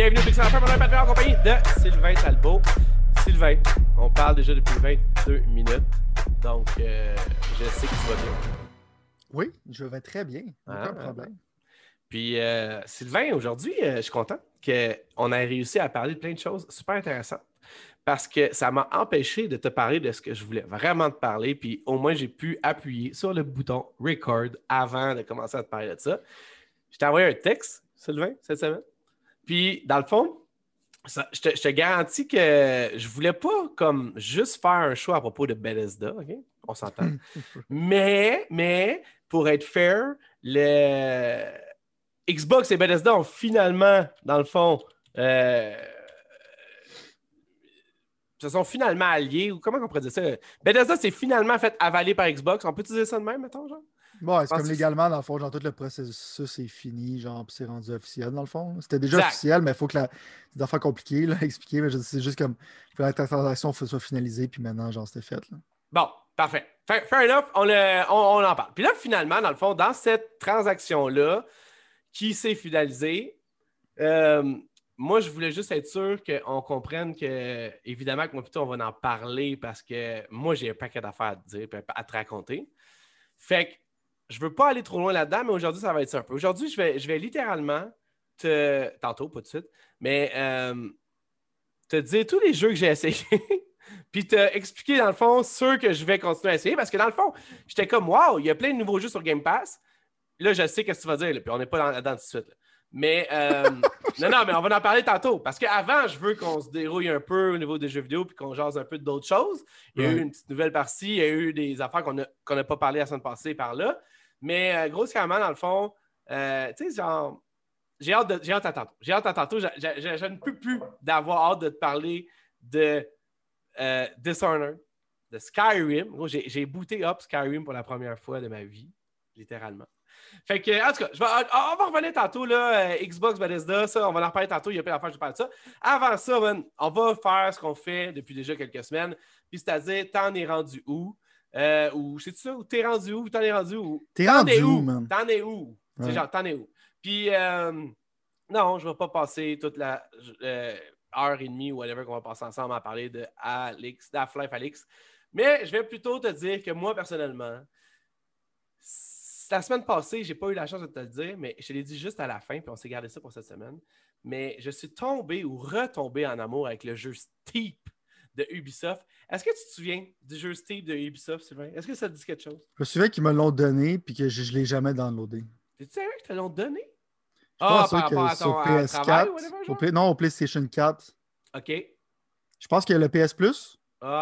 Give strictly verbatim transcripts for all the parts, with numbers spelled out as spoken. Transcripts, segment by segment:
Bienvenue au Pixel Affaires, mon nom est Patrick en compagnie de Sylvain Talbot. Sylvain, on parle déjà depuis vingt-deux minutes, donc euh, je sais que tu vas bien. Oui, je vais très bien, aucun ah, problème. Puis euh, Sylvain, aujourd'hui, euh, je suis content qu'on ait réussi à parler de plein de choses super intéressantes parce que ça m'a empêché de te parler de ce que je voulais vraiment te parler, puis au moins j'ai pu appuyer sur le bouton « Record » avant de commencer à te parler de ça. Je t'ai envoyé un texte, Sylvain, cette semaine. Puis, dans le fond, ça, je, te, je te garantis que je voulais pas comme juste faire un show à propos de Bethesda, OK? On s'entend. mais, mais, pour être fair, le Xbox et Bethesda ont finalement, dans le fond, euh, se sont finalement alliés, ou comment on pourrait dire ça? Bethesda s'est finalement fait avaler par Xbox. On peut utiliser ça de même, mettons, genre? Ouais, c'est comme légalement, dans le fond, genre tout le processus est fini, genre, puis c'est rendu officiel, dans le fond. C'était déjà exact. Officiel, mais il faut que la... C'est des affaires compliquées, là, à expliquer, mais c'est juste comme, il faut que la transaction soit finalisée, puis maintenant, genre, c'était fait, là. Bon, parfait. Fair, fair enough, on, le, on, on en parle. Puis là, finalement, dans le fond, dans cette transaction-là, qui s'est finalisée, euh, moi, je voulais juste être sûr qu'on comprenne que, évidemment, que moi, plutôt, on va en parler parce que moi, j'ai un paquet d'affaires à te dire, à te raconter. Fait que, je ne veux pas aller trop loin là-dedans, mais aujourd'hui, ça va être ça un peu. Aujourd'hui, je vais, je vais littéralement te... Tantôt, pas tout de suite, mais euh, te dire tous les jeux que j'ai essayés, puis te expliquer, dans le fond, ceux que je vais continuer à essayer, parce que, dans le fond, j'étais comme, wow, il y a plein de nouveaux jeux sur Game Pass. Là, je sais ce que tu vas dire, là, puis on n'est pas là-dedans tout de suite. Là. Mais, euh, non, non, mais on va en parler tantôt, parce qu'avant, je veux qu'on se dérouille un peu au niveau des jeux vidéo, puis qu'on jase un peu d'autres choses. Il y a ouais. eu une petite nouvelle par-ci, il y a eu des affaires qu'on n'a qu'on a pas parlé la semaine passée par là. Mais euh, grossièrement, dans le fond, euh, tu sais, genre, j'ai hâte, de, j'ai hâte à tantôt. J'ai hâte à tantôt. Je, je, je, je ne peux plus d'avoir hâte de te parler de euh, Dishonored, de Skyrim. Gros, j'ai, j'ai booté up Skyrim pour la première fois de ma vie, littéralement. Fait que, en tout cas, je vais, on va revenir tantôt, là, Xbox, Bethesda, ça, on va en reparler tantôt, il y a plein d'affaires, je parle de ça. Avant ça, man, on va faire ce qu'on fait depuis déjà quelques semaines, puis c'est-à-dire, t'en es rendu où? Euh, ou c'est ça, ou t'es rendu où, t'en es rendu où? T'es t'en rendu où, man? T'en es où? Ouais. C'est genre, t'en es où? Puis, euh, non, je vais pas passer toute la euh, heure et demie ou whatever qu'on va passer ensemble à parler de Alex, d'Half-Life Alyx. Mais je vais plutôt te dire que moi, personnellement, la semaine passée, j'ai pas eu la chance de te le dire, mais je te l'ai dit juste à la fin, puis on s'est gardé ça pour cette semaine. Mais je suis tombé ou retombé en amour avec le jeu Steep de Ubisoft. Est-ce que tu te souviens du jeu Steep de Ubisoft, Sylvain? Est-ce que ça te dit quelque chose? Je me souviens qu'ils me l'ont donné puis que je ne l'ai jamais downloadé. T'es-tu sérieux qu'ils te l'ont donné? Je pense ah, par que sur P S quatre, travail, whatever, au P... non, au PlayStation quatre. OK. Je pense qu'il y a le P S Plus.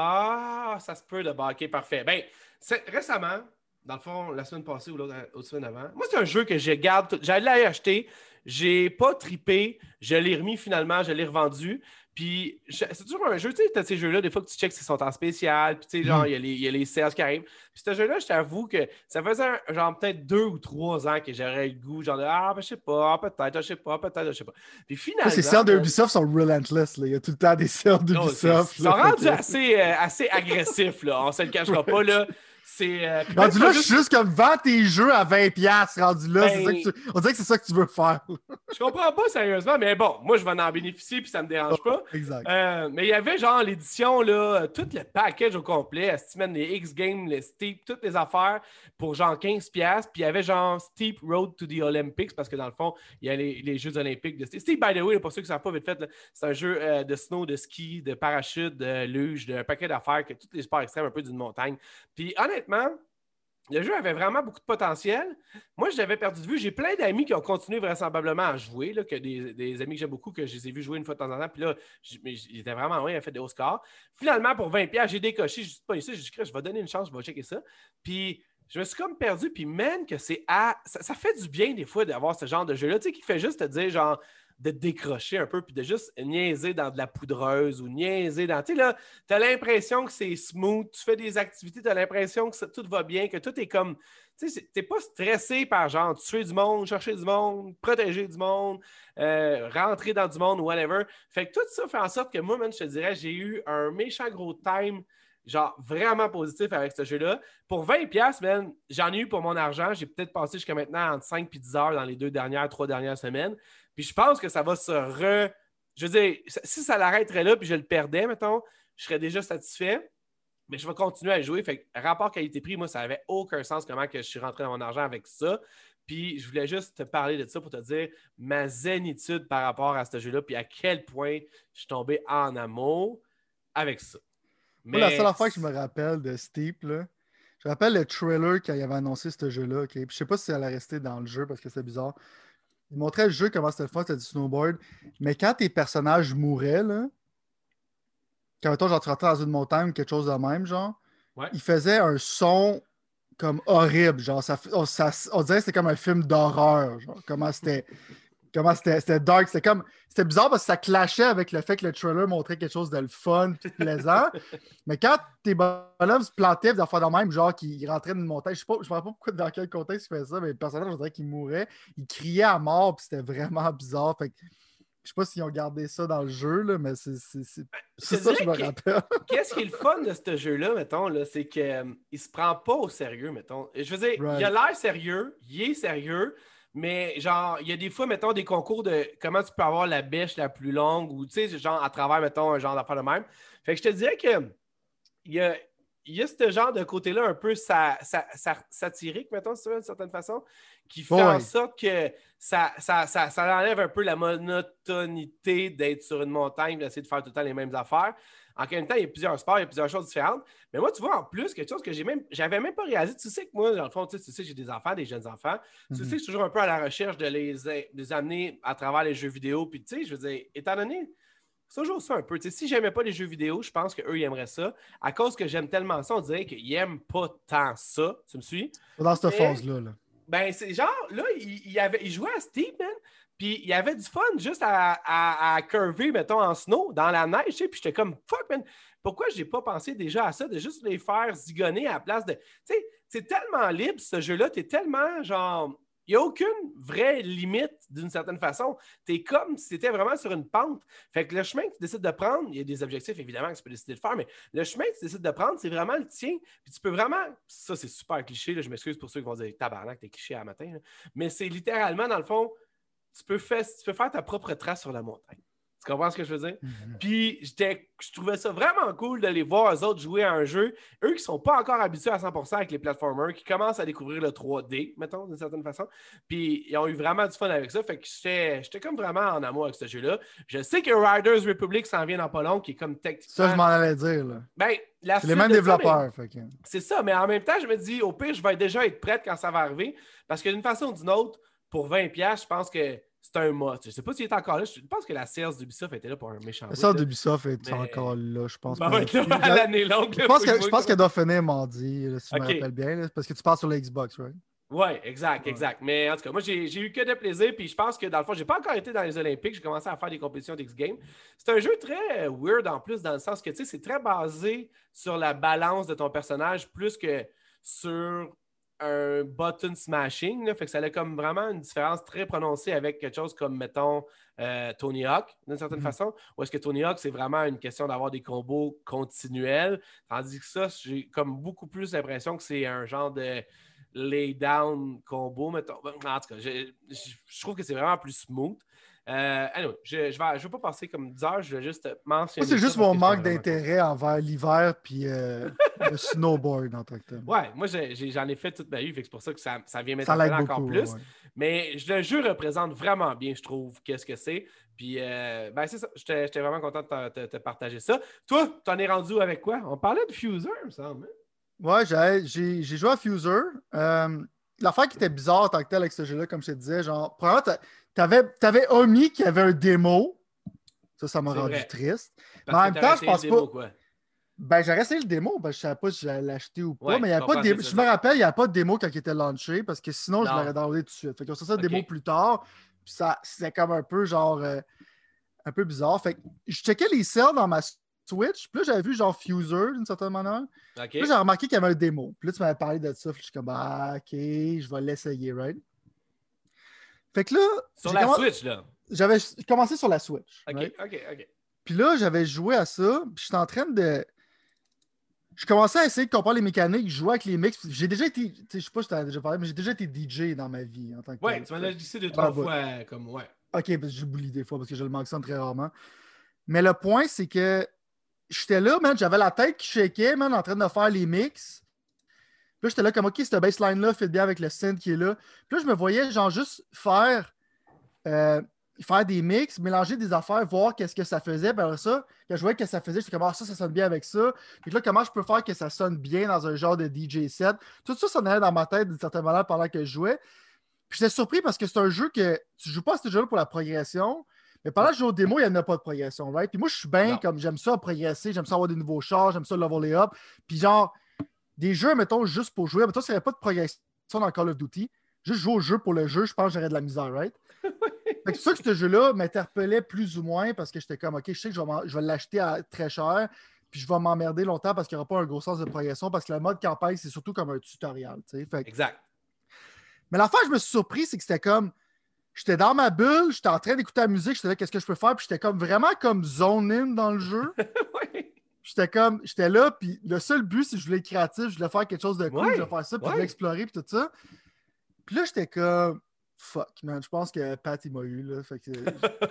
Ah, ça se peut de bas. OK, parfait. Ben, c'est... récemment, dans le fond, la semaine passée ou l'autre semaine avant, moi, c'est un jeu que je garde. J'allais l'acheter. J'ai pas trippé. Je l'ai remis finalement. Je l'ai revendu. Puis, je... c'est toujours un jeu. Tu sais, t'as ces jeux-là, des fois que tu checks s'ils sont en spécial. Puis, tu sais, genre, il mm. y, y a les sales qui arrivent. Puis, ce jeu-là, je t'avoue que ça faisait un, genre peut-être deux ou trois ans que j'aurais le goût. Genre, de, ah, ben, je sais pas, peut-être, je sais pas, peut-être, je sais pas. Puis, finalement. Ces sales d'Ubisoft sont relentless. Là. Il y a tout le temps des sales d'Ubisoft. Ils sont rendus assez, euh, assez agressifs, là. On se le cachera pas, là. C'est, euh, rendu là, juste... je suis juste comme vends tes jeux à vingt dollars rendu là. Ben... C'est ça que tu... On dirait que c'est ça que tu veux faire. Je comprends pas sérieusement, mais bon, moi je vais en bénéficier puis ça me dérange pas. Exact. Euh, mais il y avait genre l'édition, là, tout le package au complet, Steam, les X-Games, les Steep, toutes les affaires pour genre quinze dollars. Puis il y avait genre Steep Road to the Olympics parce que dans le fond, il y a les, les Jeux Olympiques de Steep. Steep, by the way, pour ceux qui ne savent pas vite fait, là, c'est un jeu euh, de snow, de ski, de parachute, de luge, d'un paquet d'affaires, que tous les sports extrêmes un peu d'une montagne. Puis honnêtement, le jeu avait vraiment beaucoup de potentiel. Moi, je l'avais perdu de vue. J'ai plein d'amis qui ont continué vraisemblablement à jouer, là, que des, des amis que j'aime beaucoup, que je les ai vus jouer une fois de temps en temps. Puis là, ils étaient vraiment loin, ils avaient fait des hauts scores. Finalement, pour vingt dollars, j'ai décoché. Je suis pas ici. J'ai dit, je vais donner une chance, je vais checker ça. Puis, je me suis comme perdu. Puis, man, que c'est à... ça, ça fait du bien des fois d'avoir ce genre de jeu-là, tu sais, qui fait juste te dire, genre, de te décrocher un peu, puis de juste niaiser dans de la poudreuse ou niaiser dans... Tu sais, là, t'as l'impression que c'est smooth, tu fais des activités, t'as l'impression que ça, tout va bien, que tout est comme... Tu sais, t'es pas stressé par, genre, tuer du monde, chercher du monde, protéger du monde, euh, rentrer dans du monde ou whatever. Fait que tout ça fait en sorte que moi, man, je te dirais, j'ai eu un méchant gros time, genre, vraiment positif avec ce jeu-là. Pour vingt dollars, man, j'en ai eu pour mon argent. J'ai peut-être passé jusqu'à maintenant entre cinq et dix heures dans les deux dernières, trois dernières semaines. Puis je pense que ça va se je veux dire, si ça l'arrêterait là puis je le perdais, mettons, je serais déjà satisfait. Mais je vais continuer à jouer. Fait que rapport qualité-prix, moi, ça n'avait aucun sens comment que je suis rentré dans mon argent avec ça. Puis je voulais juste te parler de ça pour te dire ma zénitude par rapport à ce jeu-là, puis à quel point je suis tombé en amour avec ça. Mais... Moi, la seule affaire que je me rappelle de Steep, là, je me rappelle le trailer quand il avait annoncé ce jeu-là. Okay? Puis je sais pas si ça allait rester dans le jeu parce que c'est bizarre. Il montrait le jeu, comment c'était le fun, c'était du snowboard. Mais quand tes personnages mouraient, là, quand mettons, genre, tu rentrais dans une montagne ou quelque chose de même, genre, ouais. il faisait un son comme horrible. Genre, ça, on, ça, on dirait que c'était comme un film d'horreur. Genre, comment c'était. Comment c'était, c'était dark. C'était comme. C'était bizarre parce que ça clashait avec le fait que le trailer montrait quelque chose de le fun et plaisant. Mais quand tes bonhommes se plantaient des affaires de même, genre qu'ils rentraient dans une montagne, je ne sais pas, je sais pas pourquoi dans quel contexte il fait ça, mais le personnage, je dirais qu'il mourait. Il criait à mort, puis c'était vraiment bizarre. Fait que, je sais pas s'ils ont gardé ça dans le jeu, là, mais c'est, c'est, c'est, c'est ça que je me que, rappelle. Qu'est-ce qui est le fun de ce jeu-là, mettons, là, c'est qu'il euh, ne se prend pas au sérieux, mettons. Je veux dire, right. Il a l'air sérieux, il est sérieux, mais genre, il y a des fois, mettons, des concours de comment tu peux avoir la bêche la plus longue ou, tu sais, genre, à travers, mettons, un genre d'affaire de même. Fait que je te dirais que il y a, il y a ce genre de côté-là un peu sa, sa, sa, satirique, mettons, si tu veux, d'une certaine façon, qui fait oh, en ouais. sorte que ça, ça, ça, ça enlève un peu la monotonité d'être sur une montagne, d'essayer de faire tout le temps les mêmes affaires. En même temps, il y a plusieurs sports, il y a plusieurs choses différentes. Mais moi, tu vois, en plus, quelque chose que j'ai même, j'avais même pas réalisé. Tu sais que moi, dans le fond, tu sais, tu sais j'ai des enfants, des jeunes enfants. Mm-hmm. Tu sais que je suis toujours un peu à la recherche de les, de les amener à travers les jeux vidéo. Puis, tu sais, je veux dire, étant donné, c'est toujours ça un peu. Tu sais, si j'aimais pas les jeux vidéo, je pense qu'eux, ils aimeraient ça. À cause que j'aime tellement ça, on dirait qu'ils n'aiment pas tant ça. Tu me suis? Dans cette phase-là. Là. Ben, c'est genre, là, il, il, avait, il jouait à Steep, man. Puis il y avait du fun juste à, à, à curver, mettons, en snow, dans la neige, tu sais. Puis j'étais comme, fuck, man, pourquoi j'ai pas pensé déjà à ça, de juste les faire zigonner à la place de... Tu sais, c'est tellement libre, ce jeu-là. T'es tellement, genre... Il n'y a aucune vraie limite, d'une certaine façon. T'es comme si t'étais vraiment sur une pente. Fait que le chemin que tu décides de prendre, il y a des objectifs, évidemment, que tu peux décider de faire, mais le chemin que tu décides de prendre, c'est vraiment le tien. Puis tu peux vraiment... Ça, c'est super cliché, là, je m'excuse pour ceux qui vont dire « Tabarnak, t'es cliché à matin. » Mais c'est littéralement, dans le fond, tu peux, faire, tu peux faire ta propre trace sur la montagne. Tu comprends ce que je veux dire? Mm-hmm. Puis, j'étais, je trouvais ça vraiment cool de les voir, eux autres, jouer à un jeu. Eux qui ne sont pas encore habitués à cent pour cent avec les platformers, qui commencent à découvrir le trois D, mettons, d'une certaine façon. Puis, ils ont eu vraiment du fun avec ça. Fait que j'étais, j'étais comme vraiment en amour avec ce jeu-là. Je sais que Riders Republic s'en vient dans pas long, qui est comme techniquement... Ça, je m'en allais dire, là. Ben, la c'est les mêmes développeurs. Ça, mais... fait que... C'est ça, mais en même temps, je me dis, au pire, je vais déjà être prête quand ça va arriver. Parce que d'une façon ou d'une autre, pour vingt dollars, je pense que c'est un must. Je ne sais pas s'il est encore là. Je pense que la sales d'Ubisoft était là pour un méchant. La sales d'Ubisoft est mais... encore là, je pense. Ben, va être là à l'année longue. Je pense, que, je pense qu'elle doit finir mardi, là, si okay. je me rappelle bien. Là, parce que tu passes sur la Xbox, right? Oui, exact, ouais. exact. Mais en tout cas, moi, j'ai, j'ai eu que de plaisir. Puis je pense que dans le fond, je n'ai pas encore été dans les Olympiques. J'ai commencé à faire des compétitions d'X-Games. C'est un jeu très weird en plus, dans le sens que, tu sais, c'est très basé sur la balance de ton personnage plus que sur un button smashing. Là, fait que ça a comme vraiment une différence très prononcée avec quelque chose comme, mettons, euh, Tony Hawk, d'une certaine mm-hmm. façon. Ou est-ce que Tony Hawk, c'est vraiment une question d'avoir des combos continuels. Tandis que ça, j'ai comme beaucoup plus l'impression que c'est un genre de lay down combo, mettons. En tout cas, je, je, je trouve que c'est vraiment plus smooth. Euh, anyway, je ne je vais, je vais pas passer comme dix heures, je vais juste mentionner. Moi, c'est juste mon manque d'intérêt cool. envers l'hiver puis euh, le snowboard en tant que tel. Ouais, moi j'ai, j'ai, j'en ai fait toute ma vie, fait que c'est pour ça que ça, ça vient m'intéresser encore beaucoup, plus. Ouais. Mais le jeu représente vraiment bien, je trouve, qu'est-ce que c'est. Puis, euh, ben c'est ça, j'étais, j'étais vraiment content de te, te, te partager ça. Toi, t'en es rendu avec quoi? On parlait de Fuser, il me semble. Ouais, j'ai, j'ai, j'ai joué à Fuser. Euh, l'affaire qui était bizarre en tant que tel avec ce jeu-là, comme je te disais, genre, premièrement, T'avais, t'avais Omi qui avait un démo. Ça, ça m'a c'est rendu vrai. triste. Parce mais en même temps, je pense démo, pas. Quoi. Ben, j'ai essayé le démo. Ben, je ne savais pas si j'allais l'acheter ou pas. Ouais, mais il y a pas de démo. Je me rappelle, il n'y a pas de démo quand il était lancé parce que sinon, non. je l'aurais downloadé tout de suite. Fait qu'on ça, ça okay. démo plus tard. Puis ça, c'était comme un peu genre euh, un peu bizarre. Fait que je checkais les sales dans ma Switch. Puis là, j'avais vu genre Fuser d'une certaine manière. Okay. Puis là, j'ai remarqué qu'il y avait un démo. Puis là, tu m'avais parlé de ça. Puis je suis comme, ah, OK, je vais l'essayer, right? Fait que là... Sur la comm... Switch, là? J'avais commencé sur la Switch. OK, right? OK, OK. Puis là, j'avais joué à ça, puis j'étais en train de... Je commençais à essayer de comprendre les mécaniques, jouer avec les mix. J'ai déjà été... Je sais pas si je t'en ai déjà parlé, mais j'ai déjà été D J dans ma vie en tant que... Ouais, tu m'en as dit ça deux, trois fois, comme... Ouais. OK, parce que j'oublie des fois parce que je le mentionne très rarement. Mais le point, c'est que j'étais là, man, j'avais la tête qui shakeait, man, en train de faire les mix. Puis là, j'étais là comme, OK, cette baseline-là fait bien avec le synth qui est là. Puis là, je me voyais, genre, juste faire, euh, faire des mix, mélanger des affaires, voir qu'est-ce que ça faisait. Puis après ça, quand je voyais que ça faisait, j'étais comme, ah, ça, ça sonne bien avec ça. Puis là, comment je peux faire que ça sonne bien dans un genre de D J set? Tout ça, ça allait dans ma tête d'une certaine manière pendant que je jouais. Puis j'étais surpris parce que c'est un jeu que tu joues pas à ce jeu-là pour la progression. Mais pendant que je joue au démo, il n'y en a pas de progression, right? Puis moi, je suis bien comme j'aime ça progresser, j'aime ça avoir des nouveaux chars, j'aime ça leveler up. Puis genre, des jeux, mettons, juste pour jouer. Mettons, s'il n'y avait pas de progression dans Call of Duty, juste jouer au jeu pour le jeu, je pense que j'aurais de la misère, right? Fait que c'est ça que ce jeu-là m'interpellait plus ou moins parce que j'étais comme, OK, je sais que je vais, je vais l'acheter à très cher, puis je vais m'emmerder longtemps parce qu'il n'y aura pas un gros sens de progression parce que le mode campagne, c'est surtout comme un tutoriel, tu sais. Fait que... Exact. Mais l'affaire, je me suis surpris, c'est que c'était comme, j'étais dans ma bulle, j'étais en train d'écouter la musique, j'étais là, qu'est-ce que je peux faire? Puis j'étais comme vraiment comme zone in dans le jeu. Oui. J'étais comme, j'étais là, puis le seul but, c'est que je voulais être créatif, je voulais faire quelque chose de cool, Ouais, je voulais faire ça, puis ouais. je voulais explorer, puis tout ça. Puis là, j'étais comme, fuck, man, je pense que Pat, il m'a eu, là. Fait que...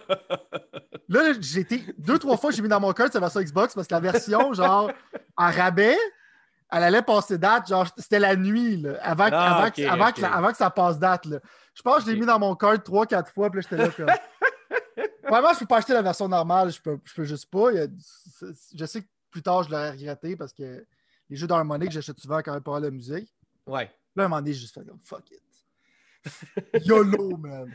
là, j'ai été, deux, trois fois, j'ai mis dans mon cœur sa version Xbox, parce que la version, genre, en rabais, elle allait passer date, genre, c'était la nuit, là, avant, Ah, avant, okay, avant, okay. Que, avant que ça passe date, là. Je pense que je l'ai Okay. mis dans mon cœur trois, quatre fois, puis là, j'étais là, comme... Vraiment, je peux pas acheter la version normale, je peux, je peux juste pas. Il y a, je sais que plus tard, je l'aurais regretté parce que les jeux d'harmonie que j'achète souvent quand même pour avoir la musique. Ouais. Là, à un moment donné, j'ai juste fait comme fuck it. YOLO, man.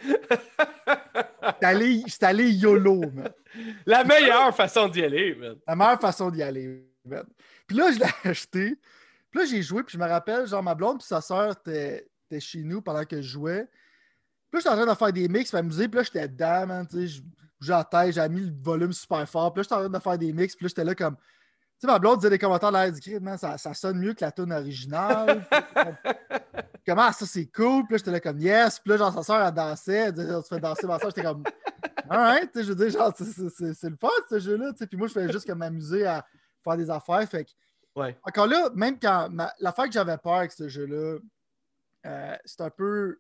J'étais allé, j'étais allé YOLO, man. La meilleure façon d'y aller, man. La meilleure façon d'y aller, man. Puis là, je l'ai acheté. Puis là, j'ai joué, puis je me rappelle, genre, ma blonde puis sa soeur étaient chez nous pendant que je jouais. Puis là, j'étais en train de faire des mix, m'amuser, puis là, j'étais dedans, man, tu sais, j'ai la tête, j'ai mis le volume super fort, puis là, j'étais en train de faire des mix, puis là, j'étais là comme... Tu sais, ma blonde disait des commentaires là, elle dit, man, ça, ça sonne mieux que la tune originale. Comment ça, c'est cool, puis là, j'étais là comme, yes, puis là, genre, sa soeur, elle dansait, elle disait, tu fais danser ma soeur, j'étais comme, alright, tu sais, je veux dire, genre, c'est, c'est, c'est le fun, ce jeu-là, tu sais, puis moi, je faisais juste comme m'amuser à faire des affaires, fait que... Ouais. Encore là, même quand... Ma... L'affaire que j'avais peur avec ce jeu-là, euh, c'est un peu...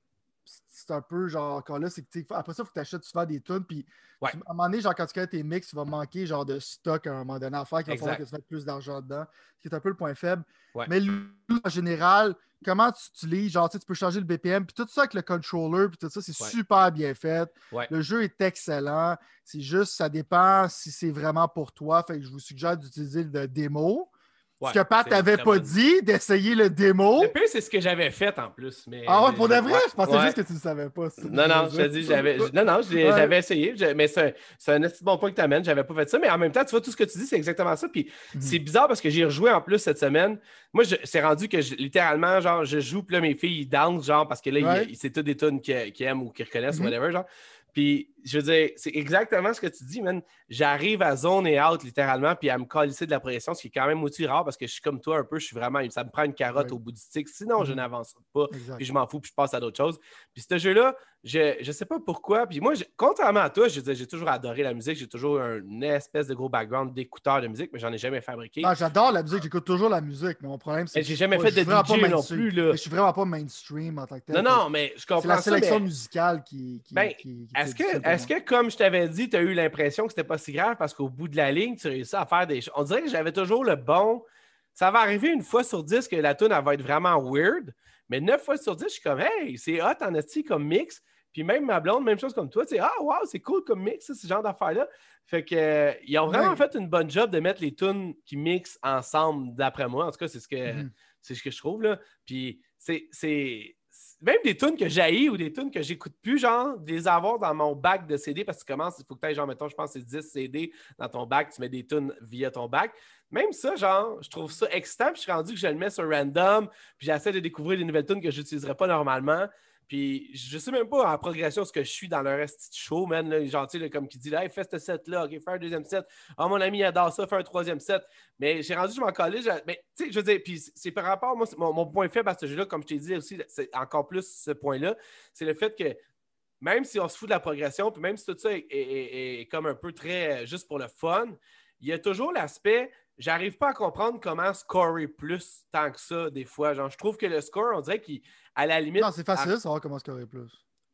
C'est un peu genre, encore là, c'est que après ça, il faut que tu achètes souvent des tunes. Puis ouais. à un moment donné, genre, quand tu crées tes mix, tu vas manquer genre de stock à un moment donné à faire qu'il va falloir que tu fasses plus d'argent dedans. Ce qui est un peu le point faible. Ouais. Mais lui, en général, comment tu utilises, genre, tu peux changer le B P M, puis tout ça avec le controller, puis tout ça, c'est ouais. super bien fait. Ouais. Le jeu est excellent. C'est juste, ça dépend si c'est vraiment pour toi. Fait que je vous suggère d'utiliser le démo. Ouais, ce que Pat t'avait pas bonne... dit, d'essayer le démo. Le pire, c'est ce que j'avais fait en plus. Mais... Ah ouais, pour de vrai? Ouais. Je pensais ouais. juste que tu ne savais pas. Non, non, je te dis, j'avais. Non, non, ouais. j'avais essayé. Je... Mais c'est un, c'est un petit bon point que tu amènes. J'avais pas fait ça. Mais en même temps, tu vois, tout ce que tu dis, c'est exactement ça. Puis mm-hmm. c'est bizarre parce que j'ai rejoué en plus cette semaine. Moi, je... c'est rendu que je... littéralement, genre, je joue, puis là, mes filles, ils dansent, genre, parce que là, ouais. ils... c'est tous des tunes qu'ils qui aiment ou qu'ils reconnaissent, mm-hmm. whatever, genre. Puis, je veux dire, c'est exactement ce que tu dis, man. J'arrive à zone et out, littéralement, puis à me calisser de la pression, ce qui est quand même aussi rare parce que je suis comme toi un peu, je suis vraiment, ça me prend une carotte ouais. au bout du stick. Sinon, mm-hmm. je n'avance pas, exact. Puis je m'en fous, puis je passe à d'autres choses. Puis ce jeu-là, je ne sais pas pourquoi. Puis moi, je, contrairement à toi, je veux dire, j'ai toujours adoré la musique, j'ai toujours une espèce de gros background d'écouteur de musique, mais j'en ai jamais fabriqué. Ah, j'adore la musique, j'écoute toujours la musique, mais mon problème, c'est que j'ai jamais fait de D J non plus. Là. Je suis vraiment pas mainstream en tant que tel. Non, non, mais je comprends ça. C'est la sélection mais... musicale qui... qui, ben, qui, qui est-ce que, est-ce que, comme je t'avais dit, tu as eu l'impression que c'était pas si grave parce qu'au bout de la ligne, tu réussis à faire des choses. On dirait que j'avais toujours le bon. Ça va arriver une fois sur dix que la tune elle va être vraiment weird, mais neuf fois sur dix, je suis comme, hey, c'est hot en esti comme mix. Puis même ma blonde, même chose comme toi, tu sais, ah, wow, c'est cool comme mix, ça, ce genre d'affaires-là. Fait que, euh, ils ont vraiment ouais. fait une bonne job de mettre les tunes qui mixent ensemble, d'après moi. En tout cas, c'est ce que, mm-hmm. c'est ce que je trouve, là. Puis, c'est. c'est même des tunes que j'haïs ou des tunes que j'écoute plus, genre, de les avoir dans mon bac de C D parce que tu commences, il faut que tu ailles, genre, mettons, je pense que c'est dix C D dans ton bac, tu mets des tunes via ton bac. Même ça, genre, je trouve ça excitant, puis je suis rendu que je le mets sur random, puis j'essaie de découvrir des nouvelles tunes que je n'utiliserais pas normalement. Puis je sais même pas en progression ce que je suis dans le reste du show, man. Là, genre, tu sais, comme qui dit, là, hey, fais ce set-là, OK, fais un deuxième set. Ah, oh, mon ami il adore ça, fais un troisième set. Mais j'ai rendu, je m'en collais. Mais tu sais, je veux dire, puis c'est par rapport, moi, mon, mon point faible à ce jeu-là, comme je t'ai dit aussi, c'est encore plus ce point-là, c'est le fait que même si on se fout de la progression, puis même si tout ça est, est, est, est comme un peu très euh, juste pour le fun, il y a toujours l'aspect. J'arrive pas à comprendre comment scorer plus tant que ça, des fois. Genre, je trouve que le score, on dirait qu'à la limite... Non, c'est facile de à... savoir comment scorer plus.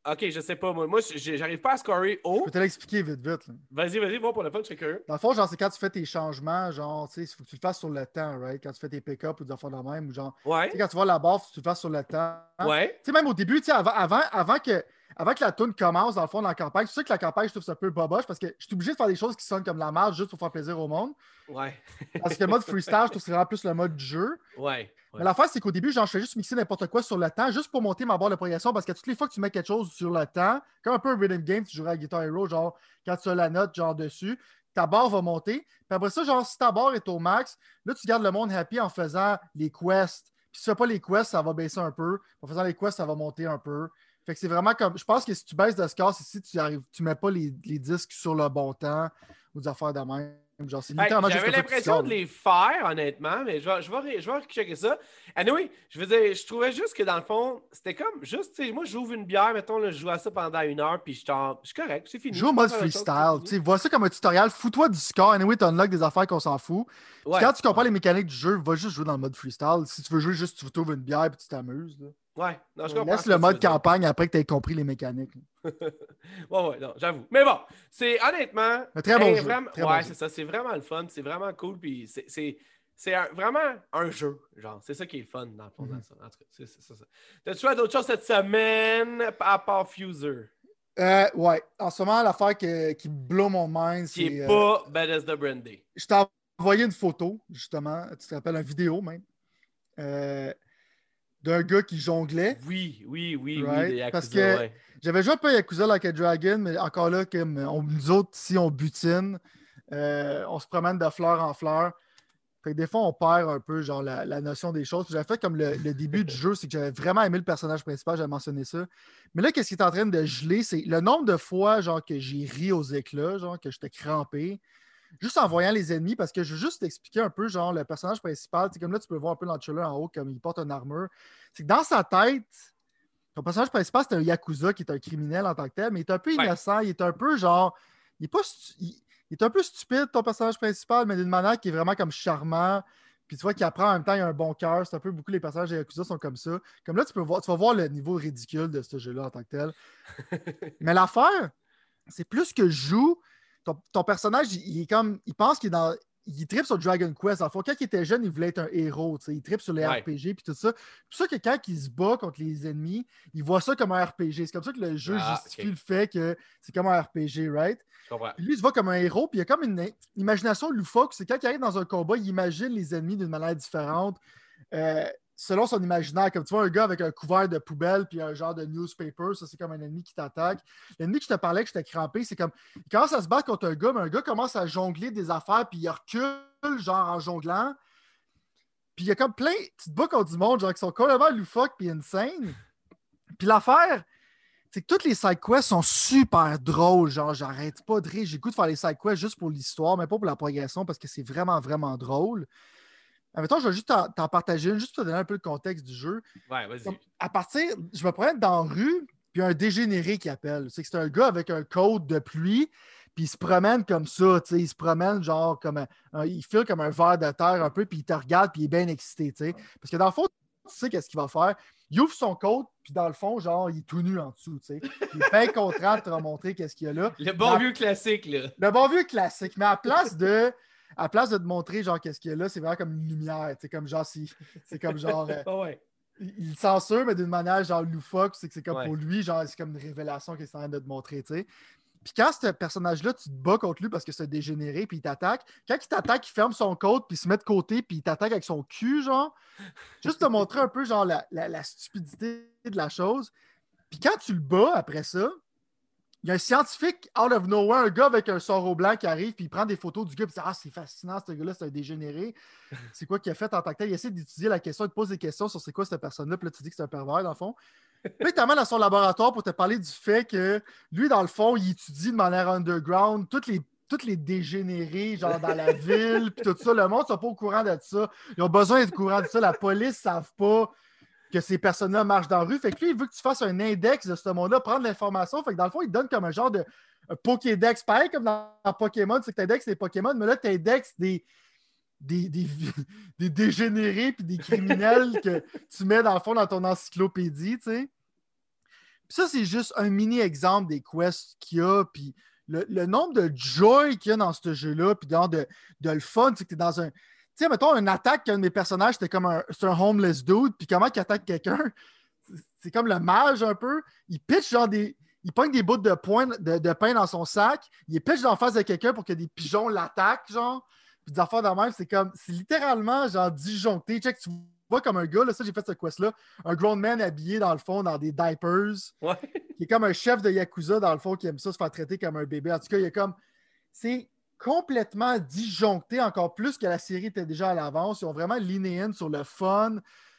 Ok, je sais pas, moi. Moi, j'ai- j'arrive pas à scorer Je haut. peux te l'expliquer vite, vite. Là. Vas-y, vas-y, va pour le fun, je suis curieux. Dans le fond, genre, c'est quand tu fais tes changements, genre, tu sais, il faut que tu le fasses sur le temps, right? Quand tu fais tes pick-up ou des affaires de même, ou genre, tu sais, Ouais, quand tu vois la barre, faut que tu le fasses sur le temps. Tu ouais. sais, même au début, tu sais, avant, avant, avant que, avant que la tune commence, dans le fond, dans la campagne, c'est sûr que la campagne, je trouve ça un peu boboche parce que je suis obligé de faire des choses qui sonnent comme la marge juste pour faire plaisir au monde. Ouais. Parce que le mode freestyle, je trouve que c'est vraiment plus le mode du jeu. Ouais. Mais Ouais. l'affaire, c'est qu'au début, genre, je fais juste mixer n'importe quoi sur le temps, juste pour monter ma barre de progression, parce que toutes les fois que tu mets quelque chose sur le temps, comme un peu un rhythm game, tu jouerais à Guitar Hero, genre, quand tu as la note, genre, dessus, ta barre va monter. Puis après ça, genre, si ta barre est au max, là, tu gardes le monde happy en faisant les quests. Puis si tu fais pas les quests, ça va baisser un peu. En faisant les quests, ça va monter un peu. Fait que c'est vraiment comme. Je pense que si tu baisses de score, c'est si tu arrives, tu mets pas les, les disques sur le bon temps ou des affaires de même. Genre, c'est Hey, littéralement juste j'avais comme ça que tu l'impression scores, de là. les faire, honnêtement, mais je vais, je vais, ré- je vais checker ça. Anyway, je veux dire, je trouvais juste que dans le fond, c'était comme juste, tu sais, moi, j'ouvre une bière, mettons, là, je joue à ça pendant une heure, puis je t'en. Je suis correct, c'est fini. Joue au Je mode passe à l'autre chose, puis c'est freestyle. fini. Tu sais, vois ça comme un tutoriel. Fous-toi du score. Anyway, tu unlock des affaires qu'on s'en fout. Puis Ouais, quand tu comprends ouais. les mécaniques du jeu, va juste jouer dans le mode freestyle. Si tu veux jouer juste, tu trouves une bière et tu t'amuses, là. Ouais, non, je Ouais, comprends laisse ce que le tu veux mode dire. campagne après que tu aies compris les mécaniques. Ouais, ouais, non, j'avoue. Mais bon, c'est honnêtement, Un très bon hey, jeu. vraiment, Très bon ouais, jeu. c'est ça, c'est vraiment le fun, c'est vraiment cool, puis c'est, c'est, c'est un- vraiment un jeu, genre, c'est ça qui est le fun dans le fond, dans Mhm. ça. En tout cas, c'est, c'est ça. ça. T'as-tu fait d'autres choses cette semaine à part Fuser, Euh, ouais. En ce moment, l'affaire que- qui blow mon mind, qui est c'est. euh, pas Bethesda Brandy? je t'ai envoyé une photo, justement. Tu te rappelles, une vidéo même. euh, d'un gars qui jonglait. Oui, oui, oui, oui, de Right? Parce Yakuza, que ouais. j'avais joué un peu à Yakuza Like a Dragon, mais encore là, comme on- nous autres, si on butine, euh, on se promène de fleur en fleur. Fait que des fois, on perd un peu genre la, la notion des choses. Puis j'avais fait comme le, le début du jeu, c'est que j'avais vraiment aimé le personnage principal, j'avais mentionné ça. Mais là, qu'est-ce qui est en train de geler, c'est le nombre de fois genre que j'ai ri aux éclats, genre que j'étais crampé, juste en voyant les ennemis, parce que je veux juste t'expliquer un peu genre le personnage principal. Tu sais, comme là, tu peux voir un peu dans le trailer en haut, comme il porte une armure. C'est que dans sa tête, ton personnage principal, c'est un Yakuza qui est un criminel en tant que tel, mais il est un peu Ouais. innocent, il est un peu genre. Il est pas stu- il, il est un peu stupide, ton personnage principal, mais d'une manière qui est vraiment comme charmant. Puis tu vois qu'il apprend en même temps, il a un bon cœur. C'est un peu beaucoup les personnages de Yakuza sont comme ça. Comme là, tu peux voir, tu vas voir le niveau ridicule de ce jeu-là en tant que tel. Mais l'affaire, c'est plus que je joue, ton, ton personnage, il, il est comme. Il pense qu'il est dans. Il tripe sur Dragon Quest. En fait, quand il était jeune, il voulait être un héros. Tu sais. Il tripe sur les Ouais. R P G et tout ça. C'est pour ça que quand il se bat contre les ennemis, il voit ça comme un R P G. C'est comme ça que le jeu Ah, justifie ok. le fait que c'est comme un R P G, right? Je comprends. Puis lui, il se voit comme un héros, puis il y a comme une imagination loufoque. C'est quand il arrive dans un combat, il imagine les ennemis d'une manière différente. Euh, selon son imaginaire, comme tu vois un gars avec un couvert de poubelle puis un genre de newspaper, ça c'est comme un ennemi qui t'attaque. L'ennemi que je te parlais, que j'étais crampé, c'est comme il commence à se battre contre un gars, mais un gars commence à jongler des affaires puis il recule genre en jonglant. Puis il y a comme plein, tu te bats contre du monde genre qui sont complètement loufoques puis insane. Puis l'affaire, c'est que toutes les side quests sont super drôles. Genre, j'arrête pas de rire. J'ai le goût de faire les side quests juste pour l'histoire, mais pas pour la progression parce que c'est vraiment, vraiment drôle. Admettons, je vais juste t'en, t'en partager une, juste pour te donner un peu le contexte du jeu. Ouais, vas-y. Comme, à partir, je me promène dans la rue, puis un dégénéré qui appelle. C'est que c'est un gars avec un code de pluie, puis il se promène comme ça, tu sais, il se promène genre comme un, un- il file comme un ver de terre un peu, puis il te regarde, puis il est bien excité, tu sais. Parce que dans le fond, tu sais qu'est-ce qu'il va faire. Il ouvre son code, puis dans le fond, genre, il est tout nu en dessous, tu sais. Il est bien content de te remontrer qu'est-ce qu'il y a là. Le bon Mais vieux classique, là. le bon vieux classique, mais à place de, à place de te montrer genre qu'est-ce qu'il y a là, c'est vraiment comme une lumière. C'est comme genre, si, c'est comme genre, euh, Ah ouais. il il censure, mais d'une manière genre loufoque, c'est que c'est comme Ouais. pour lui, genre, c'est comme une révélation qu'il est en train de te montrer, tu sais. Puis quand ce personnage-là, tu te bats contre lui parce que c'est un dégénéré, puis il t'attaque. Quand il t'attaque, il ferme son code, puis il se met de côté, puis il t'attaque avec son cul, genre. Juste te montrer un peu, genre, la, la, la stupidité de la chose. Puis quand tu le bats après ça, il y a un scientifique out of nowhere, un gars avec un sarrau blanc qui arrive, puis il prend des photos du gars, puis il dit ah, c'est fascinant, ce gars-là, c'est un dégénéré. C'est quoi qu'il a fait en tant que tel? Il essaie d'étudier la question, il te pose des questions sur c'est quoi cette personne-là, puis là, tu dis que c'est un pervers, dans le fond. Puis il t'amène dans son laboratoire pour te parler du fait que lui, dans le fond, il étudie de manière underground toutes les, toutes les dégénérés, genre dans la ville, puis tout ça. Le monde ne sont pas au courant de ça. Ils ont besoin d'être au courant de ça. La police ne savent pas que ces personnes-là marchent dans la rue. Fait que lui, il veut que tu fasses un index de ce monde-là, prendre l'information. Fait que dans le fond, il te donne comme un genre de un Pokédex, pareil comme dans, dans Pokémon, c'est que tu index les Pokémon, mais là, tu index des, des, des, des dégénérés puis des criminels que tu mets dans le fond dans ton encyclopédie, tu sais. Puis Puis ça, c'est juste un mini-exemple des quests qu'il y a, puis le, le nombre de joy qu'il y a dans ce jeu-là, puis de, de, de le fun, c'est que t'es dans un... Tu sais, mettons, une attaque qu'un de mes personnages, c'était comme un, c'est un homeless dude, puis comment il attaque quelqu'un, c'est comme le mage un peu, il pitch genre des... Il pogne des bouts de, poing, de, de pain dans son sac, il pitch dans la face de quelqu'un pour que des pigeons l'attaquent, genre, puis des affaires de même, c'est comme... C'est littéralement, genre, disjoncté. Check, tu vois comme un gars, là, ça, j'ai fait ce quest-là, un grown man habillé, dans le fond, dans des diapers, Ouais. qui est comme un chef de Yakuza, dans le fond, qui aime ça se faire traiter comme un bébé. En tout cas, il est comme... C'est complètement disjoncté, encore plus que la série était déjà à l'avance. Ils ont vraiment leané in sur le fun,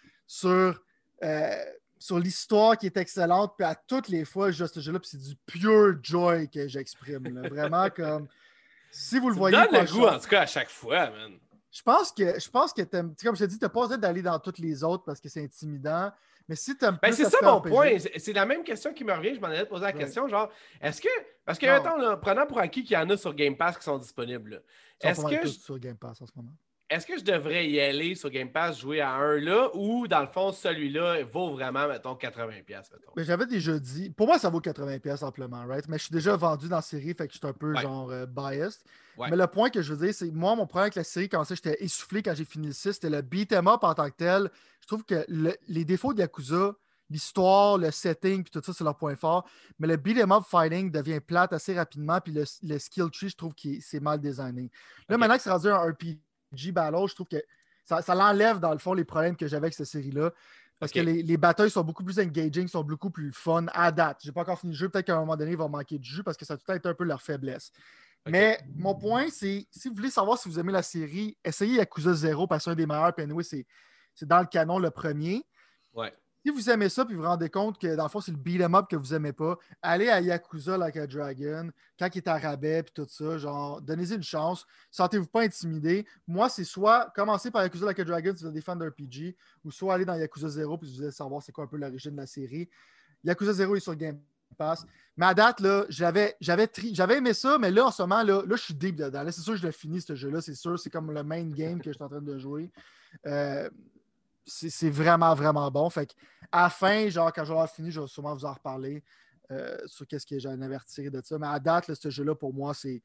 sur, euh, sur l'histoire qui est excellente, puis à toutes les fois, je joue à ce jeu-là, puis c'est du pure joy que j'exprime. Là. Vraiment comme... Si vous le Ça voyez... donne pas le goût, en tout cas, à chaque fois, man. Je pense que, je pense que t'aimes, comme je te dis, tu n'as pas besoin d'aller dans toutes les autres parce que c'est intimidant. Mais si tu aimes Ben, plus c'est ça l'aspect mon R P G, point. C'est c'est la même question qui me revient. Je m'en allais te poser la Ouais. question. Genre, est-ce que. Parce que, Non. mettons, là, prenant pour acquis qu'il y en a sur Game Pass qui sont disponibles, là, ils sont est-ce pas mal que, tous je, sur Game Pass en ce moment. est-ce que je devrais y aller sur Game Pass, jouer à un là, ou dans le fond, celui-là vaut vraiment, mettons, quatre-vingts dollars, mettons? Mais j'avais déjà dit, pour moi, ça vaut quatre-vingts dollars amplement, right? Mais je suis déjà vendu dans la série, fait que je suis un peu Ouais. genre euh, biased. Ouais. Mais le point que je veux dire, c'est moi, mon problème avec la série, quand ça, j'étais essoufflé quand j'ai fini le six, c'était le beat'em up en tant que tel. Je trouve que le- les défauts de Yakuza, l'histoire, le setting, puis tout ça, c'est leur point fort. Mais le beat'em up fighting devient plate assez rapidement, puis le, le skill tree, je trouve que c'est mal designé. Là, Ok. maintenant que c'est rendu un R P G battle, je trouve que ça, ça l'enlève, dans le fond, les problèmes que j'avais avec cette série-là. Parce Ok. que les, les batailles sont beaucoup plus engaging, sont beaucoup plus fun à date. J'ai pas encore fini le jeu, peut-être qu'à un moment donné, il va manquer de jus parce que ça a tout été un peu leur faiblesse. Ok. Mais mon point, c'est si vous voulez savoir si vous aimez la série, essayez Yakuza Zero parce que c'est un des meilleurs. Puis anyway, c'est, c'est dans le canon le premier. Ouais. Si vous aimez ça, puis vous vous rendez compte que dans le fond, c'est le beat'em up que vous aimez pas, allez à Yakuza Like a Dragon, quand il est à rabais, puis tout ça, genre, donnez-y une chance. Sentez-vous pas intimidé. Moi, c'est soit commencer par Yakuza Like a Dragon si vous êtes des fans d'R P G, ou soit aller dans Yakuza Zero, puis vous allez savoir c'est quoi un peu l'origine de la série. Yakuza Zero est sur Game Pass. Mais à date, là, j'avais, j'avais, tri... j'avais aimé ça, mais là, en ce moment, là, là je suis deep dedans. Là, c'est sûr que je le finis, ce jeu-là, c'est sûr. C'est comme le main game que je suis en train de jouer. Euh, c'est, c'est vraiment, vraiment bon. Fait que, à la fin, genre, quand j'aurai fini, je vais sûrement vous en reparler euh, sur qu'est-ce que j'en avais retiré de ça. Mais à date, là, ce jeu-là, pour moi, c'est.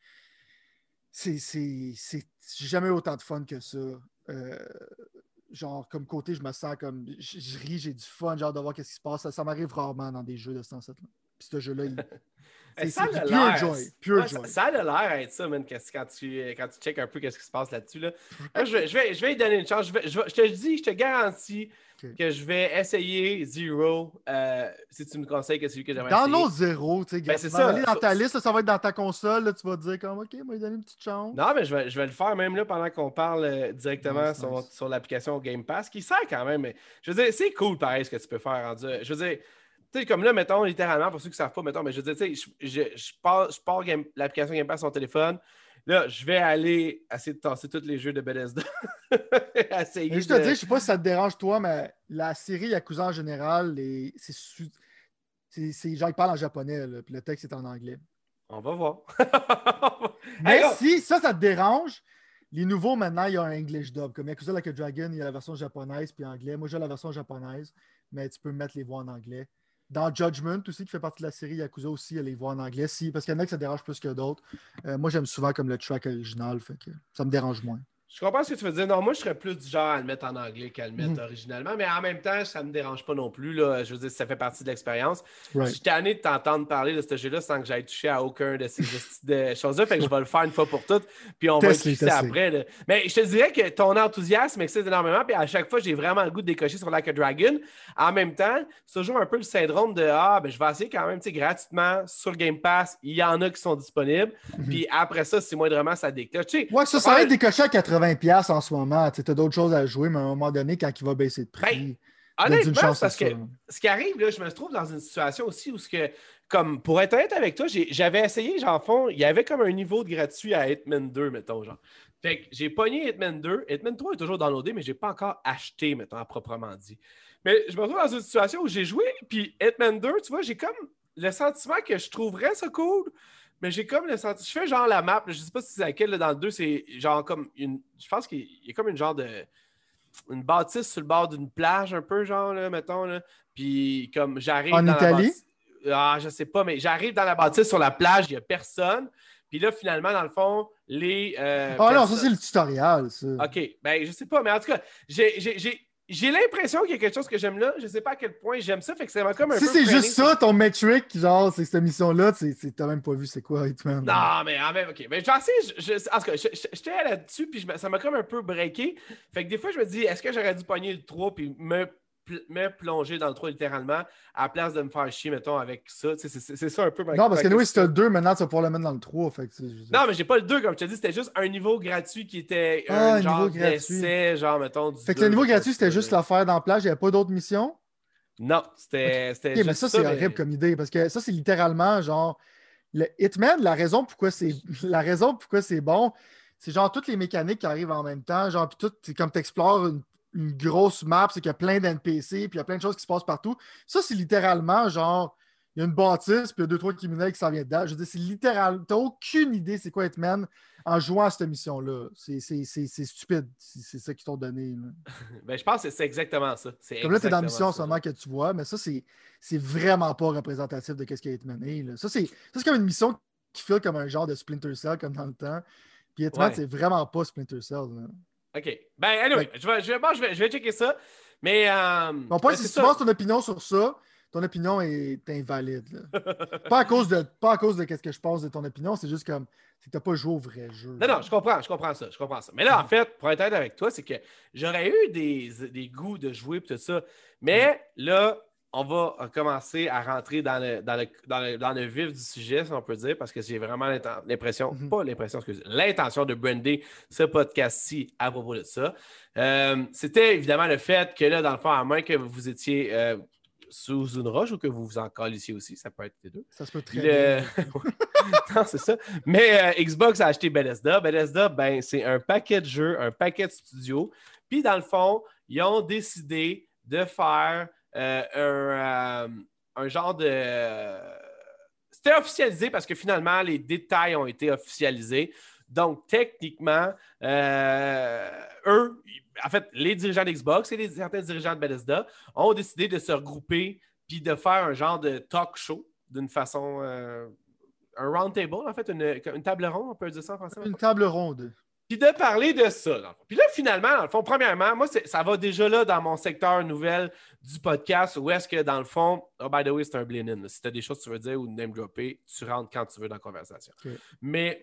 C'est, c'est, c'est... J'ai jamais eu autant de fun que ça. Euh, genre, comme côté, je me sens comme. Je, je ris, j'ai du fun, genre, de voir qu'est-ce qui se passe. Ça, ça m'arrive rarement dans des jeux de ce temps-là. Puis ce jeu-là, il. C'est, ça c'est a du pure l'air. joy. Pure Ouais, joy. ça, ça a l'air d'être ça, man, quand tu, quand tu checkes un peu qu'est-ce qui se passe là-dessus. Là. Moi, je vais, je, vais, je vais lui donner une chance. Je, vais, je, vais, je te dis, je te garantis Okay. que je vais essayer Zero euh, si tu me conseilles que c'est celui que j'aimerais Dans essayer. l'autre zéro, tu sais, Ben, c'est ça. ça. Aller dans ta Ça- liste, ça va être dans ta console. Là, tu vas te dire comme OK, moi, il donner une petite chance. Non, mais je vais, je vais le faire même là pendant qu'on parle euh, directement Nice, sur, nice. sur l'application Game Pass, qui sert quand même. Mais, je veux dire, c'est cool pareil ce que tu peux faire rendu. Je veux dire, tu sais, comme là, mettons, littéralement, pour ceux qui ne savent pas, mettons, mais je veux dire, tu sais, je, je, je pars, je pars game, l'application Game Pass sur son téléphone. Là, je vais aller essayer de tasser tous les jeux de Bethesda. Essayer Mais je te de... dis, je sais pas si ça te dérange, toi, mais la série Yakuza en général, les... c'est, su... c'est, c'est genre, ils parlent en japonais, là, puis le texte est en anglais. On va voir. Mais Hey, oh! si ça, ça te dérange, les nouveaux, maintenant, il y a un English dub. Comme Yakuza Like a Dragon, il y a la version japonaise puis anglais. Moi, j'ai la version japonaise, mais tu peux mettre les voix en anglais. Dans Judgment aussi, qui fait partie de la série Yakuza aussi, il y a les voix en anglais. Si, parce qu'il y en a que ça dérange plus que d'autres. Euh, moi, j'aime souvent comme le track original, fait que ça me dérange moins. Je comprends ce que tu veux dire. Non, moi, je serais plus du genre à le mettre en anglais qu'à le mettre Mhm. originalement, mais en même temps, ça ne me dérange pas non plus. Là. Je veux dire, ça fait partie de l'expérience. Je Right. suis tanné de t'entendre parler de ce jeu-là sans que j'aille toucher à aucun de ces de choses-là. Fait que je vais le faire une fois pour toutes, puis on va Teste-les, être fixé teste-les. après. Là. Mais je te dirais que ton enthousiasme excite énormément, puis à chaque fois, j'ai vraiment le goût de décocher sur Like a Dragon. En même temps, c'est toujours un peu le syndrome de Ah, ben, je vais essayer quand même, tu sais, gratuitement sur Game Pass. Il y en a qui sont disponibles. Puis après ça, c'est moindrement ça déclenche. Tu sais, Ouais, ça, je ça va vais être décoché à quatre-vingts dollars en ce moment. Tu as d'autres choses à jouer, mais à un moment donné, quand il va baisser de prix, Ben, donne une honnêtement, chance c'est parce à ça. que ce qui arrive, là, je me trouve dans une situation aussi où, ce que, comme pour être honnête avec toi, j'ai- j'avais essayé, genre, en fond, il y avait comme un niveau de gratuit à Hitman deux, mettons, genre. Fait que j'ai pogné Hitman deux. Hitman trois est toujours downloadé, mais je n'ai pas encore acheté, mettons, à proprement dit. Mais je me retrouve dans une situation où j'ai joué, puis Hitman deux, tu vois, j'ai comme le sentiment que je trouverais ça cool, mais j'ai comme le sentiment. Je fais genre la map, là, je sais pas si c'est laquelle, là, dans le deux, c'est genre comme une. Je pense qu'il y a comme une genre de. Une bâtisse sur le bord d'une plage, un peu, genre, là, mettons, là. Puis comme j'arrive En dans Italie? l'avance. ah, je sais pas, mais j'arrive dans la bâtisse sur la plage, il n'y a personne. Puis là, finalement, dans le fond, les. Euh, ah non, personnes... ça, c'est le tutoriel, ça. OK. Ben, je sais pas, mais en tout cas, j'ai, j'ai, j'ai, j'ai l'impression qu'il y a quelque chose que j'aime là. Je sais pas à quel point j'aime ça. Fait que c'est comme un si peu. Si c'est juste ça, ton metric, genre, c'est cette mission-là, t'as même pas vu c'est quoi, Hitman. Non, mais en même, OK. Mais je sais, je, je, en tout cas, j'étais là-dessus, puis je, ça m'a comme un peu breaké. Fait que des fois, je me dis, est-ce que j'aurais dû pogner le trois puis me, me plonger dans le trois littéralement, à la place de me faire chier, mettons, avec ça. C'est, c'est, c'est ça un peu ma Non, parce que oui, oui, si t'as le deux, maintenant, tu vas pouvoir le mettre dans le trois. Fait que, je... Non, mais j'ai pas le deux, comme je te dis, c'était juste un niveau gratuit qui était ah, un genre d'essai, genre, mettons, du Fait que deux, le niveau mettons, gratuit, c'était juste la faire dans la plage, il n'y avait pas d'autres missions? Non, c'était okay. okay, juste mais ça, ça. c'est mais... horrible comme idée, parce que ça, c'est littéralement, genre, le Hitman, la raison pourquoi c'est la raison pourquoi c'est bon, c'est genre toutes les mécaniques qui arrivent en même temps, genre, puis tout, c'est comme tu explores une, une grosse map, c'est qu'il y a plein d'N P C, puis il y a plein de choses qui se passent partout. Ça, c'est littéralement, genre, il y a une bâtisse, puis il y a deux, trois criminels qui s'en viennent dedans. Je veux dire, c'est littéral. T'as aucune idée c'est quoi Hitman en jouant à cette mission-là. C'est stupide. C'est ça qu'ils t'ont donné. Ben, je pense que c'est exactement ça. Comme là, tu es dans la mission en ce moment que tu vois, mais ça, c'est vraiment pas représentatif de ce qu'est Hitman est. Là. Ça, c'est comme une mission qui file comme un genre de Splinter Cell, comme dans le temps. Puis Hitman, ouais. c'est vraiment pas Splinter Cell. Là. OK. Ben, anyway, ouais. je, vais, je, vais, bon, je, vais, je vais checker ça. Mais. Euh, bon, point, ben, si tu penses ton opinion sur ça, ton opinion est invalide. pas à cause de pas à cause de ce que je pense de ton opinion, c'est juste comme c'est que tu n'as pas joué au vrai jeu. Non, non, je comprends, je comprends ça, je comprends ça. Mais là, en fait, pour être honnête avec toi, c'est que j'aurais eu des, des goûts de jouer et tout ça. Mais mm. là, on va commencer à rentrer dans le, dans, le, dans, le, dans le vif du sujet, si on peut dire, parce que j'ai vraiment l'impression, mm-hmm. pas l'impression, excusez, l'intention de brander ce podcast-ci à propos de ça. Euh, C'était évidemment le fait que là, dans le fond, à moins que vous étiez. Euh, sous une roche ou que vous vous en calissiez aussi, ça peut être les deux. Ça se peut très le... bien. non, c'est ça. Mais euh, Xbox a acheté Bethesda. Bethesda, ben, c'est un paquet de jeux, un paquet de studios. Puis, dans le fond, ils ont décidé de faire euh, un, euh, un genre de... Euh... C'était officialisé parce que finalement, les détails ont été officialisés. Donc, techniquement, euh, eux, en fait, les dirigeants d'Xbox et les, certains dirigeants de Bethesda ont décidé de se regrouper puis de faire un genre de talk show d'une façon... Euh, un round table, en fait, une, une table ronde, on peut dire ça en français? Une table ronde. Puis de parler de ça. Dans le fond. Puis là, finalement, dans le fond, premièrement, moi, ça va déjà là dans mon secteur nouvelle du podcast où est-ce que, dans le fond, oh, by the way, c'est un blin-in. Si tu as des choses que tu veux dire ou name-dropper, tu rentres quand tu veux dans la conversation. Okay. Mais...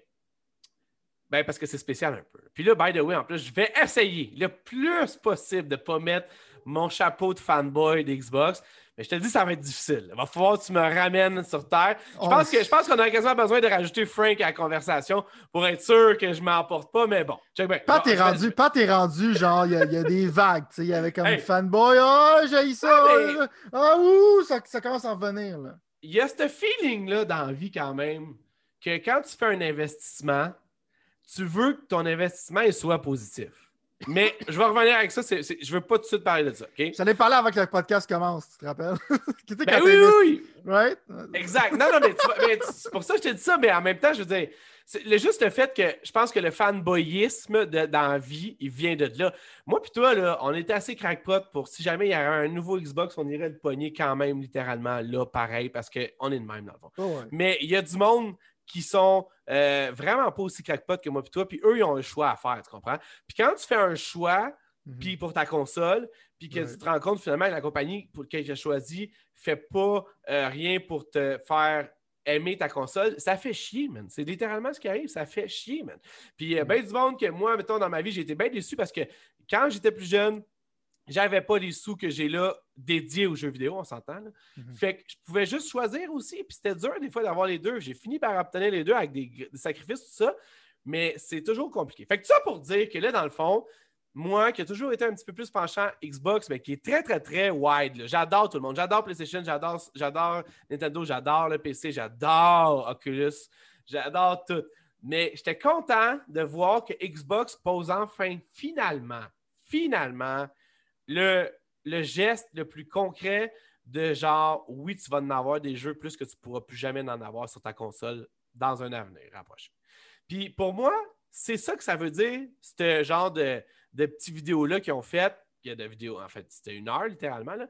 Ben, parce que c'est spécial un peu. Puis là, by the way, en plus, je vais essayer le plus possible de ne pas mettre mon chapeau de fanboy d'Xbox. Mais je te dis, ça va être difficile. Il va falloir que tu me ramènes sur Terre. Je oh, pense que je pense qu'on a quasiment besoin de rajouter Frank à la conversation pour être sûr que je ne m'emporte pas, mais bon. Check bien. Pas t'es rendu, pas t'es rendu, genre, il y, y a des vagues, tu sais, il y avait comme hey. fanboy, oh, j'ai ça, ah, mais... ah ouh, ça, ça commence à revenir, là. Il y a ce feeling-là dans la vie quand même, que quand tu fais un investissement, tu veux que ton investissement soit positif. Mais je vais revenir avec ça. C'est, c'est, je ne veux pas tout de suite parler de ça. Okay? J'allais parler avant que le podcast commence, tu te rappelles? tu sais, ben oui, oui, oui. Right? Exact. Non, non, mais, tu, mais c'est pour ça que je te dis ça, mais en même temps, je veux dire, c'est le, juste le fait que je pense que le fanboyisme de, dans la vie, il vient de là. Moi puis toi, là, on était assez crackpot pour si jamais il y avait un nouveau Xbox, on irait le pogner quand même littéralement là, pareil, parce qu'on est de même dans le fond. Oh ouais. Mais il y a du monde qui sont euh, vraiment pas aussi crackpot que moi puis toi, puis eux, ils ont un choix à faire, tu comprends? Puis quand tu fais un choix, mm-hmm. puis pour ta console, puis que ouais. tu te rends compte finalement que la compagnie pour laquelle tu as choisi fait pas euh, rien pour te faire aimer ta console, ça fait chier, man. C'est littéralement ce qui arrive, ça fait chier, man. Puis euh, mm-hmm. ben du monde que moi, mettons, dans ma vie, j'ai été bien déçu parce que quand j'étais plus jeune, j'avais pas les sous que j'ai là dédiés aux jeux vidéo, on s'entend. Mm-hmm. Fait que je pouvais juste choisir aussi. Puis c'était dur des fois d'avoir les deux. J'ai fini par obtenir les deux avec des, des sacrifices, tout ça. Mais c'est toujours compliqué. Fait que tout ça pour dire que là, dans le fond, moi qui ai toujours été un petit peu plus penchant Xbox, mais qui est très, très, très wide. Là. J'adore tout le monde. J'adore PlayStation, j'adore, j'adore Nintendo, j'adore le P C, j'adore Oculus, j'adore tout. Mais j'étais content de voir que Xbox pose enfin, finalement, finalement, Le, le geste le plus concret de genre, oui, tu vas en avoir des jeux plus que tu ne pourras plus jamais en avoir sur ta console dans un avenir rapproché. Puis pour moi, c'est ça que ça veut dire, ce genre de, de petites vidéos-là qu'ils ont fait. Il y a des vidéos, en fait, c'était une heure littéralement, là,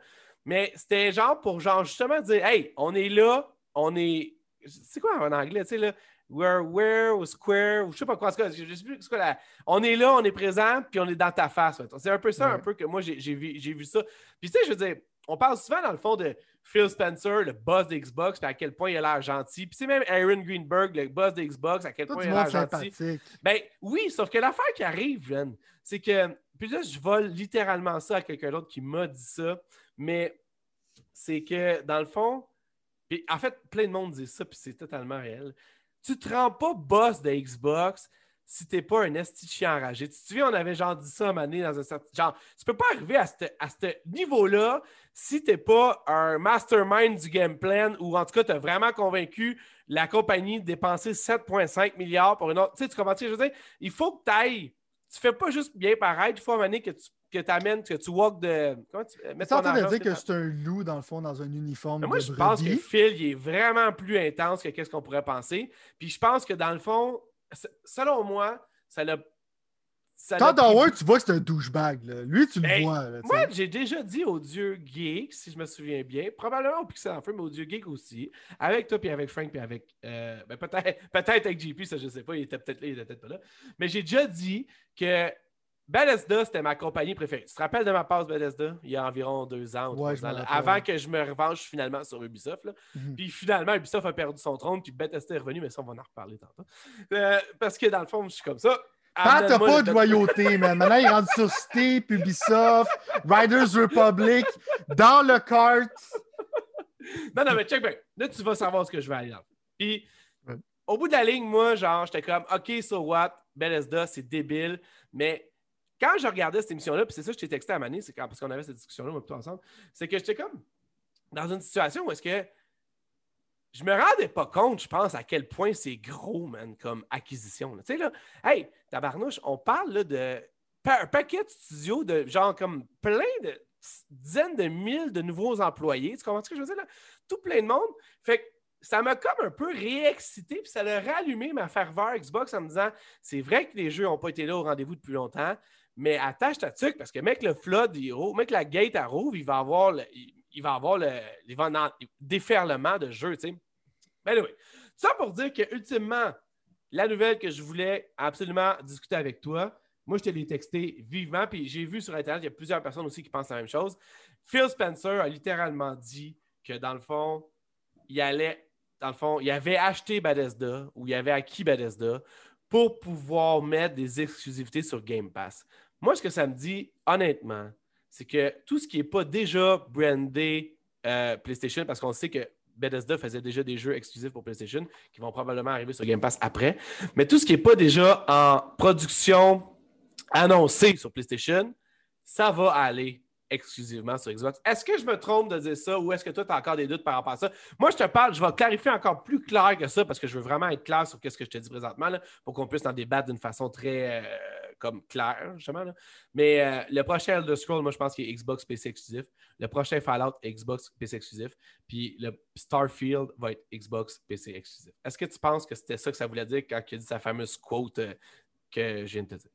Mais c'était genre pour genre justement dire hey, on est là, on est. C'est quoi en anglais, tu sais, là? We're where ou square, ou je sais pas quoi, en tout cas, je sais plus c'est quoi la. On est là, on est présent, puis on est dans ta face. Mettons. C'est un peu ça, Ouais. un peu que moi j'ai, j'ai, vu, j'ai vu ça. Puis tu sais, je veux dire, on parle souvent dans le fond de Phil Spencer, le boss de Xbox, puis à quel point il a l'air gentil. Puis c'est même Aaron Greenberg, le boss de Xbox, à quel Tout point du il a monde l'air gentil. sympathique. Ben oui, sauf que l'affaire qui arrive, Ren, c'est que. Puis là, je vole littéralement ça à quelqu'un d'autre qui m'a dit ça, mais c'est que dans le fond, puis en fait, plein de monde dit ça, puis c'est totalement réel. Tu te rends pas boss de Xbox si t'es pas un esti de chien enragé. Tu te souviens, on avait genre dit ça à un moment donné dans un certain. Genre, tu peux pas arriver à ce à niveau-là si t'es pas un mastermind du game plan ou en tout cas, t'as vraiment convaincu la compagnie de dépenser sept virgule cinq milliards pour une autre. Tu sais, tu comprends ce que je veux dire? Il faut que tu ailles. Tu fais pas juste bien paraître, il faut à un moment donné que tu que tu amènes, que tu walk de. Comment tu mets ton en train de dire que, que c'est un loup, dans le fond, dans un uniforme. Mais moi, de je brebis. pense que Phil, il est vraiment plus intense que ce qu'on pourrait penser. Puis je pense que dans le fond, selon moi, ça l'a. Ça Quand dans Howard, tu vois que c'est un douchebag. Là. Lui, tu ben, le vois. Là, moi, j'ai déjà dit au Dieu Geek, si je me souviens bien, probablement au Pixel Feu, mais au Dieu Geek aussi, avec toi, puis avec Frank, puis avec. Euh, ben, peut-être, peut-être avec J P, ça, je sais pas, il était peut-être là, il était peut-être pas là. Mais j'ai déjà dit que. Bethesda, c'était ma compagnie préférée. Tu te rappelles de ma passe Bethesda il y a environ deux ans ou ouais, trois ans, là, avant que je me revanche finalement sur Ubisoft. Là. Mm-hmm. Puis finalement, Ubisoft a perdu son trône, puis Bethesda est revenu, mais ça, on va en reparler tantôt. Euh, parce que dans le fond, je suis comme ça. Pat, t'as pas de loyauté, man. Maintenant, il rentre sur Steep, Ubisoft, Riders Republic, dans le kart. Non, non, mais check bien. Là, tu vas savoir ce que je vais aller dans. Puis, ouais. Au bout de la ligne, moi, genre, j'étais comme, OK, so what? Bethesda, c'est débile, mais. Quand je regardais cette émission-là, puis c'est ça que je t'ai texté à Mané, c'est quand, parce qu'on avait cette discussion-là, moi, tout ensemble, c'est que j'étais comme dans une situation où est-ce que je me rendais pas compte, je pense, à quel point c'est gros, man, comme acquisition. Tu sais, là, hey, tabarnouche, on parle là, de un paquet de studios, de genre comme plein de dizaines de mille de nouveaux employés. Tu comprends ce que je veux dire, là? Tout plein de monde. Fait que ça m'a comme un peu réexcité, puis ça a rallumé ma ferveur Xbox en me disant, c'est vrai que les jeux n'ont pas été là au rendez-vous depuis longtemps, mais attache ta tuque, parce que mec, le flood, il rouvre, mec, la gate, elle rouvre, il va avoir le, il, il va avoir le, il va avoir le déferlement de jeux, tu sais. Ben oui. Ça pour dire que, ultimement, la nouvelle que je voulais absolument discuter avec toi, moi, je te l'ai texté vivement, puis j'ai vu sur Internet, il y a plusieurs personnes aussi qui pensent la même chose. Phil Spencer a littéralement dit que, dans le fond, il allait, dans le fond, il avait acheté Bethesda, ou il avait acquis Bethesda, pour pouvoir mettre des exclusivités sur Game Pass. Moi, ce que ça me dit, honnêtement, c'est que tout ce qui n'est pas déjà brandé euh, PlayStation, parce qu'on sait que Bethesda faisait déjà des jeux exclusifs pour PlayStation, qui vont probablement arriver sur Game Pass après, mais tout ce qui n'est pas déjà en production annoncée sur PlayStation, ça va aller exclusivement sur Xbox. Est-ce que je me trompe de dire ça ou est-ce que toi, tu as encore des doutes par rapport à ça? Moi, je te parle, je vais clarifier encore plus clair que ça parce que je veux vraiment être clair sur ce que je te dis présentement là, pour qu'on puisse en débattre d'une façon très euh, comme claire, justement. Là. Mais euh, le prochain Elder Scrolls, moi, je pense qu'il est Xbox P C exclusif. Le prochain Fallout, Xbox P C exclusif. Puis le Starfield va être Xbox P C exclusif. Est-ce que tu penses que c'était ça que ça voulait dire quand il a dit sa fameuse quote euh, que je viens de te dire?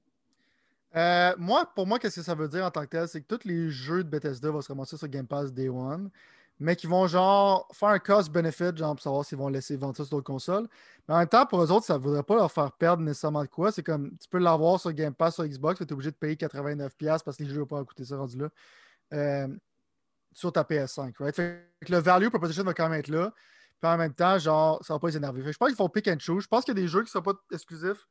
Euh, moi, pour moi, qu'est-ce que ça veut dire en tant que tel? C'est que tous les jeux de Bethesda vont se ramasser sur Game Pass Day One, mais qui vont genre faire un cost-benefit, genre pour savoir s'ils vont laisser vendre ça sur d'autres consoles. Mais en même temps, pour eux autres, ça ne voudrait pas leur faire perdre nécessairement de quoi. C'est comme, tu peux l'avoir sur Game Pass sur Xbox, mais tu es obligé de payer quatre-vingt-neuf dollars parce que les jeux ne vont pas coûter ça rendu là euh, sur ta P S cinq. Right? Fait que le value proposition va quand même être là. Puis en même temps, genre, ça ne va pas les énerver. Fait que je pense qu'ils font pick and choose. Je pense qu'il y a des jeux qui ne sont pas exclusifs.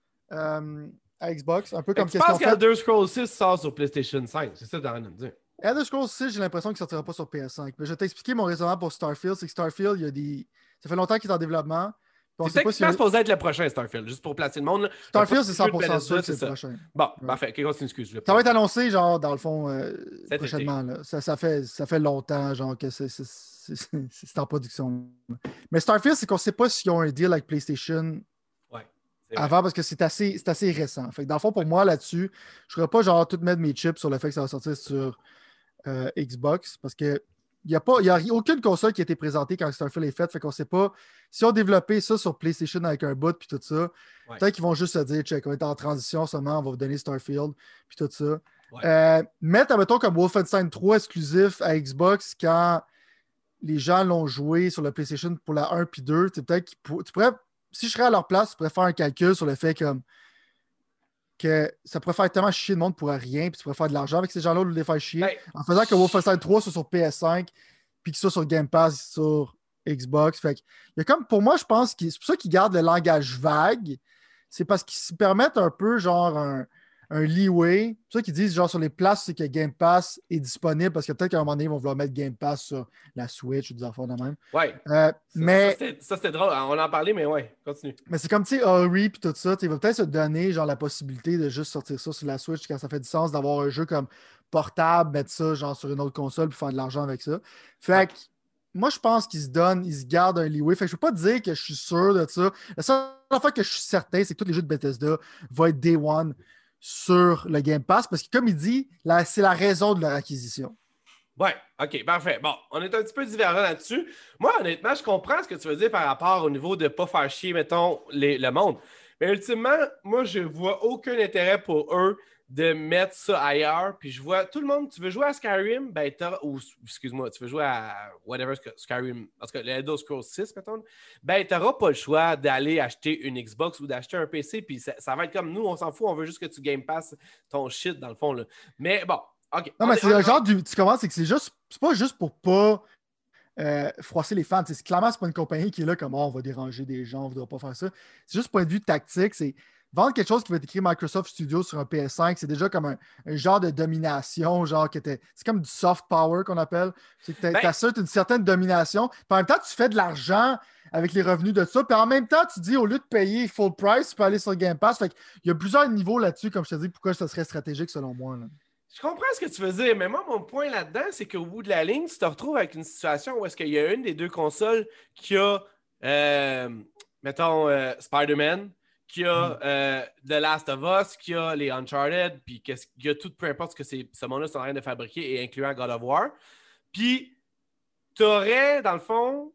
Euh, à Xbox, un peu comme tu penses qu'Elder Scrolls six sort sur PlayStation cinq, c'est ça que tu as rien à me dire. Elder Scrolls six, j'ai l'impression qu'il ne sortira pas sur P S cinq. Mais je vais t'expliquer mon raisonnement pour Starfield. C'est que Starfield, il y a des. Ça fait longtemps qu'il est en développement. C'est peut-être qu'il est supposé être le prochain Starfield, juste pour placer le monde. Là. Starfield, c'est cent pour cent sûr que c'est le prochain. Bon, ouais. Parfait. Okay, continue, excuse. Ça va être annoncé, genre, dans le fond, euh, prochainement. Là. Ça, ça, fait, ça fait longtemps, genre, que c'est, c'est, c'est, c'est en production. Mais Starfield, c'est qu'on ne sait pas s'ils ont un deal avec PlayStation. Avant, parce que c'est assez, c'est assez récent. Fait que dans le fond, pour moi, là-dessus, je ne ferais pas genre tout mettre mes chips sur le fait que ça va sortir sur euh, Xbox parce que il n'y a, pas, y a aucune console qui a été présentée quand Starfield est faite. Fait qu'on ne sait pas si on développé ça sur PlayStation avec un boot puis tout ça. Ouais. Peut-être qu'ils vont juste se dire, check, on est en transition seulement, on va vous donner Starfield puis tout ça. Ouais. Euh, mettre, admettons, comme Wolfenstein trois exclusif à Xbox quand les gens l'ont joué sur la PlayStation pour la un puis deux, peut-être qu'ils pour... tu pourrais, si je serais à leur place, tu pourrais faire un calcul sur le fait comme que ça pourrait faire tellement chier de monde pour rien, puis tu pourrais faire de l'argent avec ces gens-là au lieu de les faire chier, Ben, en faisant que Wolfenstein trois soit sur P S cinq, puis qu'il soit sur Game Pass sur Xbox. Fait que, il y a comme, pour moi, je pense que c'est pour ça qu'ils gardent le langage vague, c'est parce qu'ils se permettent un peu, genre, un, un leeway. C'est pour ça qu'ils disent, genre, sur les places, c'est que Game Pass est disponible, parce que peut-être qu'à un moment donné, ils vont vouloir mettre Game Pass sur la Switch ou des affaires de même. ouais. Euh, Ça, mais ça, c'était drôle. On en parlait, mais ouais, continue. mais c'est comme, tu sais, Ori et tout ça, il va peut-être se donner, genre, la possibilité de juste sortir ça sur la Switch quand ça fait du sens d'avoir un jeu comme portable, mettre ça, genre, sur une autre console puis faire de l'argent avec ça. Fait Ouais. que, moi, je pense qu'ils se donnent, ils se gardent un leeway. Fait que je peux pas dire que je suis sûr de ça. La seule fois que je suis certain, c'est que tous les jeux de Bethesda vont être Day One sur le Game Pass parce que, comme il dit, là, c'est la raison de leur acquisition. Ouais, ok, parfait. Bon, on est un petit peu divergent là-dessus. Moi, honnêtement, je comprends ce que tu veux dire par rapport au niveau de ne pas faire chier, mettons, les, le monde. Mais ultimement, moi, je vois aucun intérêt pour eux de mettre ça ailleurs. Puis je vois tout le monde, tu veux jouer à Skyrim, ben t'auras, ou excuse-moi, tu veux jouer à whatever Skyrim, en tout cas, le Elder Scrolls six, mettons, ben t'auras pas le choix d'aller acheter une Xbox ou d'acheter un P C. Puis ça, ça va être comme nous, on s'en fout, on veut juste que tu Game Pass ton shit dans le fond. Là. Mais bon. OK. Non, On mais est- c'est on- le genre du. Tu commences, c'est que c'est juste. C'est pas juste pour pas euh, froisser les fans. C'est, clairement, c'est pas une compagnie qui est là comme oh, on va déranger des gens, on voudra pas faire ça. C'est juste point de vue tactique. C'est vendre quelque chose qui va être écrit Microsoft Studios sur un P S cinq, c'est déjà comme un, un genre de domination, genre qui était. C'est comme du soft power qu'on appelle. C'est que Ben, tu assures une certaine domination. Puis en même temps, tu fais de l'argent avec les revenus de ça. Puis en même temps, tu dis au lieu de payer full price, tu peux aller sur Game Pass. Fait il y a plusieurs niveaux là-dessus, comme je te dis, pourquoi ça serait stratégique selon moi. Là. je comprends ce que tu veux dire, mais moi, mon point là-dedans, c'est qu'au bout de la ligne, tu te retrouves avec une situation où est-ce qu'il y a une des deux consoles qui a, euh, mettons, euh, Spider-Man, qui a euh, The Last of Us, qui a les Uncharted, puis qu'il y a tout, peu importe ce que c'est, ce monde-là sont en train de fabriquer, et incluant God of War. Puis, tu aurais, dans le fond,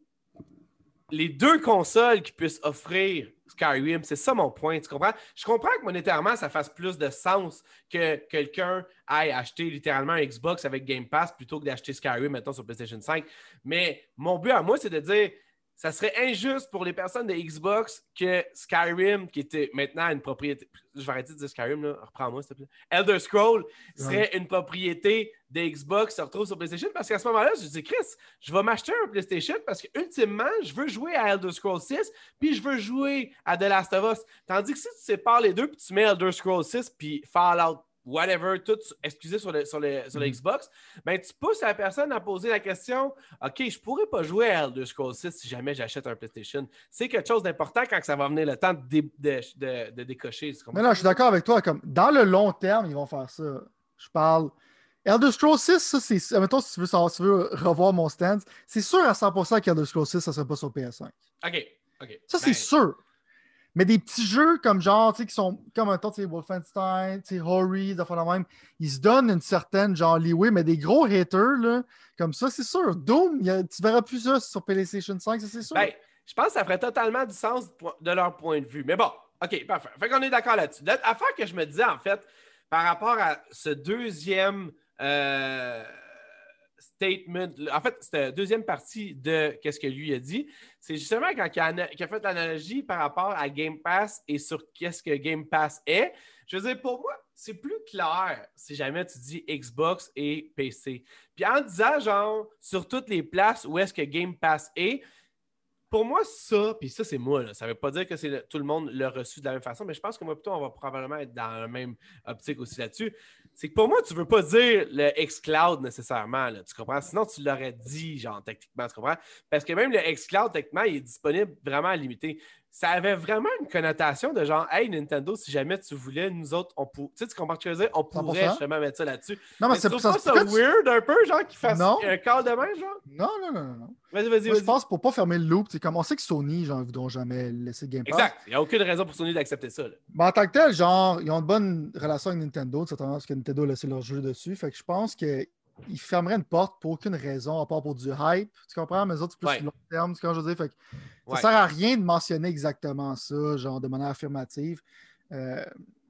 les deux consoles qui puissent offrir Skyrim, c'est ça mon point, tu comprends? Je comprends que monétairement, ça fasse plus de sens que quelqu'un aille acheter littéralement un Xbox avec Game Pass plutôt que d'acheter Skyrim, maintenant sur PlayStation cinq. Mais mon but à moi, c'est de dire, ça serait injuste pour les personnes de Xbox que Skyrim, qui était maintenant une propriété, je vais arrêter de dire Skyrim, là, reprends-moi s'il te plaît, Elder Scrolls serait ouais. une propriété de Xbox, se retrouve sur PlayStation, parce qu'à ce moment-là, je dis, Chris, je vais m'acheter un PlayStation parce que ultimement, je veux jouer à Elder Scrolls six, puis je veux jouer à The Last of Us. Tandis que si tu sépares les deux, puis tu mets Elder Scrolls six, puis Fallout whatever, tout excusez sur le, sur le, sur le mm-hmm. Xbox, ben tu pousses la personne à poser la question, OK, je pourrais pas jouer à Elder Scrolls six si jamais j'achète un PlayStation. C'est quelque chose d'important quand ça va venir le temps de, dé, de, de, de décocher. Mais non, je suis d'accord avec toi. Comme, dans le long terme, ils vont faire ça. Je parle... Elder Scrolls six, ça, c'est... Mettons, si tu veux, savoir, si tu veux revoir mon stance, c'est sûr à cent pour cent qu'Elder Scrolls six, ça ne serait pas sur P S cinq. OK, OK. Ça, ben... c'est sûr. Mais des petits jeux comme genre, tu sais, qui sont comme un temps, tu sais, Wolfenstein, tu sais, Ori, des fois la même, ils se donnent une certaine genre leeway, mais des gros haters, là, comme ça, c'est sûr. Doom, y a, tu verras plus ça sur PlayStation cinq, ça, c'est sûr. Ben, je pense que ça ferait totalement du sens de leur point de vue. Mais bon, OK, parfait. Fait qu'on est d'accord là-dessus. L'affaire que je me disais, en fait, par rapport à ce deuxième euh, statement, en fait, cette deuxième partie de qu'est-ce que lui a dit, c'est justement quand il a, il a fait l'analogie par rapport à Game Pass et sur qu'est-ce que Game Pass est. Je veux dire, pour moi, c'est plus clair si jamais tu dis Xbox et P C. Puis en disant, genre, sur toutes les places où est-ce que Game Pass est, pour moi, ça, puis ça, c'est moi, là, ça ne veut pas dire que c'est le, tout le monde l'a reçu de la même façon, mais je pense que moi, plutôt, on va probablement être dans la même optique aussi là-dessus. C'est que pour moi, tu ne veux pas dire le xCloud nécessairement, là, tu comprends? Sinon, tu l'aurais dit, genre, techniquement, tu comprends? Parce que même le xCloud, techniquement, il est disponible vraiment à limité. Ça avait vraiment une connotation de genre, hey, Nintendo, si jamais tu voulais, nous autres, on pourrait. Tu sais, tu comprends ce que je veux dire? On pourrait cent pour cent justement mettre ça là-dessus. Non, mais, mais c'est tu trouves pas ça weird un peu, genre, qu'ils fassent non. un call de main, genre? Non, non, non, non. non. Vas-y, vas-y, vas-y. Je pense pour pas fermer le loop, c'est comme on sait que Sony, genre, ils voudront jamais laisser Game Pass. Exact. Il n'y a aucune raison pour Sony d'accepter ça. Là. Mais en tant que tel, genre, ils ont une bonne relation avec Nintendo, parce que Nintendo a laissé leur jeu dessus. Fait que je pense que. Ils fermeraient une porte pour aucune raison, à part pour du hype. Tu comprends? Mais les autres, c'est plus ouais. long terme, c'est quand je veux dire. Fait que ça ouais. sert à rien de mentionner exactement ça, genre de manière affirmative. Euh,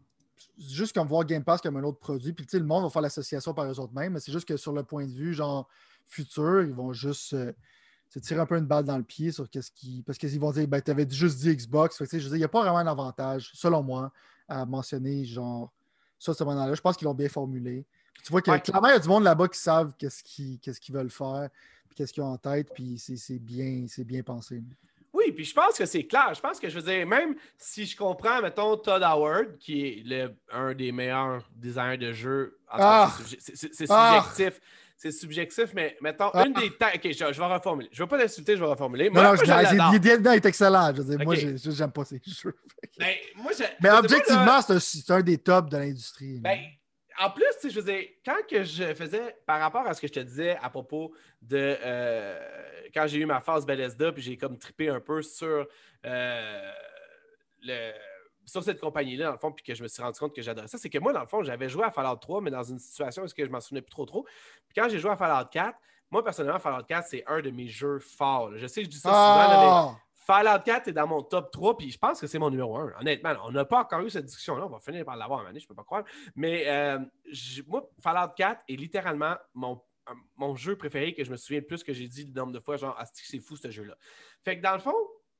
juste comme voir Game Pass comme un autre produit. Puis, tu sais, le monde va faire l'association par eux autres mêmes, mais c'est juste que sur le point de vue, genre, futur, ils vont juste euh, se tirer un peu une balle dans le pied sur qu'est-ce qui. Parce qu'ils vont dire, ben, tu avais juste dit Xbox. Fait que, tu sais, je veux dire, il n'y a pas vraiment un avantage, selon moi, à mentionner, genre, ça, ce moment-là. Je pense qu'ils l'ont bien formulé. Puis tu vois que Ouais. clairement, il y a du monde là-bas qui savent qu'est-ce qu'ils, qu'est-ce qu'ils veulent faire, puis qu'est-ce qu'ils ont en tête, puis c'est, c'est bien, c'est bien pensé. Oui, puis je pense que c'est clair. Je pense que je veux dire, même si je comprends, mettons, Todd Howard, qui est le, un des meilleurs designers de jeux, en tout cas, Ah! c'est, c'est, c'est, c'est Ah! subjectif. C'est subjectif, mais mettons, Ah! une des ta- Ok, je, je vais reformuler. Je ne vais pas l'insulter, je vais reformuler. Non, Moi, non, moi je, je l'adore. l'idée dedans est excellente. Je veux dire, Ok. moi, j'ai- j'aime pas ces jeux. Ben, moi, je, Mais moi, objectivement, là, c'est un, c'est un des tops de l'industrie. ben, en plus, tu sais, je veux dire, quand que je faisais, par rapport à ce que je te disais à propos de euh, quand j'ai eu ma phase Bethesda, puis j'ai comme trippé un peu sur, euh, le, sur cette compagnie-là, dans le fond, puis que je me suis rendu compte que j'adorais ça, c'est que moi, dans le fond, j'avais joué à Fallout trois, mais dans une situation où je m'en souvenais plus trop trop. Puis quand j'ai joué à Fallout quatre, moi, personnellement, Fallout quatre, c'est un de mes jeux forts. Là. Je sais que je dis ça souvent, là, mais Ah! Fallout quatre est dans mon top trois, puis je pense que c'est mon numéro un. Honnêtement, on n'a pas encore eu cette discussion-là. On va finir par l'avoir à un moment donné, je ne peux pas croire. Mais euh, j- moi, Fallout quatre est littéralement mon, mon jeu préféré que je me souviens le plus que j'ai dit le nombre de fois, genre, ah, c'est fou ce jeu-là. Fait que dans le fond,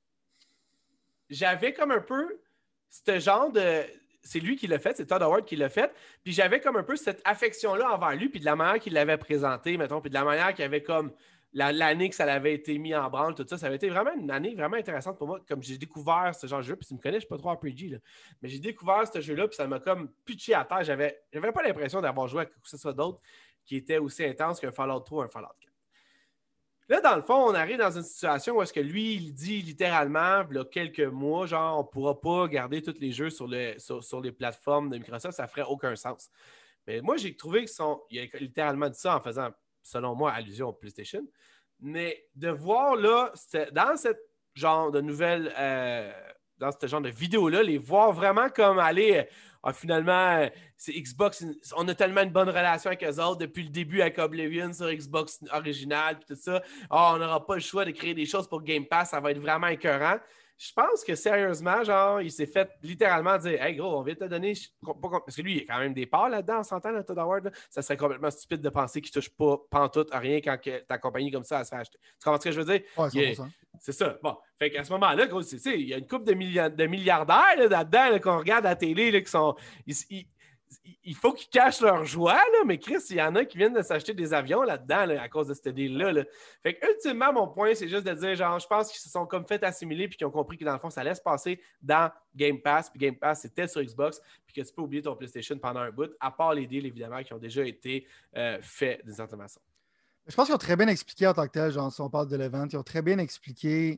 j'avais comme un peu ce genre de. C'est lui qui l'a fait, c'est Todd Howard qui l'a fait. Puis j'avais comme un peu cette affection-là envers lui, puis de la manière qu'il l'avait présenté, mettons, puis de la manière qu'il avait comme. La, l'année que ça avait été mis en branle, tout ça, ça avait été vraiment une année vraiment intéressante pour moi. Comme j'ai découvert ce genre de jeu, puis tu me connais, je ne suis pas trop R P G, là, mais j'ai découvert ce jeu-là, puis ça m'a comme pitché à terre. J'avais, j'avais pas l'impression d'avoir joué à quoi que ce soit d'autre qui était aussi intense qu'un Fallout trois ou un Fallout quatre. Là, dans le fond, on arrive dans une situation où est-ce que lui, il dit littéralement, il y a quelques mois, genre, on ne pourra pas garder tous les jeux sur, le, sur, sur les plateformes de Microsoft, ça ferait aucun sens. Mais moi, j'ai trouvé que son, il a littéralement dit ça en faisant, selon moi, allusion au PlayStation. Mais de voir là, dans cette genre de nouvelles, euh, dans ce genre de vidéo-là, les voir vraiment comme aller, euh, finalement, c'est Xbox, on a tellement une bonne relation avec eux autres depuis le début avec Oblivion sur Xbox original, puis tout ça. Oh, on n'aura pas le choix de créer des choses pour Game Pass, ça va être vraiment écœurant. Je pense que sérieusement, genre, il s'est fait littéralement dire hey gros, on vient te donner. Parce que lui, il y a quand même des parts là-dedans, on s'entend, là, Todd Howard. Là. Ça serait complètement stupide de penser qu'il ne touche pas pantoute à rien quand que, ta compagnie comme ça, elle serait achetée. Tu comprends ce que je veux dire? Ouais, cent pour cent. A, c'est ça. Bon. Fait qu'à ce moment-là, gros, c'est, il y a une couple de, milliard, de milliardaires là, là-dedans là, qu'on regarde à la télé là, qui sont. Ils, ils, il faut qu'ils cachent leur joie, là, mais Chris, il y en a qui viennent de s'acheter des avions là-dedans là, à cause de ce deal-là. Là. Fait que, ultimement, mon point, c'est juste de dire, genre, je pense qu'ils se sont comme fait assimiler puis qu'ils ont compris que dans le fond, ça allait se passer dans Game Pass. Puis Game Pass, c'était sur Xbox. Puis que tu peux oublier ton PlayStation pendant un bout, à part les deals, évidemment, qui ont déjà été euh, faits d'une certaine façon. Je pense qu'ils ont très bien expliqué en tant que tel, genre, si on parle de l'event, ils ont très bien expliqué.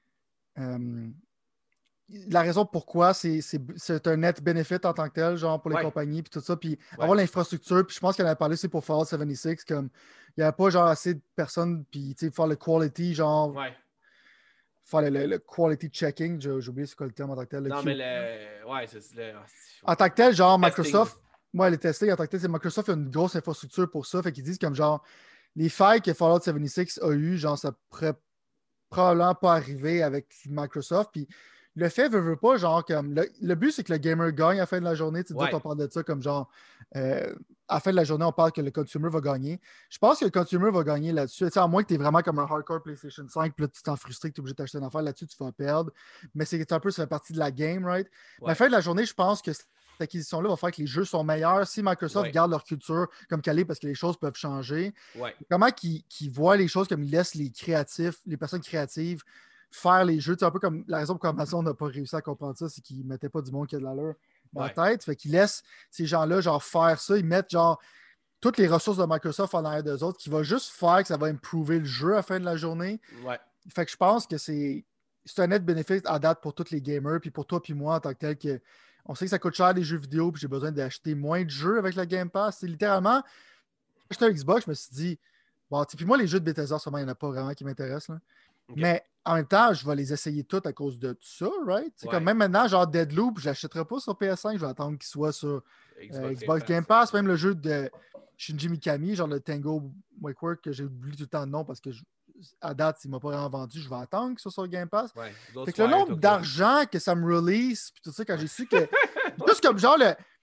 Euh, la raison pourquoi c'est, c'est, c'est un net benefit en tant que tel, genre pour les ouais. compagnies, puis tout ça, puis ouais. avoir l'infrastructure, puis je pense qu'elle avait parlé, c'est pour Fallout soixante-six, comme il n'y avait pas genre assez de personnes, puis tu sais, faire le quality, genre, ouais. faire le, le, le quality checking, j'ai, j'ai oublié c'est quoi le terme en tant que tel. Non, Q... mais le. Ouais, c'est le. En tant que tel, genre, Microsoft, moi, les testing, en tant que tel, c'est Microsoft a une grosse infrastructure pour ça, fait qu'ils disent comme genre, les failles que Fallout soixante-six a eues, genre, ça pourrait probablement pas arriver avec Microsoft, puis le fait veut, veut pas, genre, comme. Le, le but, c'est que le gamer gagne à la fin de la journée. Tu sais, ouais. On parle de ça comme genre. Euh, à la fin de la journée, on parle que le consumer va gagner. Je pense que le consumer va gagner là-dessus. Tu sais, à moins que tu es vraiment comme un hardcore PlayStation cinq, puis là, tu t'en frustré que tu es obligé d'acheter une affaire là-dessus, tu vas perdre. Mais c'est un peu, ça fait partie de la game, right? Ouais. Mais à la fin de la journée, je pense que cette acquisition-là va faire que les jeux sont meilleurs si Microsoft ouais. garde leur culture comme qu'elle est parce que les choses peuvent changer. Ouais. Comment qu'ils qu'ils voient les choses comme ils laissent les créatifs, les personnes créatives faire les jeux. C'est un peu comme la raison pour laquelle Amazon n'a pas réussi à comprendre ça, c'est qu'ils ne mettaient pas du monde qui a de l'allure dans ouais. la tête. Fait qu'ils laissent ces gens-là genre faire ça. Ils mettent genre toutes les ressources de Microsoft en arrière d'eux autres qui va juste faire que ça va improver le jeu à la fin de la journée. Ouais. Fait que je pense que c'est, c'est un net bénéfice à date pour tous les gamers, puis pour toi puis moi en tant que tel que on sait que ça coûte cher les jeux vidéo, puis j'ai besoin d'acheter moins de jeux avec le Game Pass. C'est littéralement, quand j'étais un Xbox, je me suis dit, bon, puis moi, les jeux de Bethesda, sûrement, il n'y en a pas vraiment qui m'intéressent. Là. Okay. Mais en même temps, je vais les essayer toutes à cause de tout ça, right? C'est ouais. Comme même maintenant, genre Deadloop, je ne l'achèterai pas sur P S cinq, je vais attendre qu'il soit sur Xbox, euh, Xbox Game Pass. Pass. Même le jeu de Shinji Mikami, genre le Tango Wakework, que j'ai oublié tout le temps de nom parce que je, à date, il ne m'a pas vraiment vendu, je vais attendre qu'il soit sur Game Pass. Ouais. Fait que le nombre d'argent que ça me release, puis tout ça, quand j'ai su que. Juste comme genre, le,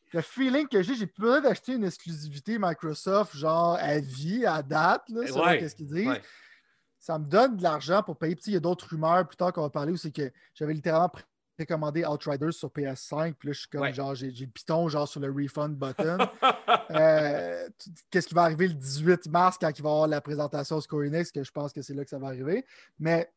le feeling que j'ai, j'ai plus besoin d'acheter une exclusivité Microsoft, genre à vie, à date, là, selon Ouais, ce qu'ils disent. ouais. Ça me donne de l'argent pour payer. Puis il y a d'autres rumeurs plus tard qu'on va parler où c'est que j'avais littéralement précommandé Outriders sur P S cinq. Puis là, je suis comme Ouais. genre, j'ai, j'ai le piton genre sur le refund button. euh, qu'est-ce qui va arriver le dix-huit mars quand il va y avoir la présentation Square Enix, que je pense que c'est là que ça va arriver. Mais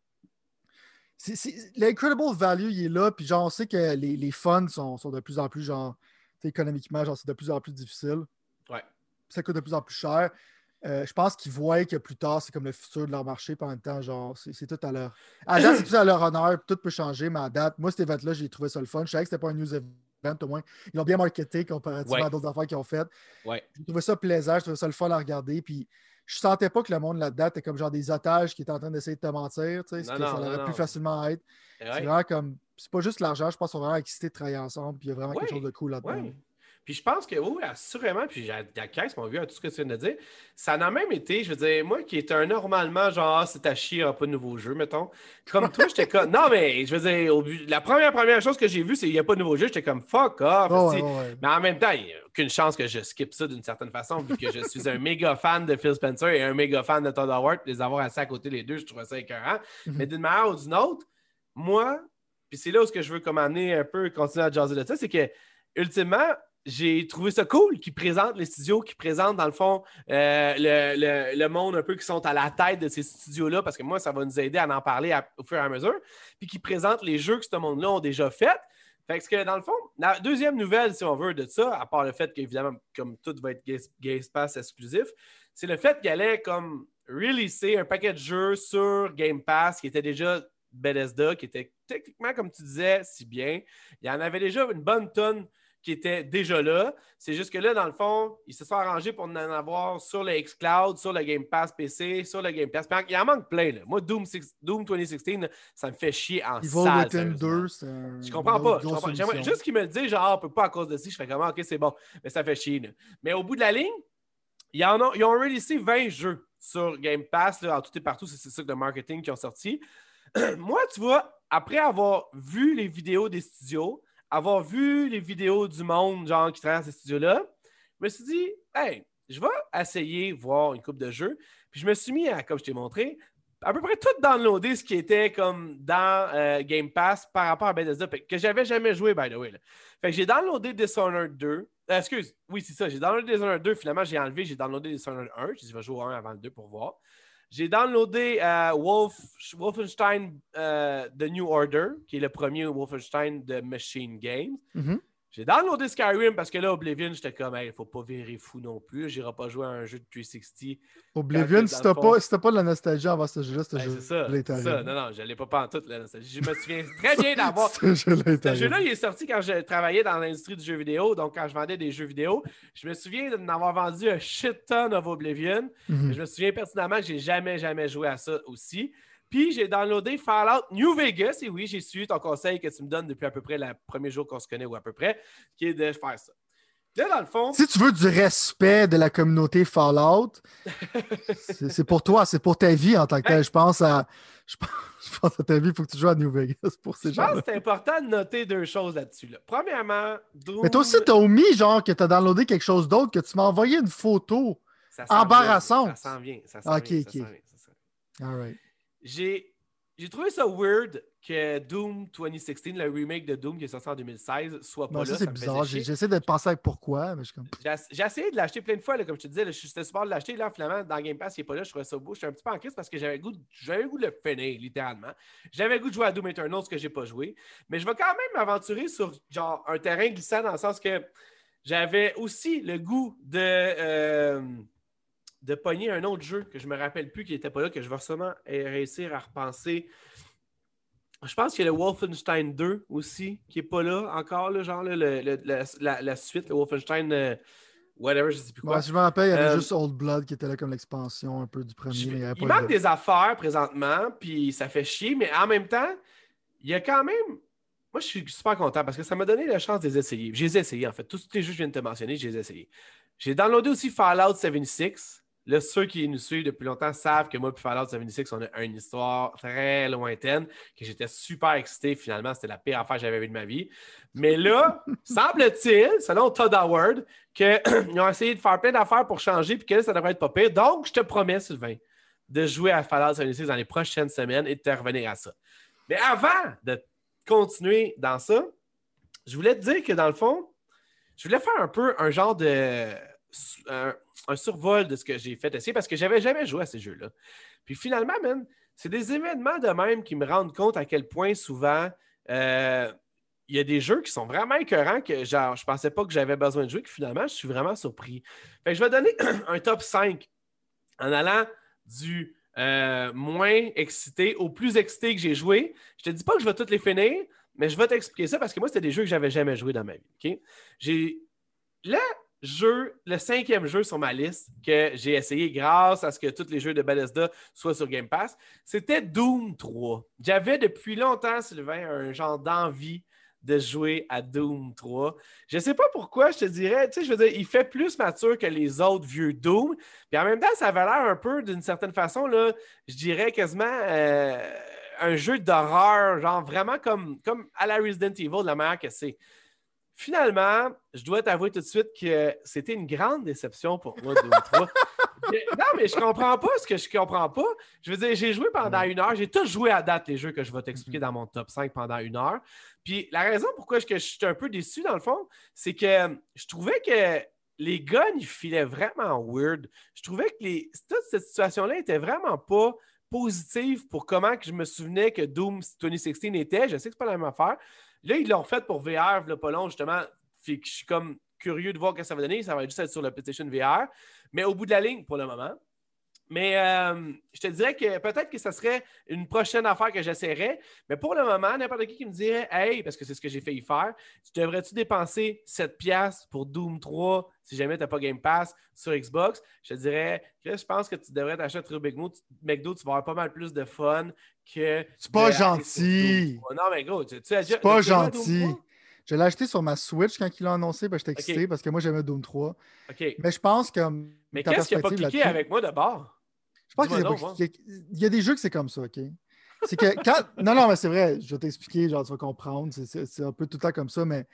c'est, c'est, l'incredible value, il est là. Puis genre, on sait que les, les funds sont, sont de plus en plus, genre, économiquement, genre, c'est de plus en plus difficile. Ouais. Ça coûte de plus en plus cher. Euh, je pense qu'ils voient que plus tard, c'est comme le futur de leur marché. Puis en même temps, genre, c'est, c'est tout à leur. À date, c'est tout à leur honneur. Tout peut changer, mais à date, moi, cet event-là, j'ai trouvé ça le fun. Je savais que c'était pas un news event, au moins. Ils l'ont bien marketé comparativement Ouais. à d'autres affaires qu'ils ont faites. Ouais. J'ai trouvé ça plaisant, j'ai trouvé ça le fun à regarder. Puis je sentais pas que le monde là-dedans était comme genre des otages qui étaient en train d'essayer de te mentir. Tu sais, ce Non, que non, ça non, aurait non. pu facilement être. Ouais. C'est vraiment comme. C'est pas juste l'argent, je pense qu'ils sont vraiment excités de travailler ensemble. Puis il y a vraiment Ouais. quelque chose de cool là-dedans. Ouais. Puis je pense que, oui, assurément, puis j'ai la caisse, mon vieux, à tout ce que tu viens de dire, ça en a même été, je veux dire, moi qui étais un normalement, genre, ah, c'est à chier, ah, pas de nouveau jeu, mettons. Comme toi, j'étais comme, non, mais je veux dire, au but... la première, première chose que j'ai vue, c'est qu'il n'y a pas de nouveau jeu, j'étais comme, fuck off. Oh, ouais, ouais, ouais. Mais en même temps, il n'y a aucune chance que je skip ça d'une certaine façon, vu que je suis un méga fan de Phil Spencer et un méga fan de Todd Howard, les avoir assis à côté les deux, je trouvais ça écœurant. Mm-hmm. Mais d'une manière ou d'une autre, moi, puis c'est là où je veux comme amener un peu, continuer à jaser de ça, c'est que, ultimement, j'ai trouvé ça cool qu'ils présentent les studios, qu'ils présentent, dans le fond, euh, le, le, le monde un peu qui sont à la tête de ces studios-là, parce que moi, ça va nous aider à en parler à, au fur et à mesure, puis qu'ils présentent les jeux que ce monde-là ont déjà fait. Fait que, dans le fond, la deuxième nouvelle, si on veut, de ça, à part le fait qu'évidemment, comme tout va être Game Pass exclusif, c'est le fait qu'il allait comme releaser un paquet de jeux sur Game Pass qui était déjà Bethesda, qui était techniquement, comme tu disais, si bien. Il y en avait déjà une bonne tonne qui était déjà là. C'est juste que là, dans le fond, ils se sont arrangés pour en avoir sur le xCloud, sur le Game Pass P C, sur le Game Pass. Il en manque plein. Là. Moi, Doom, six, Doom deux mille seize, là, ça me fait chier en Evil salle. Within deux, c'est un... Je comprends pas. Je comprends. J'aimerais juste qu'ils me le disent, genre, on peut pas à cause de ça. Je fais comment, ok, c'est bon. Mais ça fait chier. Là. Mais au bout de la ligne, ils, en ont, ils ont releasé vingt jeux sur Game Pass, là, en tout et partout. C'est ces cycles de marketing qui ont sorti. Moi, tu vois, après avoir vu les vidéos des studios, avoir vu les vidéos du monde, genre, qui travaille dans ces studios-là, je me suis dit, hey, je vais essayer voir une couple de jeux. Puis je me suis mis à, comme je t'ai montré, à peu près tout downloader ce qui était comme dans euh, Game Pass par rapport à Bethesda, que j'avais jamais joué, by the way. Là. Fait que j'ai downloadé Dishonored deux. Euh, excuse, oui, c'est ça. J'ai downloadé Dishonored deux. Finalement, j'ai enlevé, j'ai downloadé Dishonored un. Je dis, je vais jouer au un avant le deux pour voir. J'ai downloadé euh, Wolf, Wolfenstein euh, The New Order, qui est le premier Wolfenstein de Machine Games. Mm-hmm. J'ai downloadé Skyrim parce que là, Oblivion, j'étais comme, il hey, ne faut pas virer fou non plus. Je n'irai pas jouer à un jeu de trois cent soixante. Oblivion, si t'as pas, si pas de la nostalgie envers ce jeu-là, ce ben, jeu c'est ça, c'est ça. Non, non, je l'ai pas pas en tout, la nostalgie. Je me souviens très bien d'avoir. ce jeu-là, ce jeu-là, il est sorti quand je travaillais dans l'industrie du jeu vidéo. Donc, quand je vendais des jeux vidéo, je me souviens d'en avoir vendu un shit ton of Oblivion. Mm-hmm. Je me souviens pertinemment que j'ai jamais, jamais joué à ça aussi. Puis, j'ai downloadé Fallout New Vegas. Et oui, j'ai suivi ton conseil que tu me donnes depuis à peu près le premier jour qu'on se connaît ou à peu près, qui est de faire ça. Là, dans le fond... Si tu veux du respect de la communauté Fallout, c'est, c'est pour toi, c'est pour ta vie en tant que tel. Ben, je pense à je pense, je pense à ta vie, il faut que tu joues à New Vegas pour ces gens-là. Je pense que c'est important de noter deux choses là-dessus. Là. Premièrement, Doom... Mais toi aussi, t'as omis genre que t'as downloadé quelque chose d'autre, que tu m'as envoyé une photo embarrassante. Ça s'en vient, ça s'en okay, vient. Okay. Ça s'en vient, ça s'en vient. All right. J'ai, j'ai trouvé ça weird que Doom deux mille seize, le remake de Doom qui est sorti en deux mille seize, soit pas non, là. Ça, c'est ça bizarre. J'ai, j'essaie de penser à pourquoi. Mais je comme... j'ai, j'ai essayé de l'acheter plein de fois, là, comme je te disais. Là, j'étais super de l'acheter. Là, finalement, dans Game Pass, il n'est pas là. Je trouvais ça beau. J'étais un petit peu en crise parce que j'avais le goût de, j'avais le goût de le finir, littéralement. J'avais le goût de jouer à Doom Eternal, ce que je n'ai pas joué. Mais je vais quand même m'aventurer sur genre un terrain glissant dans le sens que j'avais aussi le goût de. Euh, de pogner un autre jeu que je ne me rappelle plus qui n'était pas là, que je vais sûrement réussir à repenser. Je pense qu'il y a le Wolfenstein deux aussi, qui n'est pas là encore, là, genre là, le, le, la, la, la suite, le Wolfenstein euh, whatever, je ne sais plus quoi. Ouais, si je me rappelle, il y avait euh, juste Old Blood qui était là comme l'expansion un peu du premier. Je, mais il y avait il pas manque de... des affaires présentement, puis ça fait chier, mais en même temps, il y a quand même... Moi, je suis super content parce que ça m'a donné la chance de les essayer. Je les ai essayés, en fait. Tous les jeux que je viens de te mentionner, je les ai essayés. J'ai downloadé aussi Fallout soixante-six, Là, ceux qui nous suivent depuis longtemps savent que moi et Fallout soixante-six, on a une histoire très lointaine, que j'étais super excité. Finalement, c'était la pire affaire que j'avais vue de ma vie. Mais là, semble-t-il, selon Todd Howard, qu'ils ont essayé de faire plein d'affaires pour changer et que là, ça devrait être pas pire. Donc, je te promets, Sylvain, de jouer à Fallout soixante-six dans les prochaines semaines et de te revenir à ça. Mais avant de continuer dans ça, je voulais te dire que dans le fond, je voulais faire un peu un genre de... Un, un survol de ce que j'ai fait essayer parce que j'avais jamais joué à ces jeux-là. Puis finalement, man, c'est des événements de même qui me rendent compte à quel point souvent euh, il y a des jeux qui sont vraiment écœurants que genre, je pensais pas que j'avais besoin de jouer, que finalement, je suis vraiment surpris. Fait que je vais donner un top cinq en allant du euh, moins excité au plus excité que j'ai joué. Je te dis pas que je vais toutes les finir, mais je vais t'expliquer ça parce que moi, c'était des jeux que j'avais jamais joué dans ma vie. Okay? J'ai... Là, jeu, le cinquième jeu sur ma liste que j'ai essayé grâce à ce que tous les jeux de Bethesda soient sur Game Pass, c'était Doom trois. J'avais depuis longtemps, Sylvain, un genre d'envie de jouer à Doom trois. Je ne sais pas pourquoi, je te dirais, tu sais, je veux dire, il fait plus mature que les autres vieux Doom, puis en même temps, ça avait l'air un peu, d'une certaine façon, là, je dirais quasiment euh, un jeu d'horreur, genre vraiment comme, comme à la Resident Evil, de la manière que c'est. Finalement, je dois t'avouer tout de suite que c'était une grande déception pour moi, Doom trois. Non, mais je comprends pas ce que je comprends pas. Je veux dire, j'ai joué pendant une heure. J'ai tous joué à date les jeux que je vais t'expliquer dans mon top cinq pendant une heure. Puis la raison pourquoi je, que je suis un peu déçu, dans le fond, c'est que je trouvais que les guns, ils filaient vraiment weird. Je trouvais que les, toute cette situation-là était vraiment pas positive pour comment que je me souvenais que Doom deux mille seize était. Je sais que c'est pas la même affaire. Là, ils l'ont fait pour V R, le pas long, justement. Fait que je suis comme curieux de voir ce que ça va donner. Ça va juste être sur le PlayStation V R. Mais au bout de la ligne, pour le moment. Mais euh, je te dirais que peut-être que ça serait une prochaine affaire que j'essaierais. Mais pour le moment, n'importe qui qui me dirait « Hey, parce que c'est ce que j'ai failli faire, tu devrais-tu dépenser sept piastres pour Doom trois si jamais tu n'as pas Game Pass sur Xbox? » Je te dirais que je pense que tu devrais t'acheter au McDo, McDo, tu vas avoir pas mal plus de fun que... C'est pas gentil! Non, mais gros, tu, tu as C'est pas gentil! Je l'ai acheté sur ma Switch quand ils l'ont annoncé, ben, j'étais excité okay. parce que moi j'aimais Doom trois. Okay. Mais je pense que... Mais qu'est-ce qui n'a pas cliqué avec moi de bord? Je pense qu'il y, y a des jeux que c'est comme ça, OK? C'est que quand... Non, non, mais c'est vrai, je vais t'expliquer, genre tu vas comprendre, c'est, c'est, c'est un peu tout le temps comme ça, mais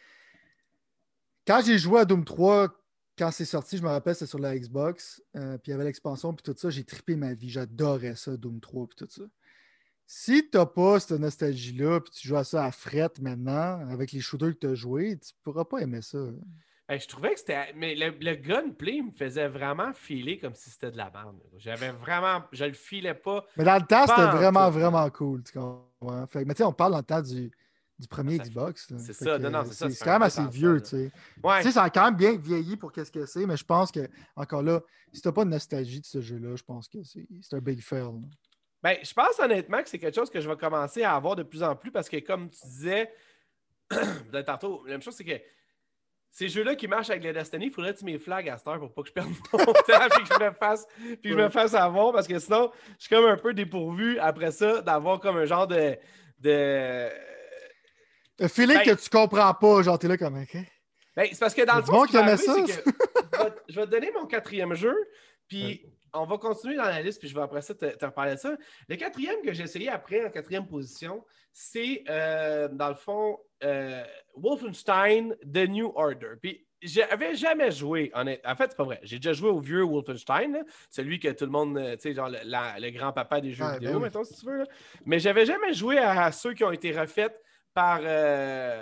quand j'ai joué à Doom trois, quand c'est sorti, je me rappelle, c'était sur la Xbox, euh, puis il y avait l'expansion, puis tout ça, j'ai trippé ma vie, j'adorais ça, Doom trois, puis tout ça. Si tu n'as pas cette nostalgie-là, puis tu joues à ça à frette maintenant, avec les shooters que tu as joués, tu ne pourras pas aimer ça. Ben, je trouvais que c'était. Mais le, le gunplay me faisait vraiment filer comme si c'était de la bande. J'avais vraiment. Je le filais pas. Mais dans le temps, c'était vraiment, tout. vraiment cool. Tu comprends? Fait, mais tu sais, on parle dans le temps du, du premier ça, Xbox. C'est ça, non, non, c'est, c'est ça. C'est, c'est quand même assez vieux, tu sais. Ouais. Tu sais, ça a quand même bien vieilli pour qu'est-ce que c'est, mais je pense que, encore là, si tu n'as pas de nostalgie de ce jeu-là, je pense que c'est, c'est un big fail. Là. Ben, je pense honnêtement que c'est quelque chose que je vais commencer à avoir de plus en plus parce que, comme tu disais, tantôt, la même chose, c'est que ces jeux-là qui marchent avec les Destiny, il faudrait que tu mes flags à cette heure pour pas que je perde mon temps et que je me fasse, puis que je me fasse avoir parce que sinon, je suis comme un peu dépourvu après ça d'avoir comme un genre de. de... Le feeling ben, que tu comprends pas, genre t'es là comme OK. Ben, c'est parce que dans le fond, ce qui va arriver, c'est que je vais, je vais te donner mon quatrième jeu, puis on va continuer dans la liste, puis je vais après ça te, te reparler de ça. Le quatrième que j'ai essayé après, en quatrième position, c'est, euh, dans le fond, euh, Wolfenstein The New Order. Puis, j'avais jamais joué, honnêtement. En fait, c'est pas vrai. J'ai déjà joué au vieux Wolfenstein, là, celui que tout le monde, tu sais, genre le, la, le grand-papa des jeux ah, vidéo, ben oui. mettons, si tu veux. Là. Mais j'avais jamais joué à, à ceux qui ont été refaits par... Euh,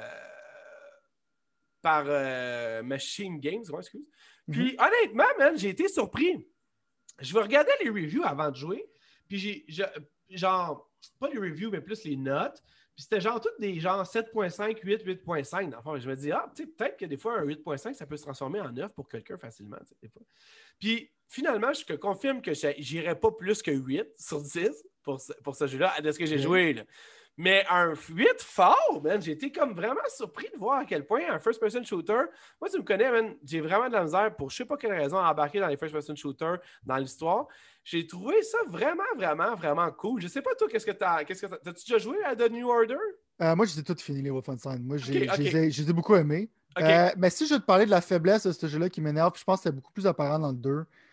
par euh, Machine Games, ouais, excuse. Puis, mm-hmm. honnêtement, man, j'ai été surpris. Je vais regarder les reviews avant de jouer. Puis, j'ai, je, genre, pas les reviews, mais plus les notes. Puis, c'était genre toutes des genre sept virgule cinq, huit, huit virgule cinq. Dans le fond. Je me dis, ah, tu sais, peut-être que des fois, un huit virgule cinq, ça peut se transformer en neuf pour quelqu'un facilement. Des fois. Puis, finalement, je te confirme que je n'irai pas plus que huit sur dix pour ce, pour ce jeu-là, de ce que j'ai mm-hmm. joué, là. Mais un huit fort, man, j'ai été comme vraiment surpris de voir à quel point un first-person shooter, moi, tu me connais, man, j'ai vraiment de la misère pour je sais pas quelle raison à embarquer dans les first-person shooters dans l'histoire. J'ai trouvé ça vraiment, vraiment, vraiment cool. Je sais pas, toi, qu'est-ce que t'as... Qu'est-ce que t'as... T'as-tu déjà joué à The New Order? Euh, moi, j'ai tout fini, les Wolfenstein. Moi, j'ai, okay, okay. j'ai, j'ai beaucoup aimé. Okay. Euh, mais si je veux te parler de la faiblesse de ce jeu-là qui m'énerve, je pense que c'est beaucoup plus apparent dans le deux.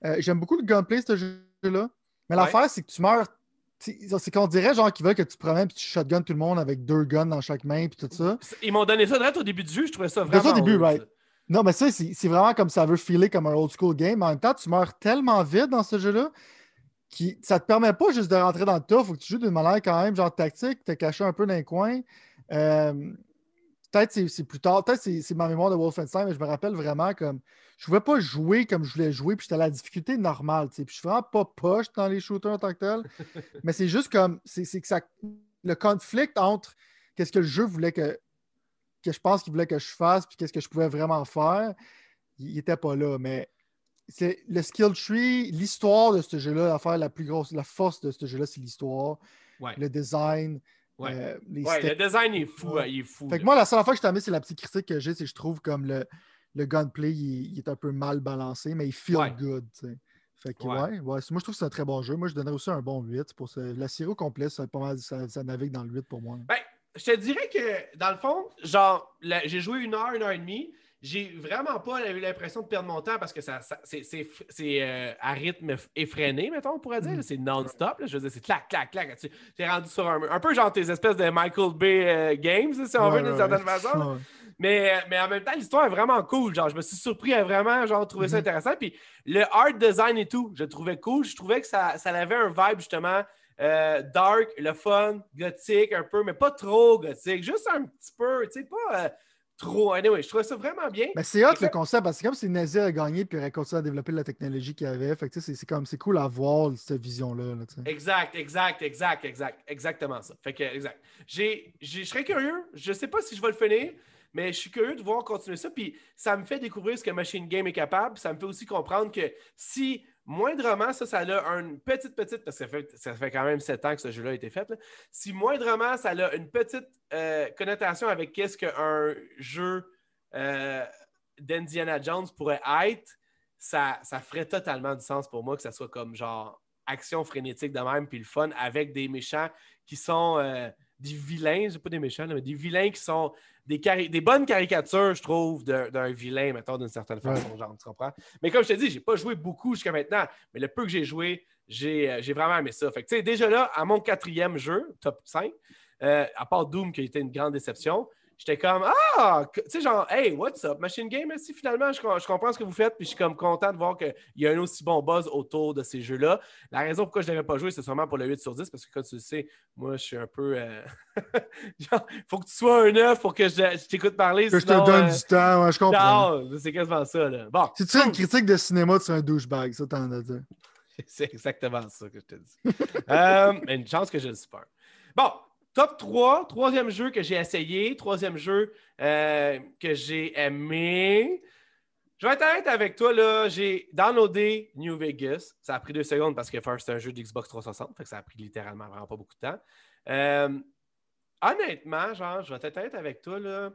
Euh, j'aime beaucoup le gunplay, ce jeu-là. Mais Ouais. l'affaire, c'est que tu meurs. C'est qu'on dirait genre qu'ils veulent que tu te promènes et tu shotgun tout le monde avec deux guns dans chaque main puis tout ça. Ils m'ont donné ça direct au début du jeu, je trouvais ça De vraiment ça au début, weird, right. ça. Non, mais ça, c'est c'est vraiment comme ça veut filer comme un old school game. Mais en même temps, tu meurs tellement vite dans ce jeu-là que ça te permet pas juste de rentrer dans le tas. Faut que tu joues d'une manière quand même genre tactique, te cacher un peu dans les coins. Euh, peut-être c'est c'est plus tard, peut-être c'est c'est ma mémoire de Wolfenstein, mais je me rappelle vraiment comme je ne pouvais pas jouer comme je voulais jouer, puis j'étais à la difficulté normale. Puis je suis vraiment pas poche dans les shooters en tant que tel. Mais c'est juste comme c'est c'est que ça le conflit entre qu'est-ce que le jeu voulait que, que je pense qu'il voulait que je fasse, puis qu'est-ce que je pouvais vraiment faire, il n'était pas là. Mais c'est le skill tree, l'histoire de ce jeu-là, l'affaire la plus grosse, la force de ce jeu-là, c'est l'histoire, Ouais. le design. Ouais, euh, les ouais steps. Le design il est fou. Ouais. Il est fou Fait que là. moi, la seule fois que je t'ai mis, c'est la petite critique que j'ai, c'est que je trouve comme le, le gunplay, il, il est un peu mal balancé, mais il feel Ouais. good. T'sais. Fait que Ouais. ouais, ouais, moi je trouve que c'est un très bon jeu. Moi, je donnerais aussi un bon huit. Pour ce... La série au complet, ça, pas mal, ça, ça navigue dans le huit pour moi. Ben, je te dirais que, dans le fond, genre, la- j'ai joué une heure, une heure et demie. J'ai vraiment pas eu l'impression de perdre mon temps parce que ça, ça c'est, c'est, c'est euh, à rythme effréné, mettons, on pourrait dire. Mm. C'est non-stop. Là. Je veux dire, c'est clac, clac, clac. Tu es rendu sur un, un peu genre tes espèces de Michael Bay euh, Games, si on Ouais, veut, d'une ouais, certaine ouais. façon. Ouais. Mais, mais en même temps, l'histoire est vraiment cool. Genre, je me suis surpris à vraiment genre, trouver ça Mhm. intéressant. Puis le art design et tout, je le trouvais cool. Je trouvais que ça, ça avait un vibe, justement, euh, dark, le fun, gothique un peu, mais pas trop gothique. Juste un petit peu, tu sais, pas euh, trop. Anyway, je trouvais ça vraiment bien. Mais c'est hot Et le comme- concept, parce que c'est comme si Nazir a gagné puis aurait continué à développer la technologie qu'il avait. Fait que tu sais, c'est c'est comme c'est cool à voir cette vision-là. Là, tu sais. Exact, exact, exact, exact. Exactement ça. Fait que, exact. J'ai, j'ai- je serais curieux. Je sais pas si je vais le finir, mais je suis curieux de voir continuer ça. Puis ça me fait découvrir ce que Machine Game est capable. Ça me fait aussi comprendre que si moindrement, ça, ça a une petite, petite, parce que ça fait, ça fait quand même sept ans que ce jeu-là a été fait. Là. Si moindrement, ça a une petite euh, connotation avec qu'est-ce qu'un jeu euh, d'Indiana Jones pourrait être, ça, ça ferait totalement du sens pour moi que ça soit comme genre action frénétique de même, puis le fun avec des méchants qui sont euh, des vilains, c'est pas des méchants, là, mais des vilains qui sont des, cari- des bonnes caricatures, je trouve, d'un, d'un vilain, mettons, d'une certaine façon, Ouais. genre, tu comprends? Mais comme je te dis, j'ai pas joué beaucoup jusqu'à maintenant, mais le peu que j'ai joué, j'ai, euh, j'ai vraiment aimé ça. Fait que, tu sais, déjà là, à mon quatrième jeu, top cinq, euh, à part Doom, qui a été une grande déception, j'étais comme, ah, tu sais, genre, hey, what's up, Machine Game, merci, finalement, je, je comprends ce que vous faites, puis je suis comme content de voir qu'il y a un aussi bon buzz autour de ces jeux-là. La raison pourquoi je ne l'avais pas joué, c'est sûrement pour le huit sur dix, parce que comme tu le sais, moi, je suis un peu. Euh... genre, faut que tu sois un neuf pour que je, je t'écoute parler. Que sinon, je te donne euh... du temps, ouais, je comprends. non, c'est quasiment ça, là. Bon. Si tu fais une critique de cinéma, tu es un douchebag, ça, t'en as à dire. C'est exactement ça que je te dis. euh, mais une chance que je le suis pas. Bon. Top trois, troisième jeu que j'ai essayé, troisième jeu euh, que j'ai aimé. Je vais être honnête avec toi, là, j'ai downloadé New Vegas. Ça a pris deux secondes parce que first, c'est un jeu d'Xbox trois cent soixante, fait que ça a pris littéralement vraiment pas beaucoup de temps. Euh, honnêtement, genre, je vais être honnête avec toi, là,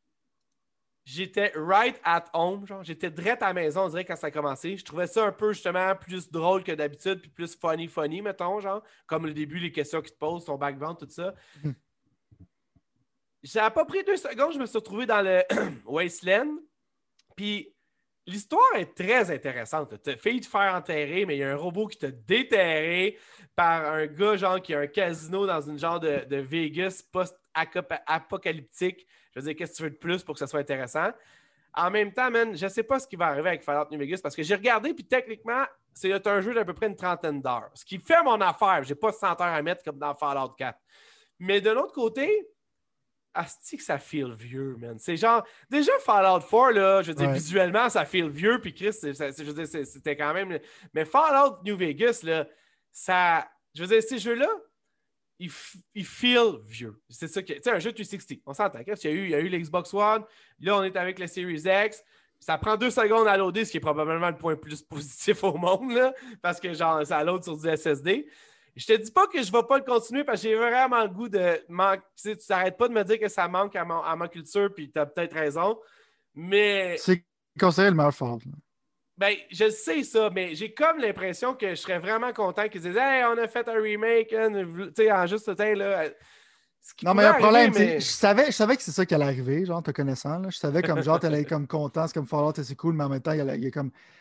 j'étais right at home, genre, j'étais direct à la maison, on dirait, quand ça a commencé. Je trouvais ça un peu, justement, plus drôle que d'habitude, puis plus funny, funny, mettons, genre, comme le début, les questions qu'ils te posent, ton background, tout ça. Ça n'a pas pris deux secondes, je me suis retrouvé dans le Wasteland, puis l'histoire est très intéressante. Tu as failli te faire enterrer, mais il y a un robot qui t'a déterré par un gars genre qui a un casino dans une genre de, de Vegas post-apocalyptique. Je veux dire, qu'est-ce que tu veux de plus pour que ça soit intéressant? En même temps, man, je ne sais pas ce qui va arriver avec Fallout New Vegas parce que j'ai regardé, puis techniquement, c'est un jeu d'à peu près une trentaine d'heures. Ce qui fait mon affaire. Je n'ai pas cent heures à mettre comme dans Fallout quatre. Mais de l'autre côté, asti que ça feel vieux, man. C'est genre, déjà Fallout quatre, là, je veux dire, Ouais. visuellement, ça feel vieux, puis Chris, c'est, c'est, je veux dire, c'est, c'était quand même... Mais Fallout New Vegas, là, ça... Je veux dire, ces jeux-là, ils, f- ils feel vieux. C'est ça que... Tu sais, un jeu de trois cent soixante, on s'entend. Il y a eu, il y a eu l'Xbox One, là, on est avec la Series X. Ça prend deux secondes à loader, ce qui est probablement le point le plus positif au monde, là, parce que, genre, ça load sur du S S D. Je te dis pas que je ne vais pas le continuer parce que j'ai vraiment le goût de manquer. Tu sais, tu n'arrêtes pas de me dire que ça manque à, mon, à ma culture, puis tu as peut-être raison. Mais. C'est considéré le meilleur Fallout. là. Ben, je sais ça, mais j'ai comme l'impression que je serais vraiment content qu'ils disent Hey, on a fait un remake, hein, tu sais, en juste le temps, là. Ce qui Non, mais il y a un pourrait problème. arriver, tu sais, mais- Je, savais, je savais que c'est ça qui allait arriver, genre, te connaissant. Là. Je savais comme genre, tu allais être comme content, c'est comme Fallout, c'est cool, mais en même temps, il y a, il y a comme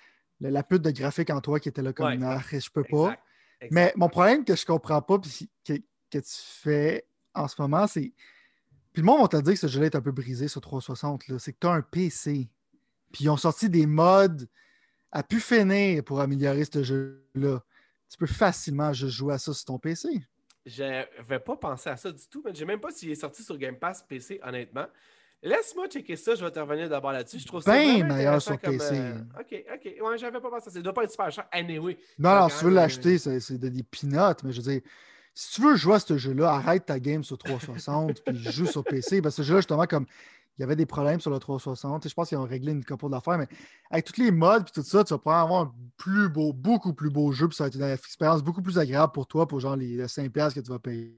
le- la pute de graphique en toi qui était là comme Ouais. ah, je peux pas. Exact. Exact. Mais mon problème que je comprends pas puis que, que tu fais en ce moment, c'est. Puis le monde va te dire que ce jeu-là est un peu brisé sur trois cent soixante. là. C'est que tu as un P C. Puis ils ont sorti des mods à pu finir pour améliorer ce jeu-là. Tu peux facilement juste jouer à ça sur ton P C. Je vais pas penser à ça du tout, mais je sais même pas s'il est sorti sur Game Pass P C, honnêtement. Laisse-moi checker ça, je vais te revenir d'abord là-dessus. Je trouve ça Ben vraiment meilleur intéressant sur comme... P C. euh, OK, OK. Ouais, j'avais pas pensé à ça. Ça doit pas être super cher. Anyway. Non, Ça non, quand si tu veux même, l'acheter, euh, c'est c'est de- des peanuts, mais je veux dire, si tu veux jouer à ce jeu-là, arrête ta game sur trois cent soixante puis joue sur P C. Parce que ce jeu-là, justement, comme il y avait des problèmes sur le trois cent soixante, et je pense qu'ils ont réglé une couple d'affaires, mais avec tous les mods et tout ça, tu vas pouvoir avoir un plus beau, beaucoup plus beau jeu, puis ça va être une expérience beaucoup plus agréable pour toi, pour genre les cinq piastres que tu vas payer.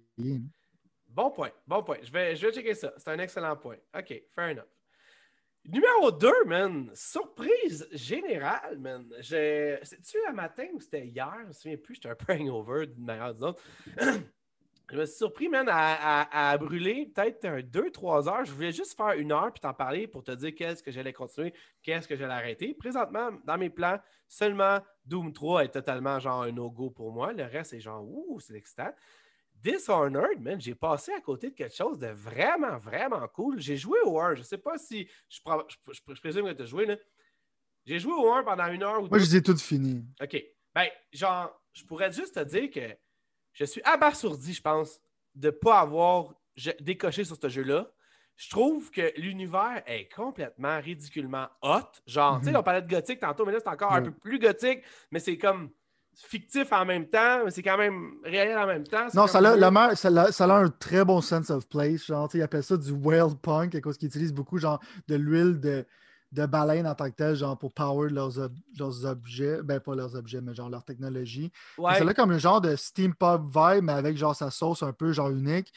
Bon point, bon point. Je vais, je vais checker ça. C'est un excellent point. OK, fair enough. Numéro deux, man. Surprise générale, man. Je... C'est-tu un matin ou c'était hier? Je me souviens plus. J'étais un peu hangover d'une manière ou d'une autre. Je me suis surpris, man, à, à, à brûler peut-être un deux trois heures. Je voulais juste faire une heure puis t'en parler pour te dire qu'est-ce que j'allais continuer, qu'est-ce que j'allais arrêter. Présentement, dans mes plans, seulement Doom trois est totalement genre un no-go pour moi. Le reste est genre, ouh, c'est excitant. Dishonored, man, j'ai passé à côté de quelque chose de vraiment, vraiment cool. J'ai joué au un. Je sais pas si. Je, je, je, je présume que tu as joué, là. J'ai joué au un pendant une heure ou deux. Moi, je les ai toutes finies. OK. Ben, genre, je pourrais juste te dire que je suis abasourdi, je pense, de ne pas avoir décoché sur ce jeu-là. Je trouve que l'univers est complètement ridiculement hot. Genre, mm-hmm. tu sais, on parlait de gothique tantôt, mais là, c'est encore ouais. un peu plus gothique, mais c'est comme fictif en même temps, mais c'est quand même réel en même temps. Non, ça a, la mer, ça, a, ça a un très bon sense of place. Genre, ils appellent ça du whale punk, à cause qu'ils utilisent beaucoup genre, de l'huile de, de baleine en tant que tel, genre pour power leurs, ob leurs objets. Ben, pas leurs objets, mais genre leur technologie. Ouais. Ça a comme un genre de steampunk vibe, mais avec genre sa sauce un peu genre unique.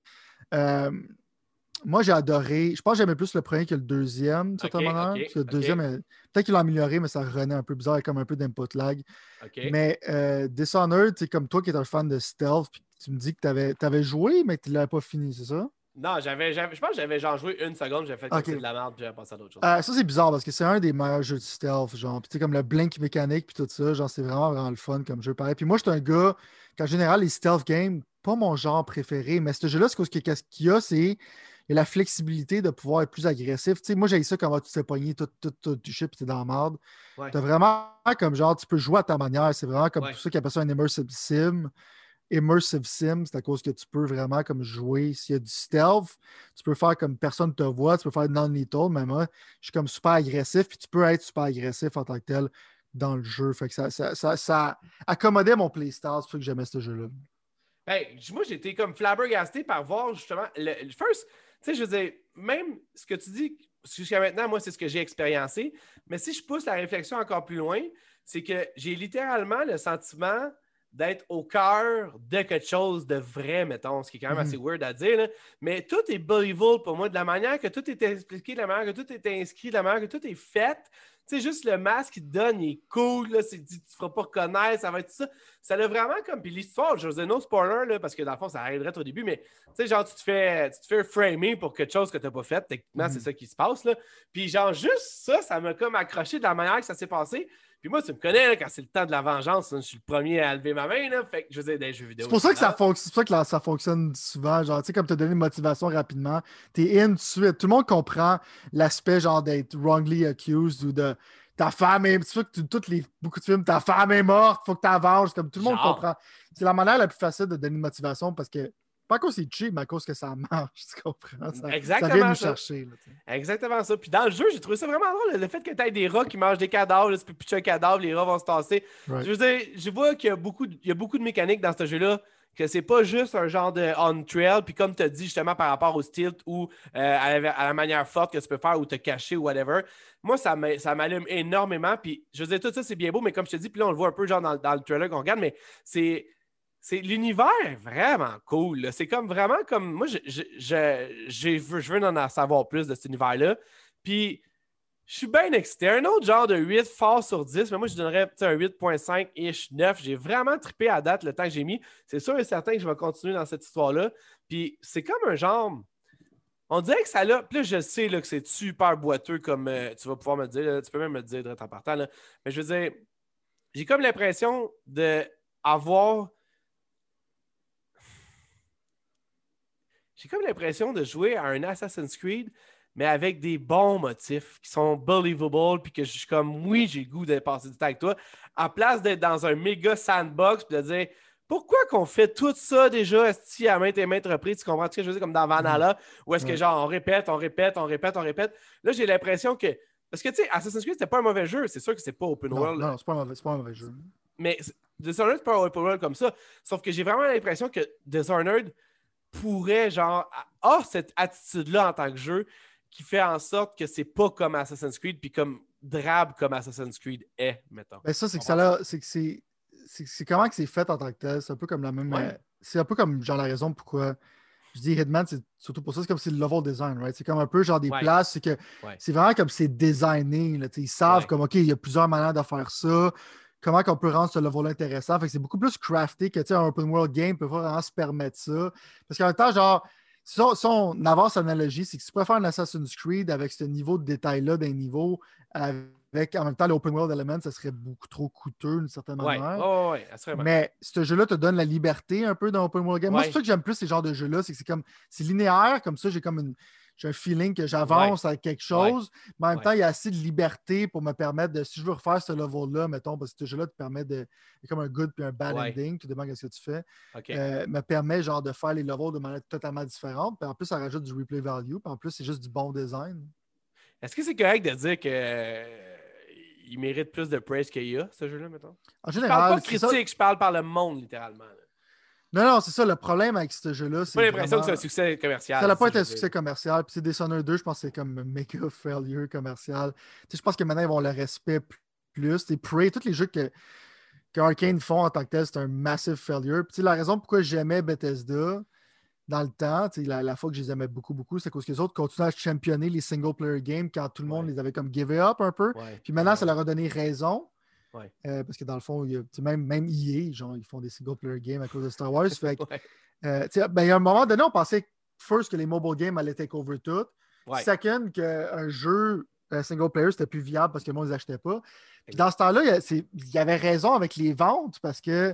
Euh, Moi, j'ai adoré. Je pense que j'aimais plus le premier que le deuxième, de certaine okay, manière. Okay, parce que le deuxième, okay. peut-être qu'il l'a amélioré, mais ça revenait un peu bizarre, avec comme un peu d'input lag. Okay. Mais euh, Dishonored, c'est comme toi qui es un fan de stealth, puis tu me dis que tu avais joué, mais que tu ne l'avais pas fini, c'est ça? Non, j'avais, je pense que j'avais genre joué une seconde, j'avais fait comme okay. c'est de la merde, puis j'avais passé à d'autres choses. Euh, ça, c'est bizarre parce que c'est un des meilleurs jeux de stealth, genre. Puis tu sais, comme le blink mécanique, puis tout ça, genre, c'est vraiment, vraiment le fun comme jeu pareil. Puis moi, je suis un gars, qu'en général, les stealth games, pas mon genre préféré, mais ce jeu-là, ce qu'il y a, c'est. Et la flexibilité de pouvoir être plus agressif. Tu sais, moi, j'ai ça quand tu t'es pogné, tout, tout, tout touché, puis t'es dans la merde. Ouais. T'as vraiment comme genre, tu peux jouer à ta manière. C'est vraiment comme ouais. pour ça qu'ils appellent ça un immersive sim. Immersive sim, c'est à cause que tu peux vraiment comme jouer. S'il y a du stealth, tu peux faire comme personne te voit, tu peux faire non-lethal, mais moi, je suis comme super agressif, puis tu peux être super agressif en tant que tel dans le jeu. Fait que ça, ça, ça, ça accommodait mon playstyle, c'est pour ça que j'aimais ce jeu-là. Ben, moi, j'étais comme flabbergasté par voir justement le, le first. Tu sais, je veux dire, même ce que tu dis jusqu'à maintenant, moi, c'est ce que j'ai expériencé. Mais si je pousse la réflexion encore plus loin, c'est que j'ai littéralement le sentiment d'être au cœur de quelque chose de vrai, mettons, ce qui est quand même mm-hmm. assez weird à dire. Là. Mais tout est believable pour moi, de la manière que tout est expliqué, de la manière que tout est inscrit, de la manière que tout est fait. Tu sais, juste le masque qu'il te donne, il est cool, là, c'est, tu ne te feras pas reconnaître, ça va être ça. Ça l'a vraiment comme, puis l'histoire, je veux dire, no spoiler, là, parce que dans le fond, ça arriverait au début, mais tu sais, genre, tu te fais, tu te fais framer pour quelque chose que tu n'as pas fait, techniquement, mm-hmm. c'est ça qui se passe, là. Puis genre, juste ça, ça m'a comme accroché de la manière que ça s'est passé. Puis moi, tu me connais, là, quand c'est le temps de la vengeance, là, je suis le premier à lever ma main, là, fait que je veux dire, des jeux vidéo. C'est pour ça que, ça, fon- c'est pour ça, que là, ça fonctionne souvent, genre, tu sais, comme tu as donné une motivation rapidement, t'es in tout de suite. Tout le monde comprend l'aspect, genre, d'être wrongly accused ou de ta femme est. C'est sûr que toutes les, beaucoup de films, ta femme est morte, faut que tu venges. Comme tout le monde genre. comprend. C'est la manière la plus facile de donner une motivation parce que, pas à cause c'est cheap, mais à cause que ça marche, tu comprends? Ça, Exactement ça vient nous ça. chercher. Là, exactement ça. Puis dans le jeu, j'ai trouvé ça vraiment drôle. Le fait que tu aies des rats qui mangent des cadavres, là, tu peux pitcher un cadavre, les rats vont se tasser. Right. Je veux dire, je vois qu'il y a beaucoup de, il y a beaucoup de mécaniques dans ce jeu-là. Que c'est pas juste un genre de on-trail, puis comme tu as dit justement par rapport au stealth ou euh, à, la, à la manière forte que tu peux faire ou te cacher ou whatever, moi ça m'allume énormément, puis je veux dire, tout ça c'est bien beau, mais comme je te dis, puis là on le voit un peu genre dans, dans le trailer qu'on regarde, mais c'est l'univers est vraiment cool, c'est comme vraiment comme, moi je, je, je, je, veux, je veux en savoir plus de cet univers-là, puis je suis bien excité. Un autre genre de huit fort sur dix, mais moi, je donnerais un huit virgule cinq-ish, neuf. J'ai vraiment trippé à date le temps que j'ai mis. C'est sûr et certain que je vais continuer dans cette histoire-là. Puis c'est comme un genre... On dirait que ça l'a. Puis là, je sais là, que c'est super boiteux comme euh, tu vas pouvoir me le dire. Là, tu peux même me le dire en partant. Là. Mais je veux dire, j'ai comme l'impression d'avoir. J'ai comme l'impression de jouer à un Assassin's Creed, mais avec des bons motifs qui sont believable, puis que je suis comme, oui, j'ai le goût de passer du temps avec toi, en place d'être dans un méga sandbox, puis de dire, pourquoi qu'on fait tout ça déjà, est-ce à maintes et maintes reprises, tu comprends ce que je veux dire, comme dans Valhalla, où est-ce que genre, on répète, on répète, on répète, on répète. Là, j'ai l'impression que, parce que tu sais, Assassin's Creed, c'était pas un mauvais jeu, c'est sûr que c'est pas open non, world. Non, c'est pas, un mauvais, c'est pas un mauvais jeu. Mais Dishonored, c'est pas un open world comme ça, sauf que j'ai vraiment l'impression que Dishonored pourrait, genre, a cette attitude-là en tant que jeu qui fait en sorte que c'est pas comme Assassin's Creed puis comme drabe comme Assassin's Creed est, mettons. Ben ça, c'est que ça là, c'est que c'est, c'est, c'est comment que c'est fait en tant que tel. C'est un peu comme la même. Ouais. Euh, c'est un peu comme genre la raison pourquoi je dis Hitman, c'est surtout pour ça, c'est comme c'est le level design, right? C'est comme un peu genre des Ouais. places, c'est que Ouais. c'est vraiment comme c'est designé. Là, ils savent Ouais. comme OK, il y a plusieurs manières de faire ça. Comment qu'on peut rendre ce level intéressant? Fait que c'est beaucoup plus crafté que un open world game peut pas vraiment se permettre ça. Parce qu'en même temps, genre, si on, si on avance l'analogie, c'est que si tu préfères un Assassin's Creed avec ce niveau de détail-là d'un niveau, avec en même temps l'open world element, ça serait beaucoup trop coûteux d'une certaine Ouais. manière. Ouais, ouais, ouais, assurément. Mais ce jeu-là te donne la liberté un peu dans open world game. Moi, Ouais. c'est ça que j'aime plus ces genres de jeux-là, c'est que c'est comme c'est linéaire, comme ça, j'ai comme une. J'ai un feeling que j'avance Ouais. avec quelque chose, Ouais. mais en même Ouais. temps, il y a assez de liberté pour me permettre de, si je veux refaire ce level-là, mettons, parce que ce jeu-là te permet de. Il y a comme un good puis un bad Ouais. ending, tout dépend de ce que tu fais. Okay. Euh, me permet genre de faire les levels de manière totalement différente. Puis en plus, ça rajoute du replay value. Puis en plus, c'est juste du bon design. Est-ce que c'est correct de dire que euh, il mérite plus de praise qu'il y a, ce jeu-là, mettons? En Je général, parle pas critique, je parle par le monde, littéralement. Là. Non, non, c'est ça. Le problème avec ce jeu-là, c'est. J'ai pas l'impression vraiment... que c'est un succès commercial. Ça n'a pas été un dire. succès commercial. Puis c'est Dishonored deux, je pense que c'est comme un méga failure commercial. Tu sais, je pense que maintenant, ils vont le respect plus. Et Prey, tous les jeux que, que Arkane font en tant que tel, c'est un massive failure. Puis la raison pourquoi j'aimais Bethesda dans le temps, la, la fois que je les aimais beaucoup, beaucoup, c'est parce que les autres continuaient à championner les single-player games quand tout le monde Ouais. les avait comme give up un peu. Ouais. Puis maintenant, ouais. ça leur a donné raison. Ouais. Euh, parce que dans le fond, il y a, même, même E A, genre, ils font des single-player games à cause de Star Wars. Fait que, ouais. euh, ben, il y a un moment donné, on pensait first que les mobile games allaient take over tout. Ouais. Second, qu'un jeu euh, single-player, c'était plus viable parce que le monde ne les achetait pas. Puis dans ce temps-là, il y, y avait raison avec les ventes parce que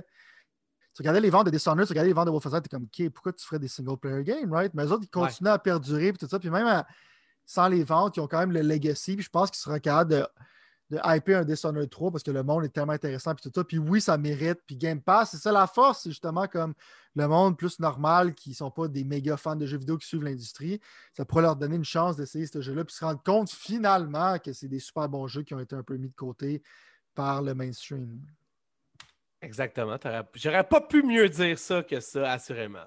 tu regardais les ventes de Dishonored, tu regardais les ventes de Wolfenstein, tu es comme, OK, pourquoi tu ferais des single-player games, right? Mais eux autres, ils continuaient ouais. à perdurer, puis tout ça. Puis même à, sans les ventes, ils ont quand même le legacy. Puis je pense qu'ils seront capables de, de hyper un Dishonored trois parce que le monde est tellement intéressant, puis tout ça. Puis oui, ça mérite. Puis Game Pass, c'est ça la force, c'est justement comme le monde plus normal qui ne sont pas des méga fans de jeux vidéo qui suivent l'industrie. Ça pourrait leur donner une chance d'essayer ce jeu-là, puis se rendre compte finalement que c'est des super bons jeux qui ont été un peu mis de côté par le mainstream. Exactement. J'aurais pas pu mieux dire ça que ça, assurément.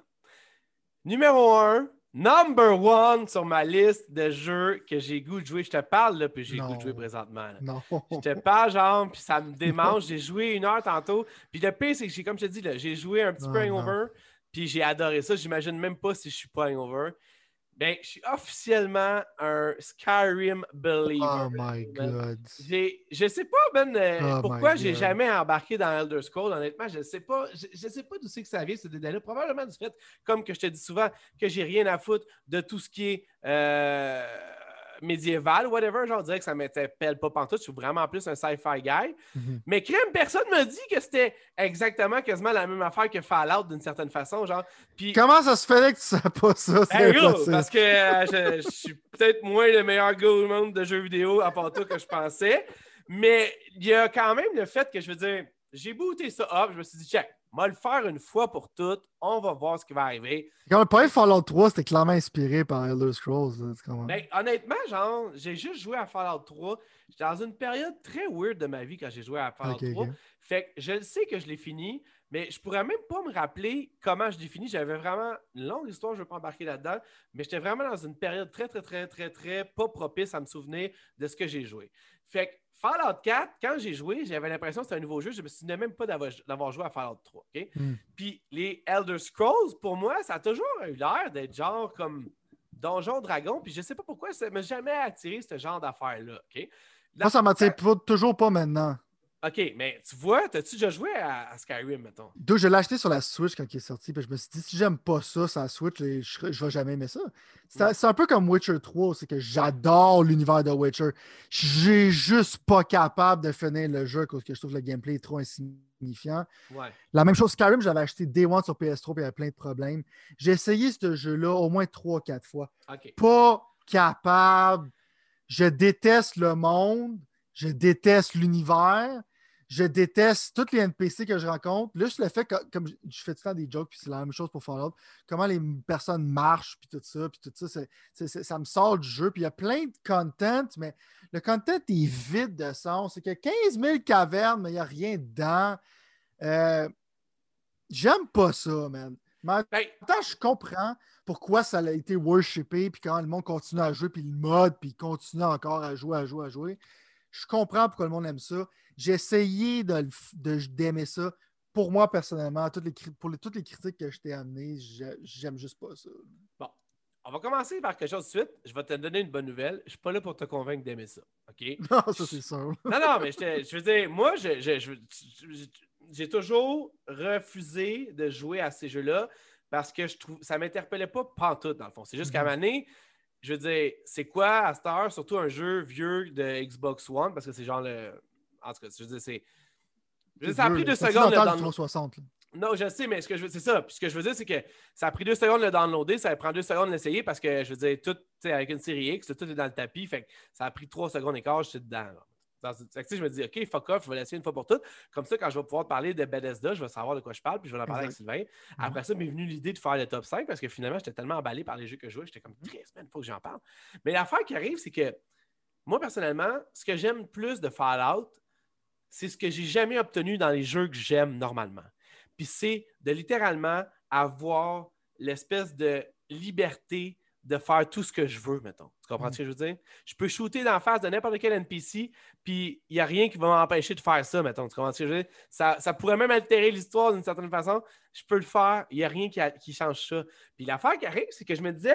Numéro un, number one sur ma liste de jeux que j'ai goût de jouer. Je te parle, là, puis j'ai non. goût de jouer présentement. Là. Non. Je te parle, genre, puis ça me démange. J'ai joué une heure tantôt. Puis le pire, c'est que, j'ai, comme je te dis, là, j'ai joué un petit non, peu Hangover, puis j'ai adoré ça. J'imagine même pas si je suis pas Hangover. Ben, je suis officiellement un Skyrim believer. Oh my God. J'ai, je sais pas, Ben, euh, oh pourquoi j'ai jamais embarqué dans Elder Scrolls. Honnêtement, je sais pas. Je, je sais pas d'où c'est que ça vient, ce dédé-là. Probablement du fait, comme que je te dis souvent, que j'ai rien à foutre de tout ce qui est euh, médiéval, whatever. Genre, on dirait que ça m'interpelle pas pantoute. Je suis vraiment plus un sci-fi guy. Mm-hmm. Mais crème, personne me dit que c'était exactement quasiment la même affaire que Fallout d'une certaine façon. Genre. Puis, comment ça se fait que tu sais pas ça? C'est hey, gros, parce que euh, je, je suis peut-être moins le meilleur gars au monde de jeux vidéo à part toi que je pensais. Mais il y a quand même le fait que je veux dire, j'ai booté ça up. Je me suis dit, check, on va le faire une fois pour toutes. On va voir ce qui va arriver. Quand le premier Fallout trois, c'était clairement inspiré par Elder Scrolls. Là, ben, honnêtement, genre, j'ai juste joué à Fallout trois. J'étais dans une période très weird de ma vie quand j'ai joué à Fallout okay, trois. Okay. Fait que je le sais que je l'ai fini, mais je pourrais même pas me rappeler comment je l'ai fini. J'avais vraiment une longue histoire, je ne veux pas embarquer là-dedans, mais j'étais vraiment dans une période très, très, très, très, très pas propice à me souvenir de ce que j'ai joué. Fait que Fallout quatre, quand j'ai joué, j'avais l'impression que c'était un nouveau jeu. Je ne me souvenais même pas d'avoir, d'avoir joué à Fallout trois. Okay? Mm. Puis les Elder Scrolls, pour moi, ça a toujours eu l'air d'être genre comme Donjon Dragon. Puis je ne sais pas pourquoi ça ne m'a jamais attiré ce genre d'affaires-là. Okay? Moi, ça ne m'attire ça... toujours pas maintenant. OK, mais tu vois, t'as-tu déjà joué à, à Skyrim, mettons? D'où je l'ai acheté sur la Switch quand il est sorti, puis je me suis dit, si j'aime pas ça sur la Switch, je, je, je vais jamais aimer ça. C'est, c'est un peu comme Witcher trois, c'est que j'adore l'univers de Witcher. J'ai juste pas capable de finir le jeu parce que je trouve que le gameplay est trop insignifiant. Ouais. La même chose, Skyrim, j'avais acheté Day One sur P S trois, puis il y avait plein de problèmes. J'ai essayé ce jeu-là au moins trois quatre fois. OK. Pas capable. Je déteste le monde. Je déteste l'univers. Je déteste tous les N P C que je rencontre. Là, je le fais comme, comme je fais tout le temps des jokes, puis c'est la même chose pour Fallout. Comment les personnes marchent, puis tout ça, puis tout ça, c'est, c'est, c'est, ça me sort du jeu. Puis il y a plein de content, mais le content est vide de sens. C'est qu'il y a quinze mille cavernes, mais il n'y a rien dedans. Euh, j'aime pas ça, man. Mais en même temps, je comprends pourquoi ça a été worshippé, puis quand le monde continue à jouer, puis le mode, puis il continue encore à jouer, à jouer, à jouer. Je comprends pourquoi le monde aime ça. J'ai essayé de, de, d'aimer ça. Pour moi, personnellement, toutes les, pour les, toutes les critiques que je t'ai amenées, j'aime juste pas ça. Bon, on va commencer par quelque chose de suite. Je vais te donner une bonne nouvelle. Je suis pas là pour te convaincre d'aimer ça. OK? Non, ça, c'est sûr. Non, non, mais je, te, je veux dire, moi, je, je, je, je, j'ai toujours refusé de jouer à ces jeux-là parce que je trouve ça m'interpellait pas pantoute, dans le fond. C'est juste mm-hmm. qu'à un moment donné, je veux dire, c'est quoi à cette heure, surtout un jeu vieux de Xbox One, parce que c'est genre le. En tout cas, je veux dire, c'est. Je veux dire, ça a pris deux secondes le download. trois cent soixante. Non, je sais, mais ce que je veux, c'est ça. Puis ce que je veux dire, c'est que ça a pris deux secondes de le downloader, ça prend deux secondes de l'essayer parce que je veux dire, tout, tu sais, avec une série X, tout est dans le tapis. Fait que ça a pris trois secondes et quart, je suis dedans. Là. Fait que, je me dis, OK, fuck off, je vais l'essayer une fois pour toutes. Comme ça, quand je vais pouvoir te parler de Bethesda, je vais savoir de quoi je parle, puis je vais en parler exact. Avec Sylvain. Après mm-hmm. ça, m'est venue l'idée de faire le top cinq parce que finalement, j'étais tellement emballé par les jeux que je jouais, j'étais comme, très semaine, il faut que j'en parle. Mais l'affaire qui arrive, c'est que moi, personnellement, ce que j'aime plus de Fallout, c'est ce que j'ai jamais obtenu dans les jeux que j'aime normalement. Puis c'est de littéralement avoir l'espèce de liberté de faire tout ce que je veux, mettons. Tu comprends mm. ce que je veux dire? Je peux shooter dans la face de n'importe quel N P C, puis il n'y a rien qui va m'empêcher de faire ça, mettons. Tu comprends ce que je veux dire? Ça, ça pourrait même altérer l'histoire d'une certaine façon. Je peux le faire. Il n'y a rien qui, a, qui change ça. Puis l'affaire qui arrive, c'est que je me disais,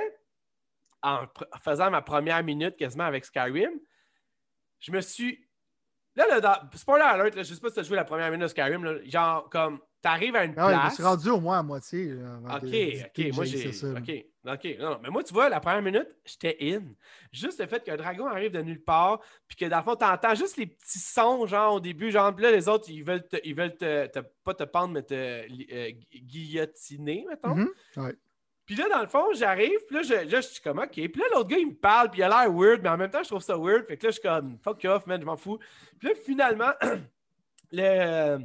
en pr- faisant ma première minute quasiment avec Skyrim, je me suis... Là, là dans... spoiler alert, là, je ne sais pas si tu as joué la première minute de Skyrim, là, genre comme... T'arrives à une ah place. Ouais, je suis rendu au moins à moitié. Là, OK, de, OK, moi j'ai. Ça, OK, OK. Non, non, mais moi, tu vois, la première minute, j'étais in. Juste le fait qu'un dragon arrive de nulle part, puis que dans le fond, t'entends juste les petits sons, genre au début, genre, puis là, les autres, ils veulent, te, ils veulent te, te, pas te pendre, mais te euh, guillotiner, mettons. Mm-hmm. Ouais. Puis là, dans le fond, j'arrive, puis là, je, là, je suis comme, OK. Puis là, l'autre gars, il me parle, puis il a l'air weird, mais en même temps, je trouve ça weird. Fait que là, je suis comme, fuck off, man, je m'en fous. Puis là, finalement, le.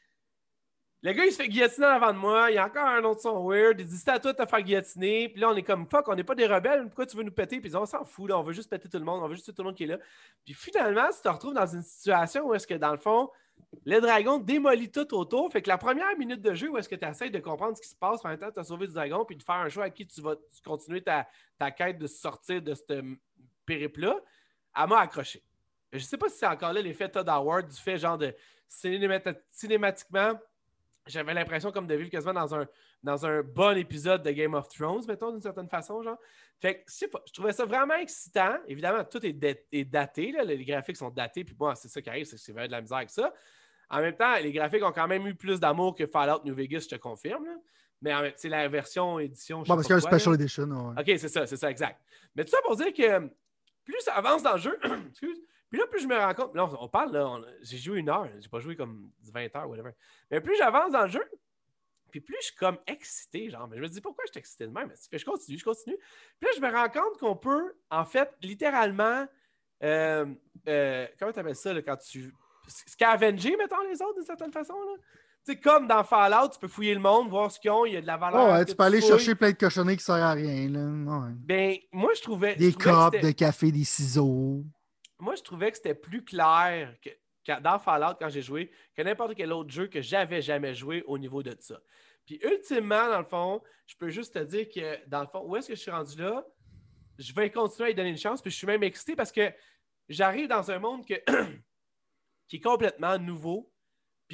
Le gars, il se fait guillotiner avant de moi. Il y a encore un autre son weird. Il dit, c'est à toi de te faire guillotiner. Puis là, on est comme, fuck, on n'est pas des rebelles. Pourquoi tu veux nous péter? Puis ils disent, on s'en fout, là. On veut juste péter tout le monde. On veut juste tout le monde qui est là. Puis finalement, tu te retrouves dans une situation où est-ce que, dans le fond, le dragon démolit tout autour. Fait que la première minute de jeu où est-ce que tu essaies de comprendre ce qui se passe, en même temps, tu as sauvé du dragon, puis de faire un choix à qui tu vas continuer ta, ta quête de sortir de ce périple-là, elle m'a accroché. Je sais pas si c'est encore là l'effet Todd Howard, du fait genre de cinémat- cinématiquement... J'avais l'impression comme de vivre quasiment dans un, dans un bon épisode de Game of Thrones, mettons, d'une certaine façon, genre. Fait que, je sais pas, je trouvais ça vraiment excitant. Évidemment, tout est, dé- est daté, là. Les graphiques sont datés, puis bon, c'est ça qui arrive, c'est que c'est vraiment de la misère avec ça. En même temps, les graphiques ont quand même eu plus d'amour que Fallout New Vegas, je te confirme, là. Mais c'est la version édition, je sais bon, pas parce qu'il y a un special là. edition, ouais. OK, c'est ça, c'est ça, exact. Mais tout ça pour dire que plus ça avance dans le jeu, excuse, puis là, plus je me rends compte, là, on, on parle, là, on, j'ai joué une heure, j'ai pas joué comme vingt heures, whatever. Mais plus j'avance dans le jeu, puis plus je suis comme excité, genre, mais je me dis pourquoi je suis excité de même? Je continue, je continue. Puis là, je me rends compte qu'on peut, en fait, littéralement, euh, euh, comment tu appelles ça, là, quand tu scavenger, mettons, les autres, d'une certaine façon, là? Tu sais, comme dans Fallout, tu peux fouiller le monde, voir ce qu'ils ont, il y a de la valeur. Oh ouais, tu peux tu aller fouilles. chercher plein de cochonneries qui servent à rien, là. Ouais. Ben, moi, je trouvais... Des je trouvais copes de café, des ciseaux. Moi, je trouvais que c'était plus clair que, que dans Fallout, quand j'ai joué, que n'importe quel autre jeu que j'avais jamais joué au niveau de ça. Puis, ultimement, dans le fond, je peux juste te dire que, dans le fond, où est-ce que je suis rendu là? Je vais continuer à lui donner une chance, puis je suis même excité parce que j'arrive dans un monde que, qui est complètement nouveau. Puis,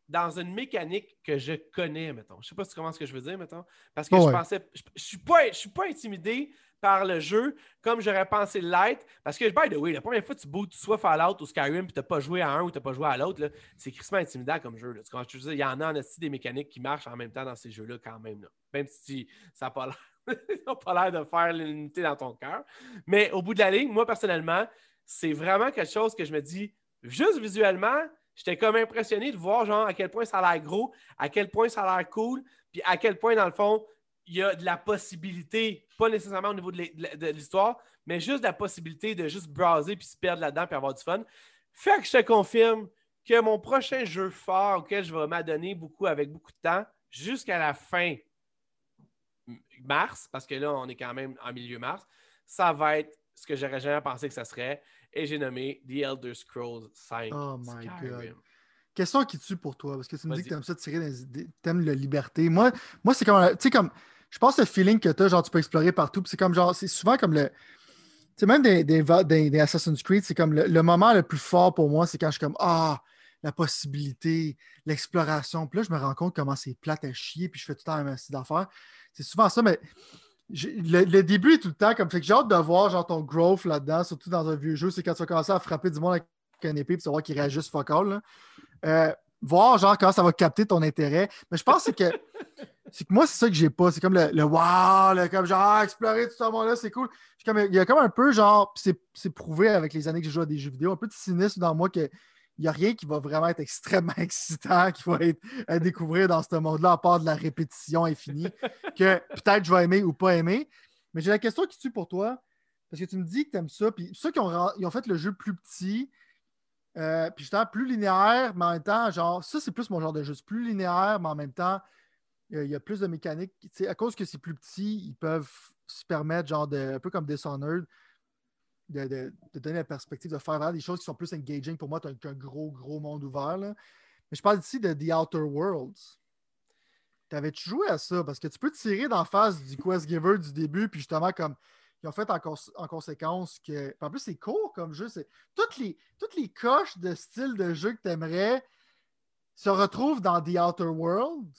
dans une mécanique que je connais, mettons. Je sais pas si tu comprends ce que je veux dire, mettons. Parce que oh, je ouais. pensais... Je, je suis pas, je suis pas intimidé par le jeu comme j'aurais pensé l'être. Parce que, by the way, la première fois que tu bootes soit Fallout ou Skyrim puis t'as pas joué à un ou t'as pas joué à l'autre, là, c'est crissement intimidant comme jeu. Là. Tu comprends ce que je veux dire? Il y en a en esti des mécaniques qui marchent en même temps dans ces jeux-là quand même. Là. Même si ça n'a pas l'air... ça n'a pas l'air de faire l'unité dans ton cœur. Mais au bout de la ligne, moi, personnellement, c'est vraiment quelque chose que je me dis, juste visuellement, j'étais comme impressionné de voir genre à quel point ça a l'air gros, à quel point ça a l'air cool, puis à quel point, dans le fond, il y a de la possibilité, pas nécessairement au niveau de l'histoire, mais juste de la possibilité de juste browser puis se perdre là-dedans puis avoir du fun. Fait que je te confirme que mon prochain jeu fort auquel je vais m'adonner beaucoup avec beaucoup de temps, jusqu'à la fin mars, parce que là, on est quand même en milieu mars, ça va être ce que j'aurais jamais pensé que ça serait. Et j'ai nommé The Elder Scrolls cinq. Oh my Skyrim. God. Question qui tue pour toi, parce que tu me Vas-y. dis que tu aimes ça tirer des idées, tu aimes la liberté. Moi, moi c'est comme, tu sais, comme, je pense le feeling que tu as, genre, tu peux explorer partout, puis c'est comme, genre, c'est souvent comme le, tu sais, même des, des, des, des Assassin's Creed, c'est comme le, le moment le plus fort pour moi, c'est quand je suis comme, ah, la possibilité, l'exploration. Puis là, je me rends compte comment c'est plate à chier, puis je fais tout le temps la même style d'affaires. C'est souvent ça, mais le, le début est tout le temps comme, fait que j'ai hâte de voir, genre, ton growth là-dedans, surtout dans un vieux jeu, c'est quand tu vas commencer à frapper du monde avec une épée, puis tu vas voir qu'il réagisse fuck all, là. Euh, voir genre comment ça va capter ton intérêt. Mais je pense que c'est que moi, c'est ça que j'ai pas. C'est comme le, le wow, le, comme genre ah, explorer tout ce monde-là, c'est cool. Comme, il y a comme un peu genre, c'est, c'est prouvé avec les années que j'ai joué à des jeux vidéo, un peu de cynisme dans moi que il n'y a rien qui va vraiment être extrêmement excitant, qui va être à découvrir dans ce monde-là, à part de la répétition infinie, que peut-être je vais aimer ou pas aimer. Mais j'ai la question qui tue pour toi, parce que tu me dis que tu aimes ça, puis ceux qui ont, ils ont fait le jeu plus petit, Euh, puis justement, plus linéaire, mais en même temps, genre, ça, c'est plus mon genre de jeu. C'est plus linéaire, mais en même temps, il y, y a plus de mécanique. T'sais, à cause que c'est plus petit, ils peuvent se permettre, genre, de, un peu comme Dishonored, de, de, de donner la perspective de faire vraiment des choses qui sont plus engaging. Pour moi, tu as un gros, gros monde ouvert. Là. Mais je parle ici de The Outer Worlds. T'avais-tu joué à ça? Parce que tu peux tirer d'en face du Quest Giver du début, puis justement, comme ils ont fait en, cons- en conséquence que. En plus, c'est court comme jeu. C'est... Toutes, les, toutes les coches de style de jeu que tu aimerais se retrouvent dans The Outer World.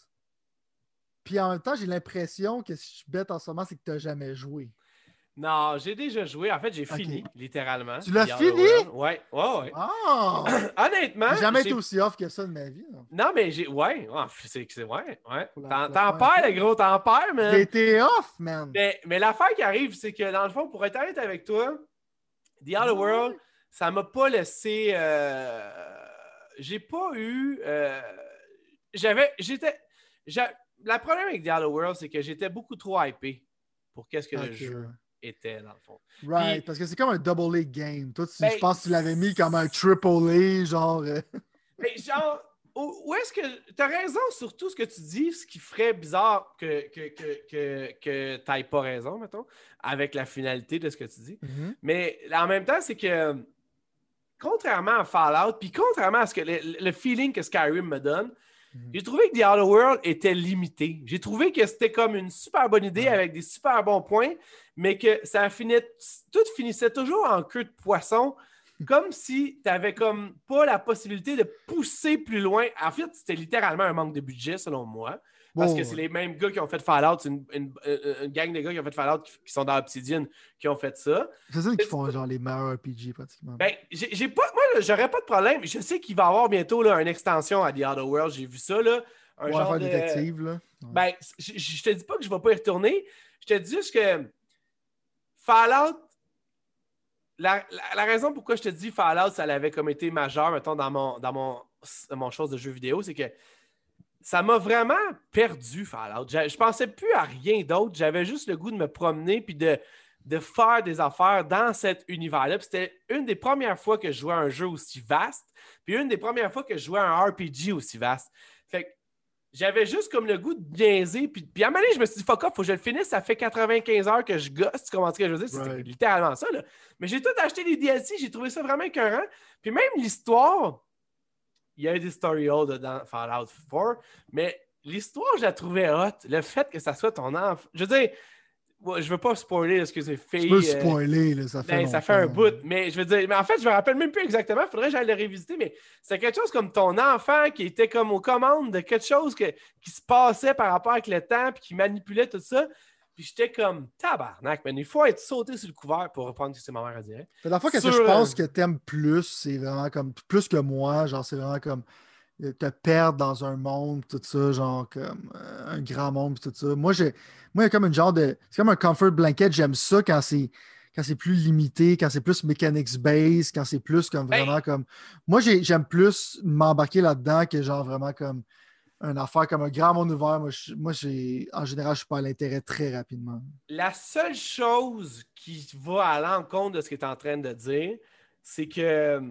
Puis en même temps, j'ai l'impression que si je suis bête en ce moment, c'est que tu n'as jamais joué. Non, j'ai déjà joué. En fait, j'ai okay. fini, littéralement. Tu l'as fini? Ouais, ouais, ouais. Oh! Honnêtement. J'ai jamais j'ai... été aussi off que ça de ma vie. Non, non mais j'ai. Ouais, oh, c'est, c'est. Ouais, ouais. La, t'en, la t'en perds, le gros, t'en perds, man. J'ai été off, man. Mais, mais l'affaire qui arrive, c'est que dans le fond, pour être honnête avec toi, The Outer World, ça m'a pas laissé. Euh... J'ai pas eu. Euh... J'avais. J'étais. J'a... Le problème avec The Outer World, c'est que j'étais beaucoup trop hypé pour qu'est-ce que okay. le jeu était, dans le fond. Right, Puis, parce que c'est comme un double A game. Toi, tu, ben, je pense que tu l'avais mis comme un triple A, genre. Mais genre, où est-ce que. T'as raison sur tout ce que tu dis, ce qui ferait bizarre que, que, que, que, que t'ailles pas raison, mettons, avec la finalité de ce que tu dis. Mm-hmm. Mais en même temps, c'est que, contrairement à Fallout, puis contrairement à ce que le, le feeling que Skyrim me donne, mm-hmm. j'ai trouvé que The Outer World était limité. J'ai trouvé que c'était comme une super bonne idée ouais. avec des super bons points, mais que ça finit, tout finissait toujours en queue de poisson. Comme si tu n'avais comme pas la possibilité de pousser plus loin. En fait, c'était littéralement un manque de budget, selon moi. Parce oh, que c'est ouais. les mêmes gars qui ont fait Fallout. C'est une, une, une, une gang de gars qui ont fait Fallout qui, qui sont dans Obsidian qui ont fait ça. C'est ça qui font genre les meilleurs R P G pratiquement. Ben, j'ai, j'ai pas, moi, là, j'aurais pas de problème. Je sais qu'il va y avoir bientôt là, une extension à The Outer World. J'ai vu ça. Là, un ouais, genre faire de détective. Là. Ouais. Ben, je, je te dis pas que je vais pas y retourner. Je te dis juste que Fallout. La, la, la raison pourquoi je te dis Fallout, ça l'avait comme été majeur, mettons, dans mon, dans mon, mon chose de jeu vidéo, c'est que ça m'a vraiment perdu, Fallout. Je, je pensais plus à rien d'autre. J'avais juste le goût de me promener puis de, de faire des affaires dans cet univers-là. Puis c'était une des premières fois que je jouais à un jeu aussi vaste, puis une des premières fois que je jouais à un R P G aussi vaste. Fait que j'avais juste comme le goût de niaiser. Puis, puis à un moment donné, je me suis dit, fuck off, faut que je le finisse. Ça fait quatre-vingt-quinze heures que je gosse. Tu comprends ce que je veux dire? C'est right. littéralement ça. Là. Mais j'ai tout acheté les D L C. J'ai trouvé ça vraiment écœurant. Puis même l'histoire, il y a des story hole dans Fallout quatre. Mais l'histoire, je la trouvais hot. Le fait que ça soit ton enfant. Je veux dire, Ouais, je veux pas spoiler là, ce que c'est fait. Tu peux spoiler, là, ça fait Ben, ça fait un bout. Mais je veux dire, mais en fait, je me rappelle même plus exactement. Il faudrait que j'aille le révisiter. Mais c'est quelque chose comme ton enfant qui était comme aux commandes de quelque chose que, qui se passait par rapport avec le temps puis qui manipulait tout ça. Puis j'étais comme tabarnak, man. Il faut être sauté sur le couvert pour reprendre ce que c'est ma mère à dire. La fois que Sur, je pense euh... que t'aimes plus, c'est vraiment comme plus que moi. Genre, c'est vraiment comme te perdre dans un monde, tout ça, genre comme euh, un grand monde, tout ça. Moi, j'ai, moi, il y a comme une genre de. C'est comme un comfort blanket. J'aime ça quand c'est quand c'est plus limité, quand c'est plus mechanics based, quand c'est plus comme vraiment hey, comme. Moi, j'ai, j'aime plus m'embarquer là-dedans que genre vraiment comme une affaire comme un grand monde ouvert. Moi, je- moi j'ai, en général, je suis pas à l'intérêt très rapidement. la seule chose qui va à l'encontre de ce que tu es en train de dire, c'est que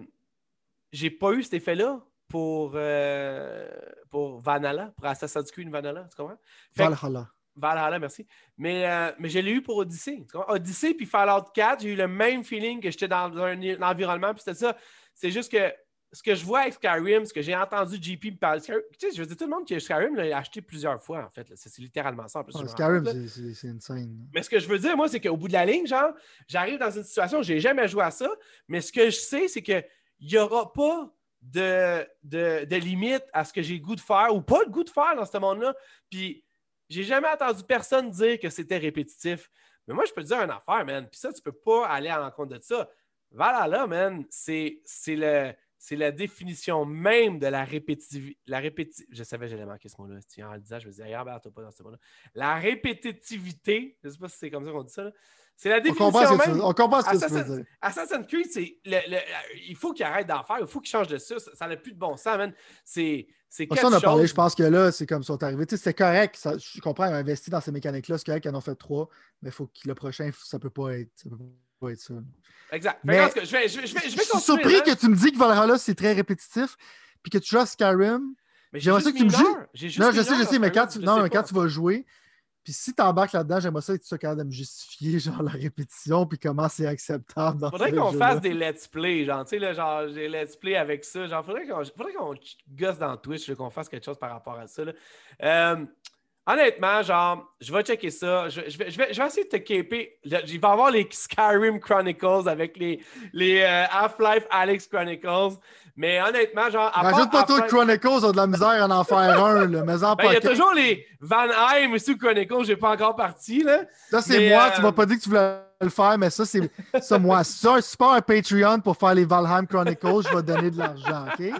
j'ai pas eu cet effet-là pour, euh, pour Vanilla, pour Assassin's Creed Vanilla, tu comprends? Fait que, Valhalla. Valhalla, merci. Mais, euh, mais je l'ai eu pour Odyssey. Tu comprends? Odyssey puis Fallout quatre, j'ai eu le même feeling que j'étais dans un, un environnement, puis c'était ça. C'est juste que ce que je vois avec Skyrim, ce que j'ai entendu J P me parler, Skyrim, tu sais, je veux dire, tout le monde qui a Skyrim l'a acheté plusieurs fois, en fait. Là. C'est, c'est littéralement ça, en plus. Ah, Je me rends Skyrim, compte, là. c'est, c'est, c'est insane. Mais ce que je veux dire, moi, c'est qu'au bout de la ligne, genre, j'arrive dans une situation où je n'ai jamais joué à ça, mais ce que je sais, c'est qu'il n'y aura pas de, de, de limite à ce que j'ai le goût de faire ou pas le goût de faire dans ce monde-là. Puis, j'ai jamais entendu personne dire que c'était répétitif. Mais moi, je peux te dire une affaire, man. Puis ça, tu peux pas aller à l'encontre de ça. Valhalla, man, c'est, c'est, le, c'est la définition même de la répétitivité. La répéti... Je savais que j'allais manquer ce mot-là. En le disant, je me disais, regarde, t'as pas dans ce mot-là. La répétitivité, je sais pas si c'est comme ça qu'on dit ça, là. C'est la On définition comprend ce que tu même. veux, on comprend ce que tu veux Assassin's, dire. Assassin's Creed, c'est le, le, il faut qu'il arrête d'en faire, il faut qu'il change de ça. Ça n'a plus de bon sens, man. C'est, c'est Pour quelque ça, on a chose. parlé, je pense que là, c'est comme ça, sont arrivés. Tu sais, c'était correct. Ça, je comprends, ils ont investi dans ces mécaniques-là. C'est correct qu'ils en ont fait trois, mais il faut que le prochain, ça peut pas être ça. Peut pas être ça. Exact. Mais Fait que, je vais, je vais, je vais, je vais je suis continuer. surpris Hein? que tu me dis que Valhalla, c'est très répétitif, puis que tu joues à Skyrim. Mais j'ai J'aimerais juste ça que tu me mineur. dis. J'ai juste Non, je sais, mineur je sais, dans mais quand Skyrim, tu, je non, sais mais quand pas. tu vas jouer, puis si tu embarques là-dedans, j'aimerais ça que tu sois capable de me justifier genre la répétition, puis comment c'est acceptable dans Faudrait ce qu'on jeu-là. fasse des let's play, genre, tu sais, là, genre, des let's play avec ça. Genre, faudrait qu'on, faudrait qu'on gosse dans Twitch, là, qu'on fasse quelque chose par rapport à ça, là. Euh, honnêtement, genre, je vais checker ça. Je, je, vais, je, vais, je vais essayer de te caper. Il va y avoir les Skyrim Chronicles avec les, les euh, Half-Life Alyx Chronicles. Mais honnêtement, genre, à Rajoute part pas toi de Chronicles, on a de la misère à en faire un, là, mais en ben, il y a pocket. toujours les Valheim sous Chronicles, j'ai pas encore parti, là. Ça, c'est Mais, moi. euh... Tu m'as pas dit que tu voulais le faire, mais ça, c'est ça, moi. Ça, un support un Patreon pour faire les Valheim Chronicles, je vais donner de l'argent, OK?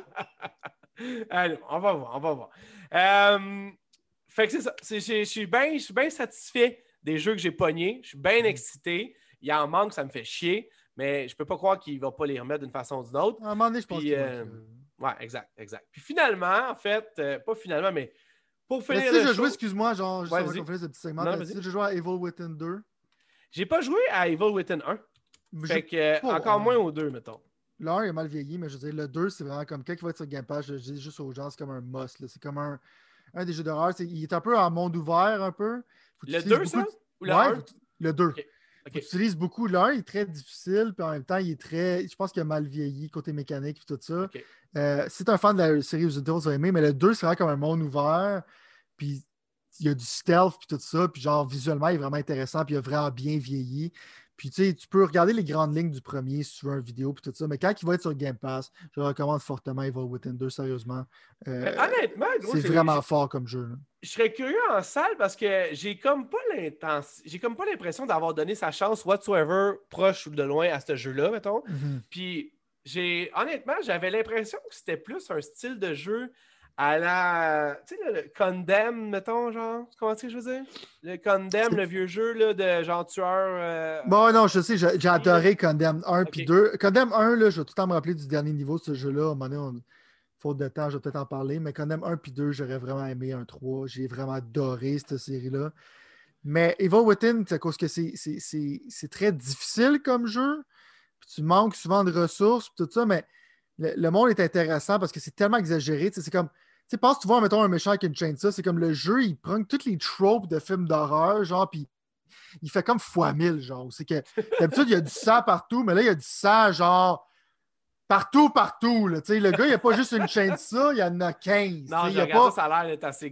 Allez, on va voir, on va voir. Euh... Fait que c'est ça. C'est, je, je suis bien bien satisfait des jeux que j'ai pognés. Je suis bien excité. Il en manque, ça me fait chier. Mais je peux pas croire qu'il va pas les remettre d'une façon ou d'une autre. À un moment donné, je pense Puis, qu'il va euh... être... Ouais, exact, exact. Puis finalement, en fait, euh, pas finalement, mais pour finir mais si le je show... joué, excuse-moi, genre, juste ouais, avant qu'on finisse ce petit segment, non, si je joue à Evil Within deux. J'ai pas joué à Evil Within un. Fait que, euh, pas, encore hein. moins au deux, mettons. Le un est mal vieilli, mais je veux dire, le deux, c'est vraiment comme quand il va être sur Game Pass, je dis juste aux gens, c'est comme un must. Là. C'est comme un, un des jeux d'horreur. C'est, il est un peu en monde ouvert, un peu. Faut le deux, ça? De... Ou le ouais, un? Faut... le deux. Okay. Okay. Tu utilises beaucoup. Le un est très difficile, puis en même temps, il est très. Je pense qu'il a mal vieilli, côté mécanique, et tout ça. Okay. Euh, si tu es un fan de la série Resident Evil, tu vas aimer, mais le deux, c'est vraiment comme un monde ouvert. Puis il y a du stealth, puis tout ça. Puis genre, visuellement, il est vraiment intéressant, puis il a vraiment bien vieilli. Puis tu sais, tu peux regarder les grandes lignes du premier si tu veux une vidéo, puis tout ça. Mais quand il va être sur Game Pass, je recommande fortement Evil Within deux, sérieusement. Euh, Mais honnêtement, gros, c'est, c'est vraiment fort comme jeu. Là. Je serais curieux en salle parce que j'ai comme pas l'intention, j'ai comme pas l'impression d'avoir donné sa chance whatsoever, proche ou de loin, à ce jeu-là, mettons. Mm-hmm. Puis j'ai, honnêtement, j'avais l'impression que c'était plus un style de jeu à la, tu sais, le, le Condemn, mettons, genre, comment tu sais, je veux dire? Le Condemn, c'est... le vieux jeu, là, de genre tueur... Euh... Bon, non, je sais, j'ai, j'ai adoré Condemn un puis okay. deux. Condemn un, là, je vais tout le temps me rappeler du dernier niveau de ce jeu-là. À un moment donné, on... faute de temps, je vais peut-être en parler, mais Condemn un puis deux, j'aurais vraiment aimé un trois. J'ai vraiment adoré cette série-là. Mais Evil Within, c'est à cause que c'est, c'est, c'est, c'est très difficile comme jeu. Puis tu manques souvent de ressources, tout ça, mais le, le monde est intéressant parce que c'est tellement exagéré. C'est comme... Tu sais, pense que tu vois, mettons, un méchant avec une chaîne de ça, c'est comme le jeu, il prend toutes les tropes de films d'horreur, genre, puis il fait comme fois mille, genre. C'est que d'habitude, il y a du sang partout, mais là, il y a du sang, genre, partout, partout, là. Tu sais, le gars, il n'y a pas juste une chaîne de ça, il y en a quinze. Non, il je y a regarde pas... ça, ça a l'air d'être assez gore.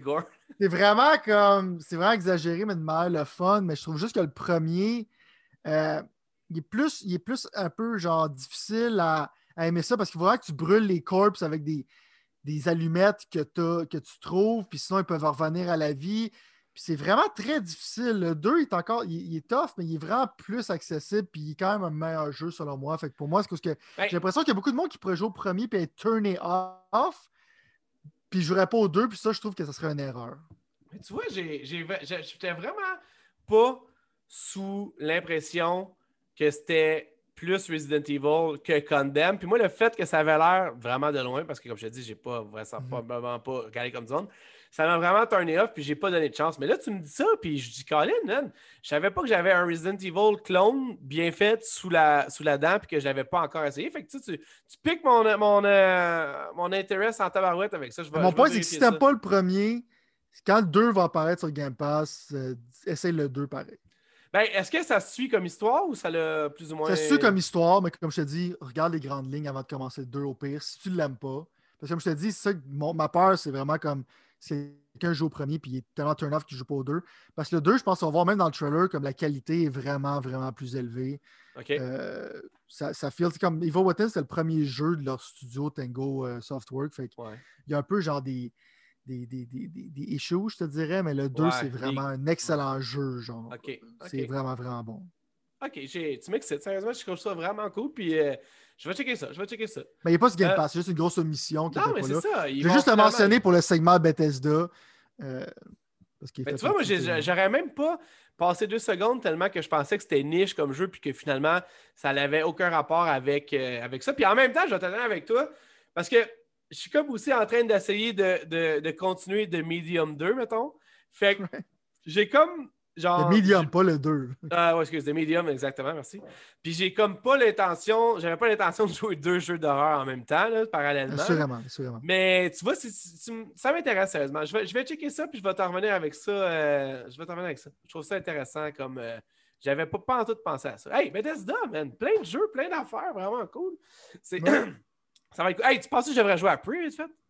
C'est vraiment comme. C'est vraiment exagéré, mais de manière le fun. Mais je trouve juste que le premier, euh, il est plus, il est plus un peu genre difficile à, à aimer ça parce qu'il faudra que tu brûles les corpses avec des, des allumettes que, t'as- que tu trouves, puis sinon ils peuvent revenir à la vie. Puis c'est vraiment très difficile. Le deux il est encore. Il, il est tough, mais il est vraiment plus accessible, puis il est quand même un meilleur jeu selon moi. Fait que pour moi, c'est parce que Ben, j'ai l'impression qu'il y a beaucoup de monde qui pourrait jouer au premier puis être turné off, puis je jouerais pas au deux, puis ça, je trouve que ça serait une erreur. mais tu vois, j'ai, j'ai, j'ai- j'étais vraiment pas sous l'impression que c'était plus Resident Evil que Condemn. Puis moi, le fait que ça avait l'air vraiment de loin, parce que comme je te dis, j'ai pas vraiment Mhm. pas, vraiment pas regardé comme zone, ça m'a vraiment turné off, puis j'ai pas donné de chance. Mais là, tu me dis ça, puis je dis, Colin, man, je savais pas que j'avais un Resident Evil clone bien fait sous la, sous la dent, puis que je l'avais pas encore essayé. Fait que tu, sais, tu, tu piques mon, mon, euh, mon intérêt en tabarouette avec ça. Je Mais vais, mon je vais point, c'est que si vérifier t'aimes ça. pas le premier, quand le deux va apparaître sur Game Pass, euh, essaye le deux pareil. Ben, est-ce que ça se suit comme histoire ou ça l'a plus ou moins. C'est sûr comme histoire, mais comme je te dis, regarde les grandes lignes avant de commencer le deux au pire, si tu l'aimes pas. Parce que comme je te dis, c'est ça que mon- ma peur, c'est vraiment comme c'est quelqu'un joue au premier puis il est tellement turn-off qu'il joue pas au deux. Parce que le deux, je pense qu'on va voir même dans le trailer comme la qualité est vraiment, vraiment plus élevée. OK. Euh, ça, ça feel, c'est comme Evil Within, c'est le premier jeu de leur studio Tango euh, Softwork. Fait qu'il Ouais. y a un peu genre des, des, des, des, des- des issues, je te dirais, mais le deux, c'est Ouais. vraiment Des... un ouais. excellent jeu. Genre, OK. c'est OK. vraiment, vraiment bon. OK. J'ai... Tu m'excites. Sérieusement, je trouve ça vraiment cool. Puis euh, je vais checker ça. Je vais checker ça. Mais il n'y a pas ce Game Euh, Pass, c'est juste une grosse omission qui Non, n'était mais pas c'est là. ça. Ils Je vais vont juste le finalement. mentionner pour le segment Bethesda. euh, parce qu'il est Ben, fait tu vois, moi, partie de j'ai- T V. j'aurais même pas passé deux secondes tellement que je pensais que c'était niche comme jeu, puis que finalement, ça n'avait aucun rapport avec, euh, avec ça. Puis en même temps, je vais t'attendre avec toi, parce que je suis comme aussi en train d'essayer de, de, de continuer de Medium deux, mettons. Fait que j'ai comme, Le genre, Medium, pas le deux. ah ouais, excuse, The Medium, exactement, merci. Puis j'ai comme pas l'intention, j'avais pas l'intention de jouer deux jeux d'horreur en même temps, là, parallèlement. Là. Assurément, assurément. Mais tu vois, c'est- c'est- ça m'intéresse sérieusement. Je vais, je vais checker ça, puis je vais t'en revenir avec ça. euh, je vais t'en revenir avec ça. Je trouve ça intéressant comme. euh, j'avais pas, pas en tout pensé à ça. Hey, Bethesda, man, plein de jeux, plein d'affaires, vraiment cool. C'est. Ouais. Ça va être cool. Hey, tu penses que je devrais jouer à Pre, vite fait?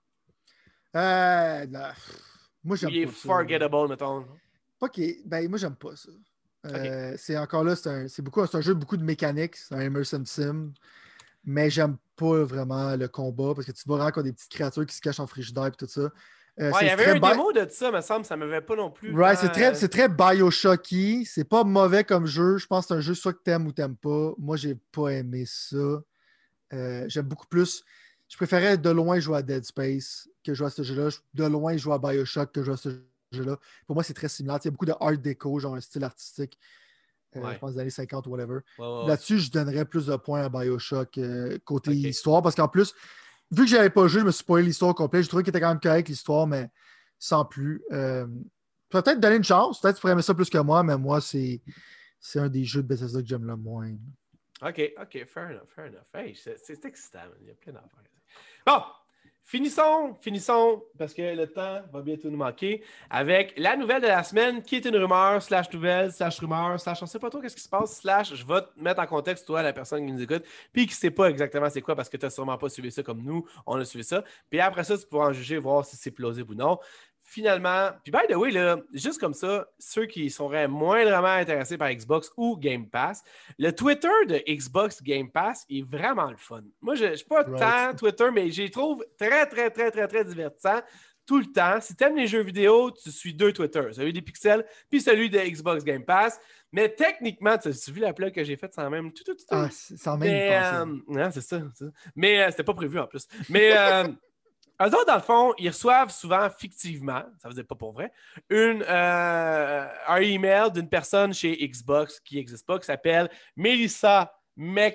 Euh, là, pff, moi, Ou j'aime il est pas ça. là. forgettable, mettons? Pas qu'il est- Ben, moi, j'aime pas ça. Ok. Euh, c'est encore là, c'est un, c'est beaucoup, c'est un jeu de beaucoup de mécaniques, c'est un immersive sim, mais j'aime pas vraiment le combat parce que tu vois vraiment comme des petites créatures qui se cachent en frigidaire et tout ça. Euh, Ouais, il y c'est avait très un bi- démo de ça, me semble, ça m'avait pas non plus right, tant. c'est très, euh, c'est très Bioshocky. C'est pas mauvais comme jeu. Je pense que c'est un jeu soit que t'aimes ou t'aimes pas. Moi, j'ai pas aimé ça. Euh, j'aime beaucoup plus. Je préférais de loin jouer à Dead Space que jouer à ce jeu-là. De loin jouer à Bioshock que jouer à ce jeu-là. Pour moi, c'est très similaire. Il y a beaucoup de art déco, genre un style artistique, euh, je Ouais. pense des années cinquante ou whatever. Ouais, ouais, ouais. Là-dessus, je donnerais plus de points à Bioshock euh, côté Ok. histoire parce qu'en plus, vu que j'avais pas joué, je me suis spoilé l'histoire complète. Je trouvais qu'il était quand même correct l'histoire, mais sans plus. Euh, peut-être donner une chance. Peut-être que tu pourrais aimer ça plus que moi, mais moi, c'est, c'est un des jeux de Bethesda que j'aime le moins. OK, OK, fair enough, fair enough. Hey, c'est, c'est excitant, man. Il y a plein d'affaires. Bon, finissons, finissons, parce que le temps va bientôt nous manquer, avec la nouvelle de la semaine, qui est une rumeur, slash nouvelle, slash rumeur, slash on sait pas trop qu'est-ce qui se passe, slash je vais te mettre en contexte, toi, la personne qui nous écoute, puis qui sait pas exactement c'est quoi, parce que tu n'as sûrement pas suivi ça comme nous, on a suivi ça. Puis après ça, tu pourras en juger, voir si c'est plausible ou non. Finalement, puis by the way, là, juste comme ça, ceux qui seraient moindrement intéressés par Xbox ou Game Pass, le Twitter de Xbox Game Pass est vraiment le fun. Moi, je ne suis pas Right. tant Twitter, mais je les trouve très, très, très, très, très divertissants tout le temps. Si tu aimes les jeux vidéo, tu suis deux Twitter, celui des Pixels puis celui de Xbox Game Pass. Mais techniquement, tu as vu la plug que j'ai faite sans même tout, tout, tout, tout. Ah, c'est- sans même y Mais, penser. euh, non, c'est ça, c'est ça. Mais euh, c'était pas prévu en plus. Mais euh, eux autres, dans le fond, ils reçoivent souvent fictivement, ça veut dire pas pour vrai, une, euh, un email d'une personne chez Xbox qui n'existe pas, qui s'appelle Melissa Mec,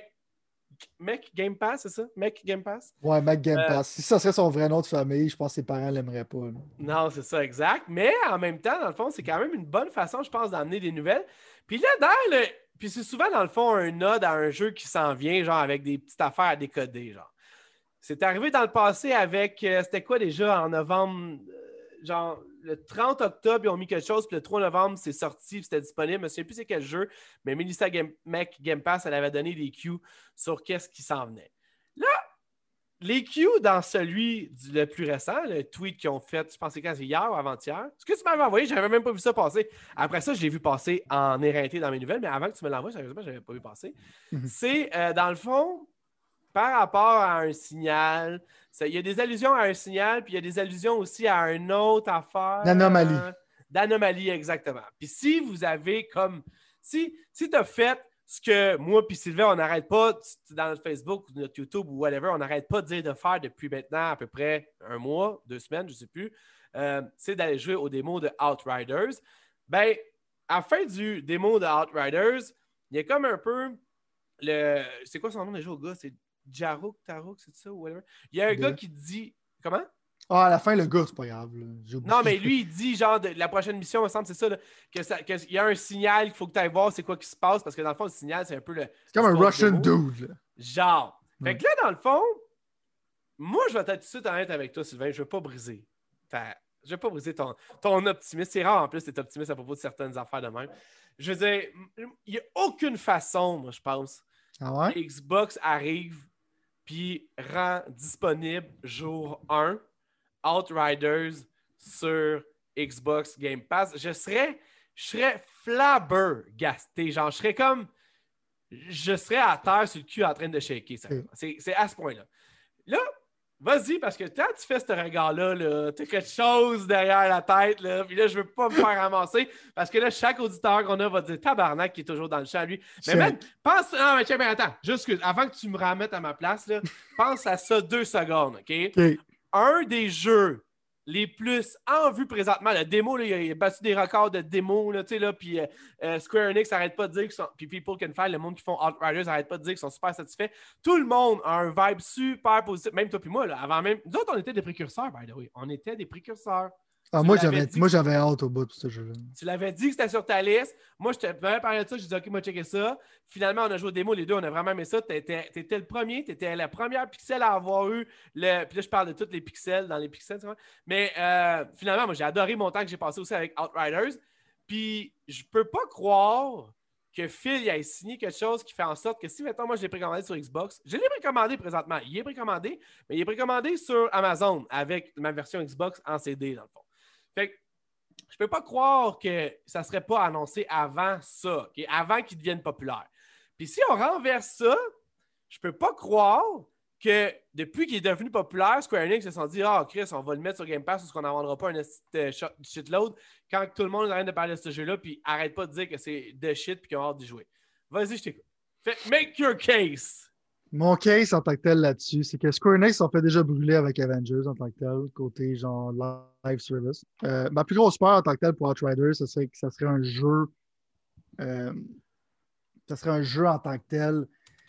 Mec Game Pass, c'est ça? Mec Game Pass? Ouais, Mac Game Euh, Pass. Si ça serait son vrai nom de famille, je pense que ses parents l'aimeraient pas. là. Non, c'est ça, exact. Mais en même temps, dans le fond, c'est quand même une bonne façon, je pense, d'amener des nouvelles. Puis là, dans le... Puis c'est souvent, dans le fond, un nod à un jeu qui s'en vient, genre avec des petites affaires à décoder, genre. C'est arrivé dans le passé avec, euh, c'était quoi déjà, en novembre, euh, genre le trente octobre, ils ont mis quelque chose, puis le trois novembre, c'est sorti, puis c'était disponible. Je ne sais plus c'est quel jeu, mais Melissa Game, Mac Game Pass, elle avait donné des cues sur qu'est-ce qui s'en venait. Là, les Q dans celui du, le plus récent, le tweet qu'ils ont fait, je pense que c'est quand c'est hier ou avant-hier. Ce que tu m'avais envoyé, j'avais même pas vu ça passer. Après ça, je l'ai vu passer en éreinté dans mes nouvelles, mais avant que tu me l'envoies, sérieusement, je n'avais pas vu passer. Mm-hmm. C'est, euh, dans le fond, par rapport à un signal, il y a des allusions à un signal, puis il y a des allusions aussi à une autre affaire. D'anomalie. Euh, d'anomalie, exactement. Puis si vous avez comme... Si, si tu as fait ce que moi puis Sylvain, on n'arrête pas dans notre Facebook ou notre YouTube ou whatever, on n'arrête pas de dire de faire depuis maintenant à peu près un mois, deux semaines, je ne sais plus, euh, c'est d'aller jouer aux démos de Outriders. Ben, à la fin du démo de Outriders, il y a comme un peu le... C'est quoi son nom déjà au gars? C'est Jaruk, Taruk, c'est ça ou whatever? Il y a un de... gars qui dit... Comment? Ah, à la fin, le gars, c'est pas grave. Non, mais lui, il dit, genre, de, la prochaine mission, il me semble, c'est ça, là, que ça qu'il y a un signal qu'il faut que tu ailles voir c'est quoi qui se passe, parce que dans le fond, le signal, c'est un peu le... C'est comme un Russian dude, là. Genre. Ouais. Fait que là, dans le fond, moi, je vais être tout de suite honnête avec toi, Sylvain, je veux pas briser. Ta... Je veux pas briser ton, ton optimisme. C'est rare, en plus, d'être optimiste à propos de certaines affaires de même. Je veux dire, il n'y a aucune façon, moi, je pense, ah ouais? que Xbox arrive puis rend disponible jour un Outriders sur Xbox Game Pass. Je serais, je serais flabbergasté. Genre, je serais comme... Je serais à terre sur le cul en train de shaker. Ça. C'est, c'est à ce point-là. Là, vas-y, parce que quand tu fais ce regard-là, là, tu as quelque chose derrière la tête. Là, puis là, je veux pas me faire ramasser parce que là, chaque auditeur qu'on a va dire tabarnak qui est toujours dans le champ, lui. Mais même, pense... Non, mais tiens, mais attends. Juste que, avant que tu me remettes à ma place, là, pense à ça deux secondes, OK? okay. Un des jeux les plus en vue présentement, le démo, là, il a battu des records de démo, là, là, puis euh, euh, Square Enix n'arrête pas de dire qu'ils sont, puis People Can Fly, le monde qui font Outriders n'arrête pas de dire qu'ils sont super satisfaits. Tout le monde a un vibe super positif, même toi puis moi, là, avant même. Nous autres, on était des précurseurs, by the way. On était des précurseurs. Ah, moi, j'avais, moi, j'avais hâte au bout de ce jeu-là. Tu l'avais dit que c'était sur ta liste. Moi, je t'avais parlé de ça. Je disais, OK, moi, checker ça. Finalement, on a joué au démo. Les deux, on a vraiment aimé ça. Tu étais le premier. Tu étais la première pixel à avoir eu le. Puis là, je parle de tous les pixels dans les pixels. Tu vois? Mais euh, finalement, moi, j'ai adoré mon temps que j'ai passé aussi avec Outriders. Puis, je peux pas croire que Phil il ait signé quelque chose qui fait en sorte que si, maintenant, moi, je l'ai précommandé sur Xbox, je l'ai précommandé présentement. Il est précommandé, mais il est précommandé sur Amazon avec ma version Xbox en C D, dans le fond. Fait que je peux pas croire que ça serait pas annoncé avant ça, okay? Avant qu'il devienne populaire. Puis si on renverse ça, je peux pas croire que depuis qu'il est devenu populaire, Square Enix se sont dit « Ah, oh, Chris, on va le mettre sur Game Pass parce qu'on n'en vendra pas un uh, shitload » quand tout le monde arrête de parler de ce jeu-là puis arrête pas de dire que c'est de shit puis qu'ils ont hâte d'y jouer. Vas-y, je t'écoute. Fait, make your case! Mon case en tant que tel là-dessus, c'est que Square Enix s'en fait déjà brûler avec Avengers en tant que tel, côté genre live service. Euh, ma plus grosse peur en tant que tel pour Outriders, ce serait que ça serait un jeu. Euh, ça serait un jeu en tant que tel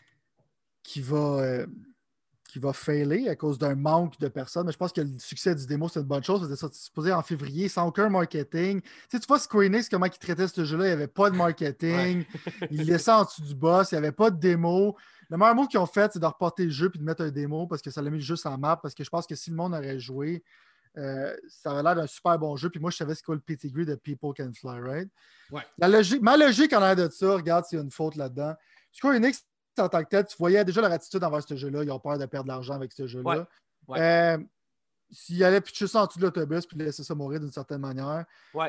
qui va, euh, qui va failer à cause d'un manque de personnes. Mais je pense que le succès du démo, c'est une bonne chose. C'était sorti supposé en février sans aucun marketing. Tu sais, tu vois Square Enix, comment ils traitaient ce jeu-là, il n'y avait pas de marketing. Ouais. Ils laissaient en dessous du boss, il n'y avait pas de démo. Le meilleur mot qu'ils ont fait, c'est de reporter le jeu et de mettre un démo parce que ça l'a mis juste en map. Parce que je pense que si le monde aurait joué, euh, ça aurait l'air d'un super bon jeu. Puis moi, je savais ce qu'est le pedigree de People Can Fly, right? Ouais. La logique, ma logique en l'air de ça, regarde s'il y a une faute là-dedans. Square Enix, en tant que tel, tu voyais déjà leur attitude envers ce jeu-là. Ils ont peur de perdre de l'argent avec ce jeu-là. Ouais. Ouais. Euh, s'ils allaient pitcher ça en dessous de l'autobus puis laisser ça mourir d'une certaine manière. Ouais.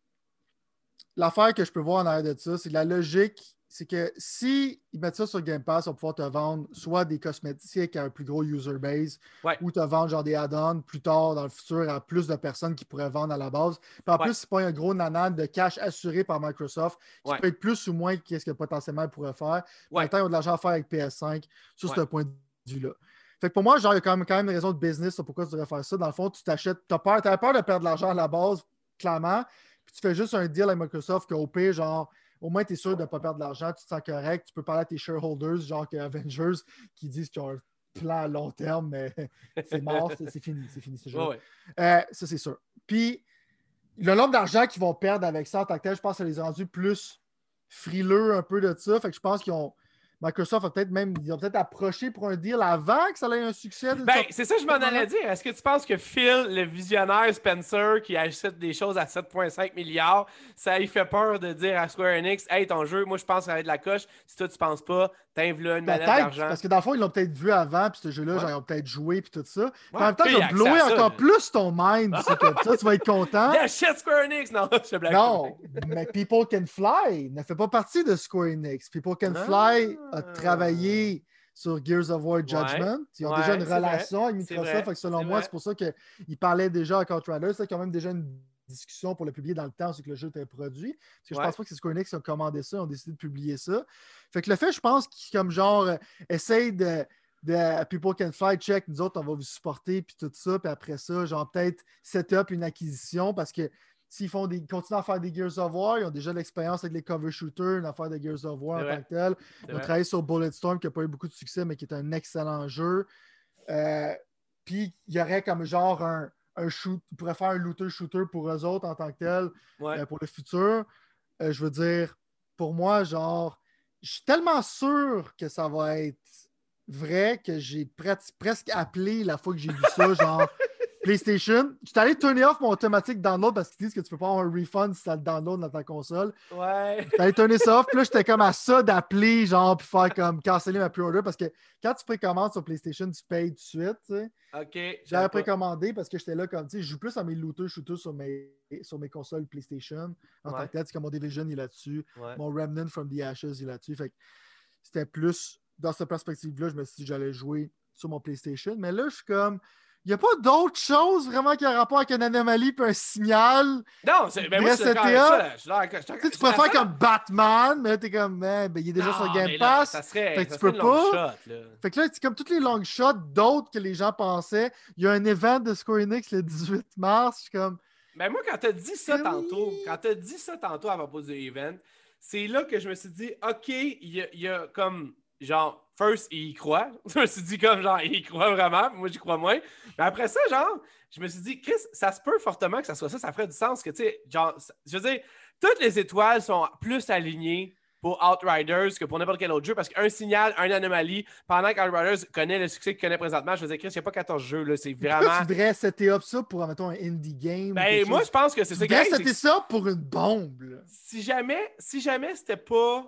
L'affaire que je peux voir en arrière de ça, c'est que la logique, c'est que s'ils mettent ça sur Game Pass, on va pouvoir te vendre soit des cosmétiques à un plus gros user base ouais. ou te vendre genre des add-ons plus tard dans le futur à plus de personnes qui pourraient vendre à la base. Puis en ouais. plus, c'est pas un gros nanan de cash assuré par Microsoft qui ouais. peut être plus ou moins qu'est-ce que potentiellement ils pourraient faire. Ouais. En même temps, ils ont de l'argent à faire avec P S cinq sur ouais. ce point de vue-là. Fait que pour moi, genre, il y a quand même, quand même une raison de business sur pourquoi tu devrais faire ça. Dans le fond, tu t'achètes, tu as peur, t'as peur de perdre de l'argent à la base, clairement. Puis tu fais juste un deal avec Microsoft qu'au pire, genre, au moins, tu es sûr de ne pas perdre de l'argent, tu te sens correct, tu peux parler à tes shareholders, genre que Avengers, qui disent qu'ils ont un plan à long terme, mais c'est mort, c'est, c'est fini, c'est fini ce jeu. Ouais, ouais. euh, ça, c'est sûr. Puis, le nombre d'argent qu'ils vont perdre avec ça en tant que tel, je pense que ça les a rendus plus frileux un peu de ça. Fait que je pense qu'ils ont. Microsoft a peut-être même ils ont peut-être approché pour un deal avant que ça ait un succès. Ben, sorte... c'est ça que je m'en allais dire. Est-ce que tu penses que Phil, le visionnaire Spencer, qui achète des choses à sept virgule cinq milliards, ça lui fait peur de dire à Square Enix, hey, ton jeu, moi je pense que ça va être de la coche. Si toi tu penses pas, t'inves là une manette d'argent. Parce que dans le fond, ils l'ont peut-être vu avant, puis ce jeu-là, ouais. genre, ils ont peut-être joué, puis tout ça. Ouais, en même temps, ils ont blowé encore ça, plus ton mind. C'est que ça, tu vas être content. Il achète Square Enix! Non, je blague. Non, mais People Can Fly ne fait pas partie de Square Enix. People Can Fly ah. a travaillé sur Gears of War Judgment. Ouais. Ils ont ouais, déjà une relation vrai. avec Microsoft. Fait que selon c'est moi, vrai. c'est pour ça qu'ils parlaient déjà à Outriders. C'est quand même déjà une discussion pour le publier dans le temps, c'est que le jeu était produit. Parce que ouais. je pense pas que c'est Square Enix qui ont commandé ça, ils ont décidé de publier ça. Fait que le fait, je pense qu'ils comme genre euh, essayent de, de People Can Fly, check, nous autres, on va vous supporter, puis tout ça, puis après ça, genre peut-être set up une acquisition parce que s'ils font des, continuent à faire des Gears of War, ils ont déjà l'expérience avec les cover shooters, une affaire de Gears of War c'est en vrai. tant que tel. C'est ils ont vrai. travaillé sur Bulletstorm, qui n'a pas eu beaucoup de succès, mais qui est un excellent jeu. Euh, puis il y aurait comme genre un, un shoot, ils pourraient faire un looter-shooter pour eux autres en tant que tel, ouais. euh, pour le futur. Euh, je veux dire, pour moi, genre, je suis tellement sûr que ça va être vrai que j'ai pre- presque appelé la fois que j'ai vu ça, genre PlayStation. Je suis allé tourner off mon automatique download parce qu'ils disent que tu peux pas avoir un refund si ça le download dans ta console. Ouais. Je suis allé tourner ça off, puis là, j'étais comme à ça d'appeler, genre, puis faire comme canceller ma pre-order parce que quand tu précommandes sur PlayStation, tu payes tout de suite, tu sais. OK. J'avais précommandé parce que j'étais là comme, tu sais, je joue plus à mes looters shooters sur mes, sur mes consoles PlayStation en ouais. tant que tel. C'est comme mon Division, il est là-dessus. Ouais. Mon Remnant from the Ashes, il est là-dessus. Fait que c'était plus dans cette perspective-là, je me suis dit que j'allais jouer sur mon PlayStation. Mais là, je suis comme, il n'y a pas d'autre chose vraiment qui a rapport avec une anomalie puis un signal. Non, c'est ben moi, je suis d'accord avec ça. Je, je, je, tu préfères comme Batman, mais là, t'es comme, ben, il est déjà non, sur Game là, Pass. Ça serait, fait que ça tu peux pas. Shot, là. Fait que là, c'est comme tous les long shots d'autres que les gens pensaient. Il y a un event de Square Enix le dix-huit mars. Je suis comme. Ben moi, quand t'as dit ça tantôt, quand t'as dit ça tantôt à propos du event, c'est là que je me suis dit, OK, il y a, il y a comme. Genre, first, il y croit. Je me suis dit comme, genre, il y croit vraiment. Moi, j'y crois moins. Mais après ça, genre, je me suis dit, Chris, ça se peut fortement que ça soit ça. Ça ferait du sens que, tu sais, genre, je veux dire, toutes les étoiles sont plus alignées pour Outriders que pour n'importe quel autre jeu parce qu'un signal, une anomalie, pendant qu'Outriders connaît le succès qu'il connaît présentement, je veux dire, Chris, il n'y a pas quatorze jeux, là. C'est vraiment. Pourquoi tu devrais setter up ça pour, mettons, un indie game? Ben, moi, chose? je pense que c'est ça. Tu devrais setter ça pour une bombe, là. Si jamais, si jamais c'était pas.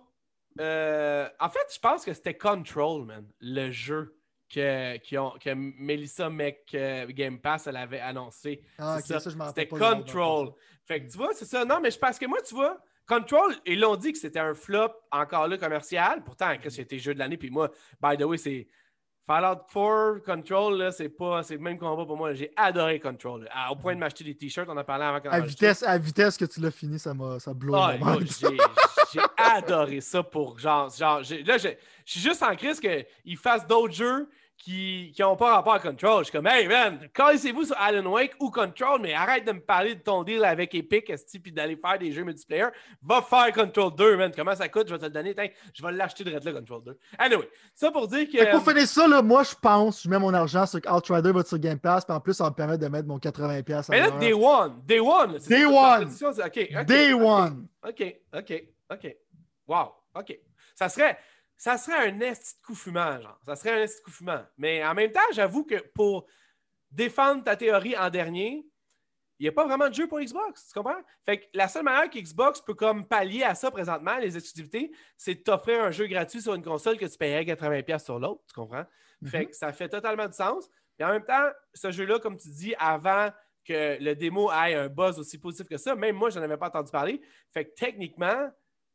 Euh, en fait, je pense que c'était Control, man, le jeu que, qui ont, que Melissa Mc euh, Game Pass elle avait annoncé. Ah, okay, ça. Ça, je c'était Control. Fait que tu vois, c'est ça. Non, mais je pense que moi, tu vois, Control, ils l'ont dit que c'était un flop encore là commercial. Pourtant, Chris, c'était jeu de l'année. Puis moi, by the way, c'est Fallout quatre, Control, là, c'est pas c'est le même combat pour moi. J'ai adoré Control. Là. Au point de m'acheter des t-shirts, on en parlait avant qu'on à vitesse À vitesse que tu l'as fini, ça m'a ça blow ah, moi, j'ai, j'ai adoré ça pour genre. genre j'ai, là, je suis juste en crise qu'ils fassent d'autres jeux qui n'ont pas rapport à Control. Je suis comme, hey man, connaissez-vous sur Alan Wake ou Control, mais arrête de me parler de ton deal avec Epic puis d'aller faire des jeux multiplayer. Va faire Control deux, man. Comment ça coûte? Je vais te le donner. T'in, je vais l'acheter de là, Control deux. Anyway, ça pour dire que. Fait pour finir ça, là, moi, je pense, je mets mon argent sur Outrider, va sur Game Pass, puis en plus, ça va me permettre de mettre mon quatre-vingts dollars. Mais là, Day One. Day One. Là, Day One. Okay, okay, Day okay, One. OK, OK, OK. Wow, OK. Ça serait. Ça serait un esti de coup fumant, genre. Ça serait un esti de coup fumant. Mais en même temps, j'avoue que pour défendre ta théorie en dernier, il n'y a pas vraiment de jeu pour Xbox, tu comprends? Fait que la seule manière qu'Xbox peut comme pallier à ça présentement, les exclusivités, c'est de t'offrir un jeu gratuit sur une console que tu paierais quatre-vingts dollars sur l'autre, tu comprends? Mm-hmm. Fait que ça fait totalement du sens. Et en même temps, ce jeu-là, comme tu dis, avant que le démo ait un buzz aussi positif que ça, même moi, je n'en avais pas entendu parler. Fait que techniquement,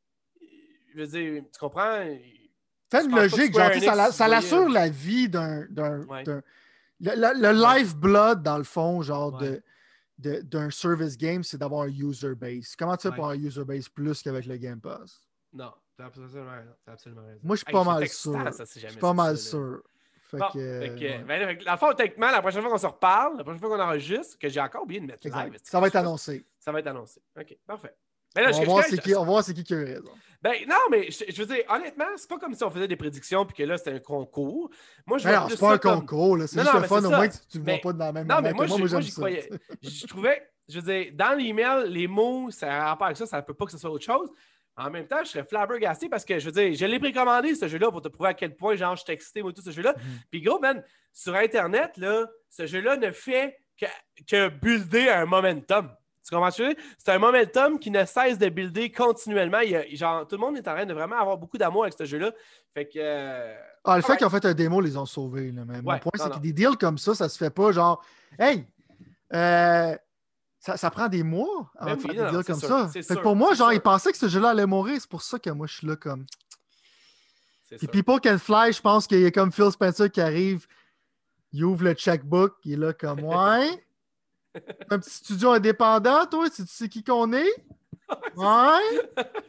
je veux dire, tu comprends? C'est une logique, genre, ça, ça l'assure la vie d'un. d'un, ouais. d'un le, le, le lifeblood, dans le fond, genre, ouais. de, de, d'un service game, c'est d'avoir un user base. Comment tu fais ouais. pour avoir un user base plus qu'avec le Game Pass? Non, t'as absolument raison. T'as absolument raison. Moi, je suis pas, hey, sûr. Je suis pas mal sûr. Fait bon, que, fait que, ouais. ben, la fois, techniquement, la prochaine fois qu'on se reparle, la prochaine fois qu'on enregistre, que j'ai encore oublié de mettre exact. live. Ça va être annoncé. Ça va être annoncé. OK, parfait. Ben là, on, va voir c'est qui, on va voir c'est qui qui a eu raison. Ben non, mais je, je veux dire, honnêtement, c'est pas comme si on faisait des prédictions puis que là, c'était un concours. Moi, je non, c'est pas un comme... concours, là. C'est non, juste non, le fun, au moins, tu ne mais... vois pas dans la même non, mais moi, moi, moi, moi j'y croyais. Je trouvais, je veux dire, dans l'email, les mots, ça a rapport avec ça, ça ne peut pas que ce soit autre chose. En même temps, je serais flabbergasté parce que, je veux dire, je l'ai précommandé, ce jeu-là, pour te prouver à quel point, genre, je suis excité, moi, tout ce jeu-là. Mm-hmm. Puis gros, man, sur Internet, là, ce jeu-là ne fait que, que builder un momentum. Tu comprends ce que je veux dire? C'est un momentum qui ne cesse de builder continuellement. Il y a, genre, tout le monde est en train de vraiment avoir beaucoup d'amour avec ce jeu-là. Fait que... Euh... Ah, le fait ouais. qu'ils ont fait un démo, les ont sauvés. Là, mais ouais, mon point, non, c'est non. que des deals comme ça, ça se fait pas, genre, hey, euh... Ça, ça prend des mois avant ben de oui, faire des deals comme sûr, ça. Fait sûr, que pour moi, genre, sûr. Ils pensaient que ce jeu-là allait mourir. C'est pour ça que moi, je suis là comme... Puis People Can Fly, je pense qu'il y a comme Phil Spencer qui arrive, il ouvre le checkbook, il est là comme, ouais. Un petit studio indépendant, toi, tu sais qui qu'on est? Ouais.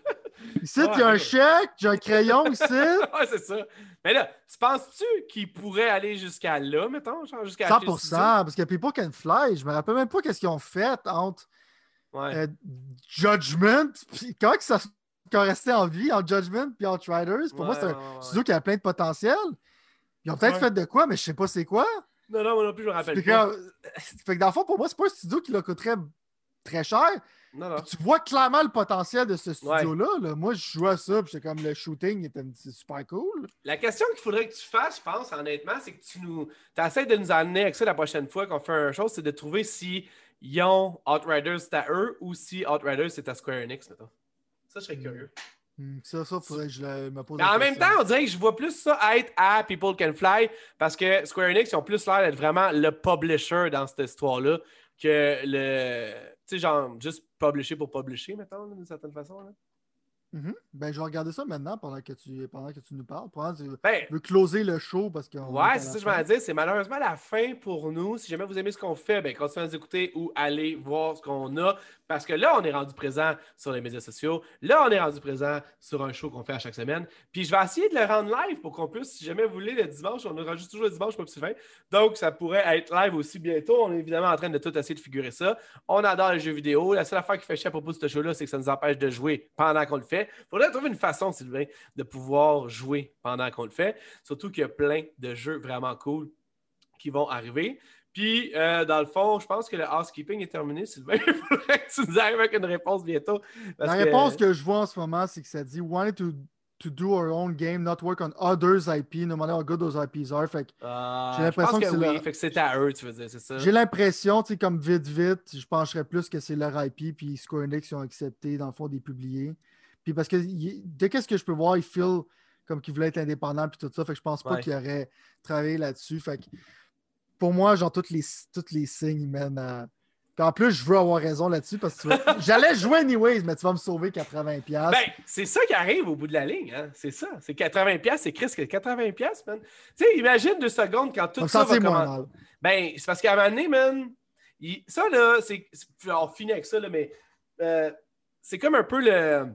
Ici, il ouais, y a un chèque, j'ai un crayon ici. Ouais, c'est ça. Mais là, tu penses-tu qu'il pourrait aller jusqu'à là, mettons? Genre jusqu'à cent pour cent, parce que People Can Fly, je me rappelle même pas qu'est-ce qu'ils ont fait entre ouais. euh, Judgment, puis comment que ça restait en vie entre Judgment et Outriders. Pour ouais, moi, c'est un ouais, ouais, studio ouais. qui a plein de potentiel. Ils ont peut-être ouais. fait de quoi, mais je sais pas c'est quoi. Non, non, moi non plus, je me rappelle pas. Que, fait que dans le fond, pour moi, c'est pas un studio qui leur coûterait très cher. Non, non. Tu vois clairement le potentiel de ce studio-là. Ouais. Là. Moi, je jouais à ça, puis j'étais comme le shooting, était super cool. La question qu'il faudrait que tu fasses, je pense, honnêtement, c'est que tu nous. Tu essaies de nous amener avec ça la prochaine fois qu'on fait une chose, c'est de trouver si ils ont Outriders, c'est à eux, ou si Outriders, c'est à Square Enix, mettons. Ça, je serais curieux. Mmh, ça, ça, faudrait que je le, me pose la question. En même temps, on dirait que je vois plus ça être à People Can Fly parce que Square Enix, ils ont plus l'air d'être vraiment le publisher dans cette histoire-là que le. Tu sais, genre, juste publisher pour publisher, mettons, d'une certaine façon. Là. Mm-hmm. Ben, je vais regarder ça maintenant pendant que tu, pendant que tu nous parles. Pendant que tu ben, veux closer le show parce que. Ouais, c'est ça que je m'en dire. C'est malheureusement la fin pour nous. Si jamais vous aimez ce qu'on fait, ben, continuez à nous écouter ou allez voir ce qu'on a. Parce que là, on est rendu présent sur les médias sociaux. Là, on est rendu présent sur un show qu'on fait à chaque semaine. Puis je vais essayer de le rendre live pour qu'on puisse, si jamais vous voulez, le dimanche, on enregistre toujours le dimanche, pas Sylvain. Donc, ça pourrait être live aussi bientôt. On est évidemment en train de tout essayer de figurer ça. On adore les jeux vidéo. La seule affaire qui fait chier à propos de ce show-là, c'est que ça nous empêche de jouer pendant qu'on le fait. Il faudrait trouver une façon, Sylvain, de pouvoir jouer pendant qu'on le fait. Surtout qu'il y a plein de jeux vraiment cool qui vont arriver. Puis, euh, dans le fond, je pense que le housekeeping est terminé, Sylvain. Il faudrait que tu nous arrives avec une réponse bientôt. La que... réponse que je vois en ce moment, c'est que ça dit « Wanted to, to do our own game, not work on others' I P, no matter how good those I Ps are. » Fait que euh, j'ai l'impression que, que, que c'est oui, leur... fait que c'est à eux, tu veux dire, c'est ça? J'ai l'impression, tu sais, comme vite, vite, je pencherais plus que c'est leur I P, puis Square Enix ils ont accepté, dans le fond, des publier. Puis parce que de qu'est-ce que je peux voir, ils feel comme qu'ils voulaient être indépendants, puis tout ça. Fait que je pense pas ouais. qu'ils auraient travaillé là-dessus. Fait que pour moi, genre, tous les, tous les signes ils mènent à. Puis en plus, je veux avoir raison là-dessus parce que tu vas... j'allais jouer anyways, mais tu vas me sauver quatre-vingts dollars. Ben, c'est ça qui arrive au bout de la ligne, hein? C'est ça. C'est quatre-vingts dollars, c'est Chris, quatre-vingts dollars, man. Tu sais, imagine deux secondes quand tout ça, ça va commencer. Ben, c'est parce qu'à un moment donné, man, il... ça, là, c'est. On finit avec ça, là, mais euh, c'est comme un peu le.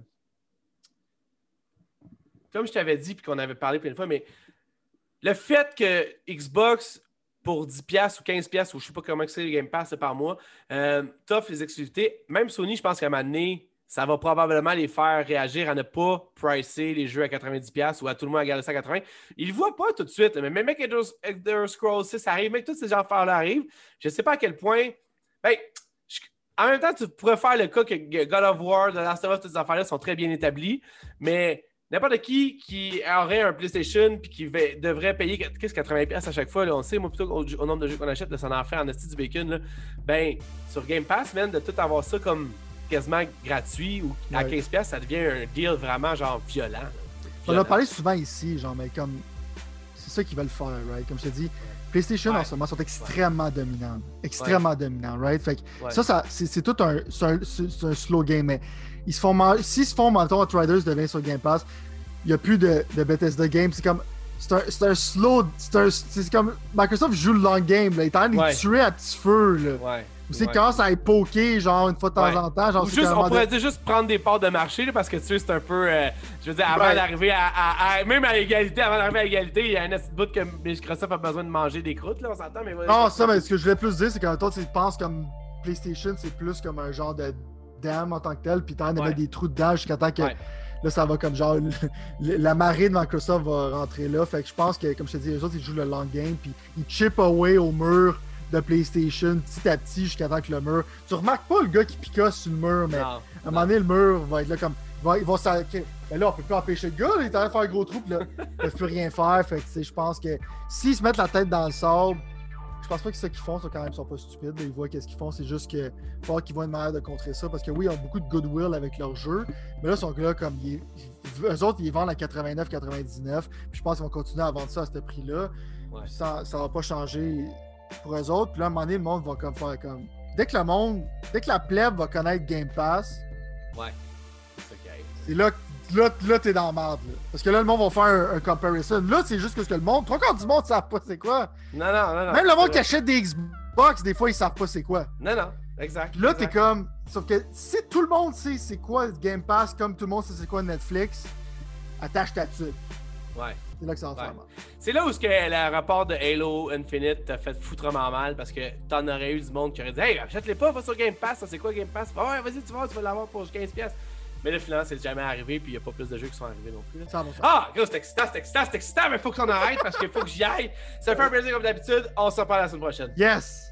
Comme je t'avais dit, puis qu'on avait parlé plein de fois, mais le fait que Xbox, pour dix dollars ou quinze dollars, ou je ne sais pas comment c'est le Game Pass par mois, euh, t'offre les exclusivités. Même Sony, je pense qu'à un moment donné, ça va probablement les faire réagir à ne pas pricer les jeux à quatre-vingt-dix dollars ou à tout le monde à garder ça à quatre-vingts. Ils ne le voient pas tout de suite. Mais même que Elder Scrolls six arrive, même que tous ces affaires-là arrivent, je ne sais pas à quel point... Ben, je... En même temps, tu pourrais faire le cas que God of War, The Last of Us, toutes ces affaires-là sont très bien établies, mais... N'importe qui qui aurait un PlayStation et qui va, devrait payer qu'est-ce, quatre-vingts dollars à chaque fois, là, on sait, moi, plutôt au, au nombre de jeux qu'on achète, là, ça en fait en esti du bacon. Là, ben, sur Game Pass, man, de tout avoir ça comme quasiment gratuit ou à ouais. quinze dollars, ça devient un deal vraiment genre violent. Là, violent. On a parlé souvent ici, genre, mais comme c'est ça qu'ils veulent faire, right? Comme je te dis, PlayStation ouais. en ce moment sont extrêmement ouais. dominants. Extrêmement ouais. dominants, right? Fait que ouais. ça, ça c'est, c'est tout un, c'est un, c'est un slow game, mais ils se font mal... s'ils se font, mettons, Outriders devient sur Game Pass, il n'y a plus de, de Bethesda Game. C'est comme. C'est un, c'est un slow. C'est, un, c'est comme. Microsoft joue le long game. Là. Il est en train de les ouais. tuer à petit feu. Là. Ouais. Ou c'est ouais. quand ça être poké, genre, une fois de temps ouais. en temps. Genre, Ou juste, on pourrait de... dire juste prendre des parts de marché, là, parce que tu sais, c'est un peu. Euh, je veux dire, avant ouais. d'arriver à, à, à. Même à l'égalité, avant d'arriver à l'égalité, il y a un petit bout que Microsoft a besoin de manger des croûtes, là, on s'entend. Mais non, ça, mais ce que je voulais plus dire, c'est qu'en même temps, tu penses comme PlayStation, c'est plus comme un genre de dam en tant que tel, puis t'en as ouais. des trous dedans jusqu'à temps que. Ouais. Là, ça va comme genre, le, le, la marée de Microsoft va rentrer là. Fait que je pense que, comme je te dis, les autres, ils jouent le long game, puis ils chip away au mur de PlayStation petit à petit jusqu'à temps que le mur. Tu remarques pas le gars qui picasse sur le mur, mais non, à un moment donné, le mur va être là comme. Ils vont s'arrêter. Mais là, on peut plus empêcher le gars, là, il est en train de faire un gros trou, pis là, ils peuvent plus rien faire. Fait que, je pense que s'ils se mettent la tête dans le sable, je pense pas que c'est ça qu'ils font, ça, quand même, ils sont pas stupides. Ils voient qu'est-ce qu'ils font, c'est juste que faut qu'ils voient une manière de contrer ça. Parce que oui, ils ont beaucoup de goodwill avec leur jeu, mais là, ils sont là comme. Ils, eux autres, ils les vendent à quatre-vingt-neuf quatre-vingt-dix-neuf. Puis je pense qu'ils vont continuer à vendre ça à ce prix-là. Ouais. Ça, ça va pas changer pour eux autres. Puis là, à un moment donné, le monde va comme faire comme. Dès que le monde, dès que la plèbe va connaître Game Pass. Ouais. C'est là, là, là t'es dans la merde. Là. Parce que là, le monde va faire un, un comparison. Là, c'est juste que le monde, trois quarts du monde ne savent pas c'est quoi. Non, non, non. non Même le monde qui achète des Xbox, des fois, ils savent pas c'est quoi. Non, non, exact. Puis là, exact. t'es comme. Sauf que si tout le monde sait c'est quoi Game Pass, comme tout le monde sait c'est quoi Netflix, attache ta tuque. Ouais. C'est là que ça va ouais. faire mal. C'est là où ce que le rapport de Halo Infinite t'a fait foutrement mal parce que t'en aurais eu du monde qui aurait dit hey, achète-les pas, va sur Game Pass, ça c'est quoi Game Pass? Ah ouais, vas-y, tu vas, tu vas l'avoir pour quinze piastres. Mais là, finalement, c'est jamais arrivé, puis il n'y a pas plus de jeux qui sont arrivés non plus. Ça va faire. Ah, gros, c'est excitant, c'est excitant, c'est excitant, mais il faut qu'on arrête parce qu'il faut que j'y aille. Ça fait un plaisir comme d'habitude. On se reparle la semaine prochaine. Yes!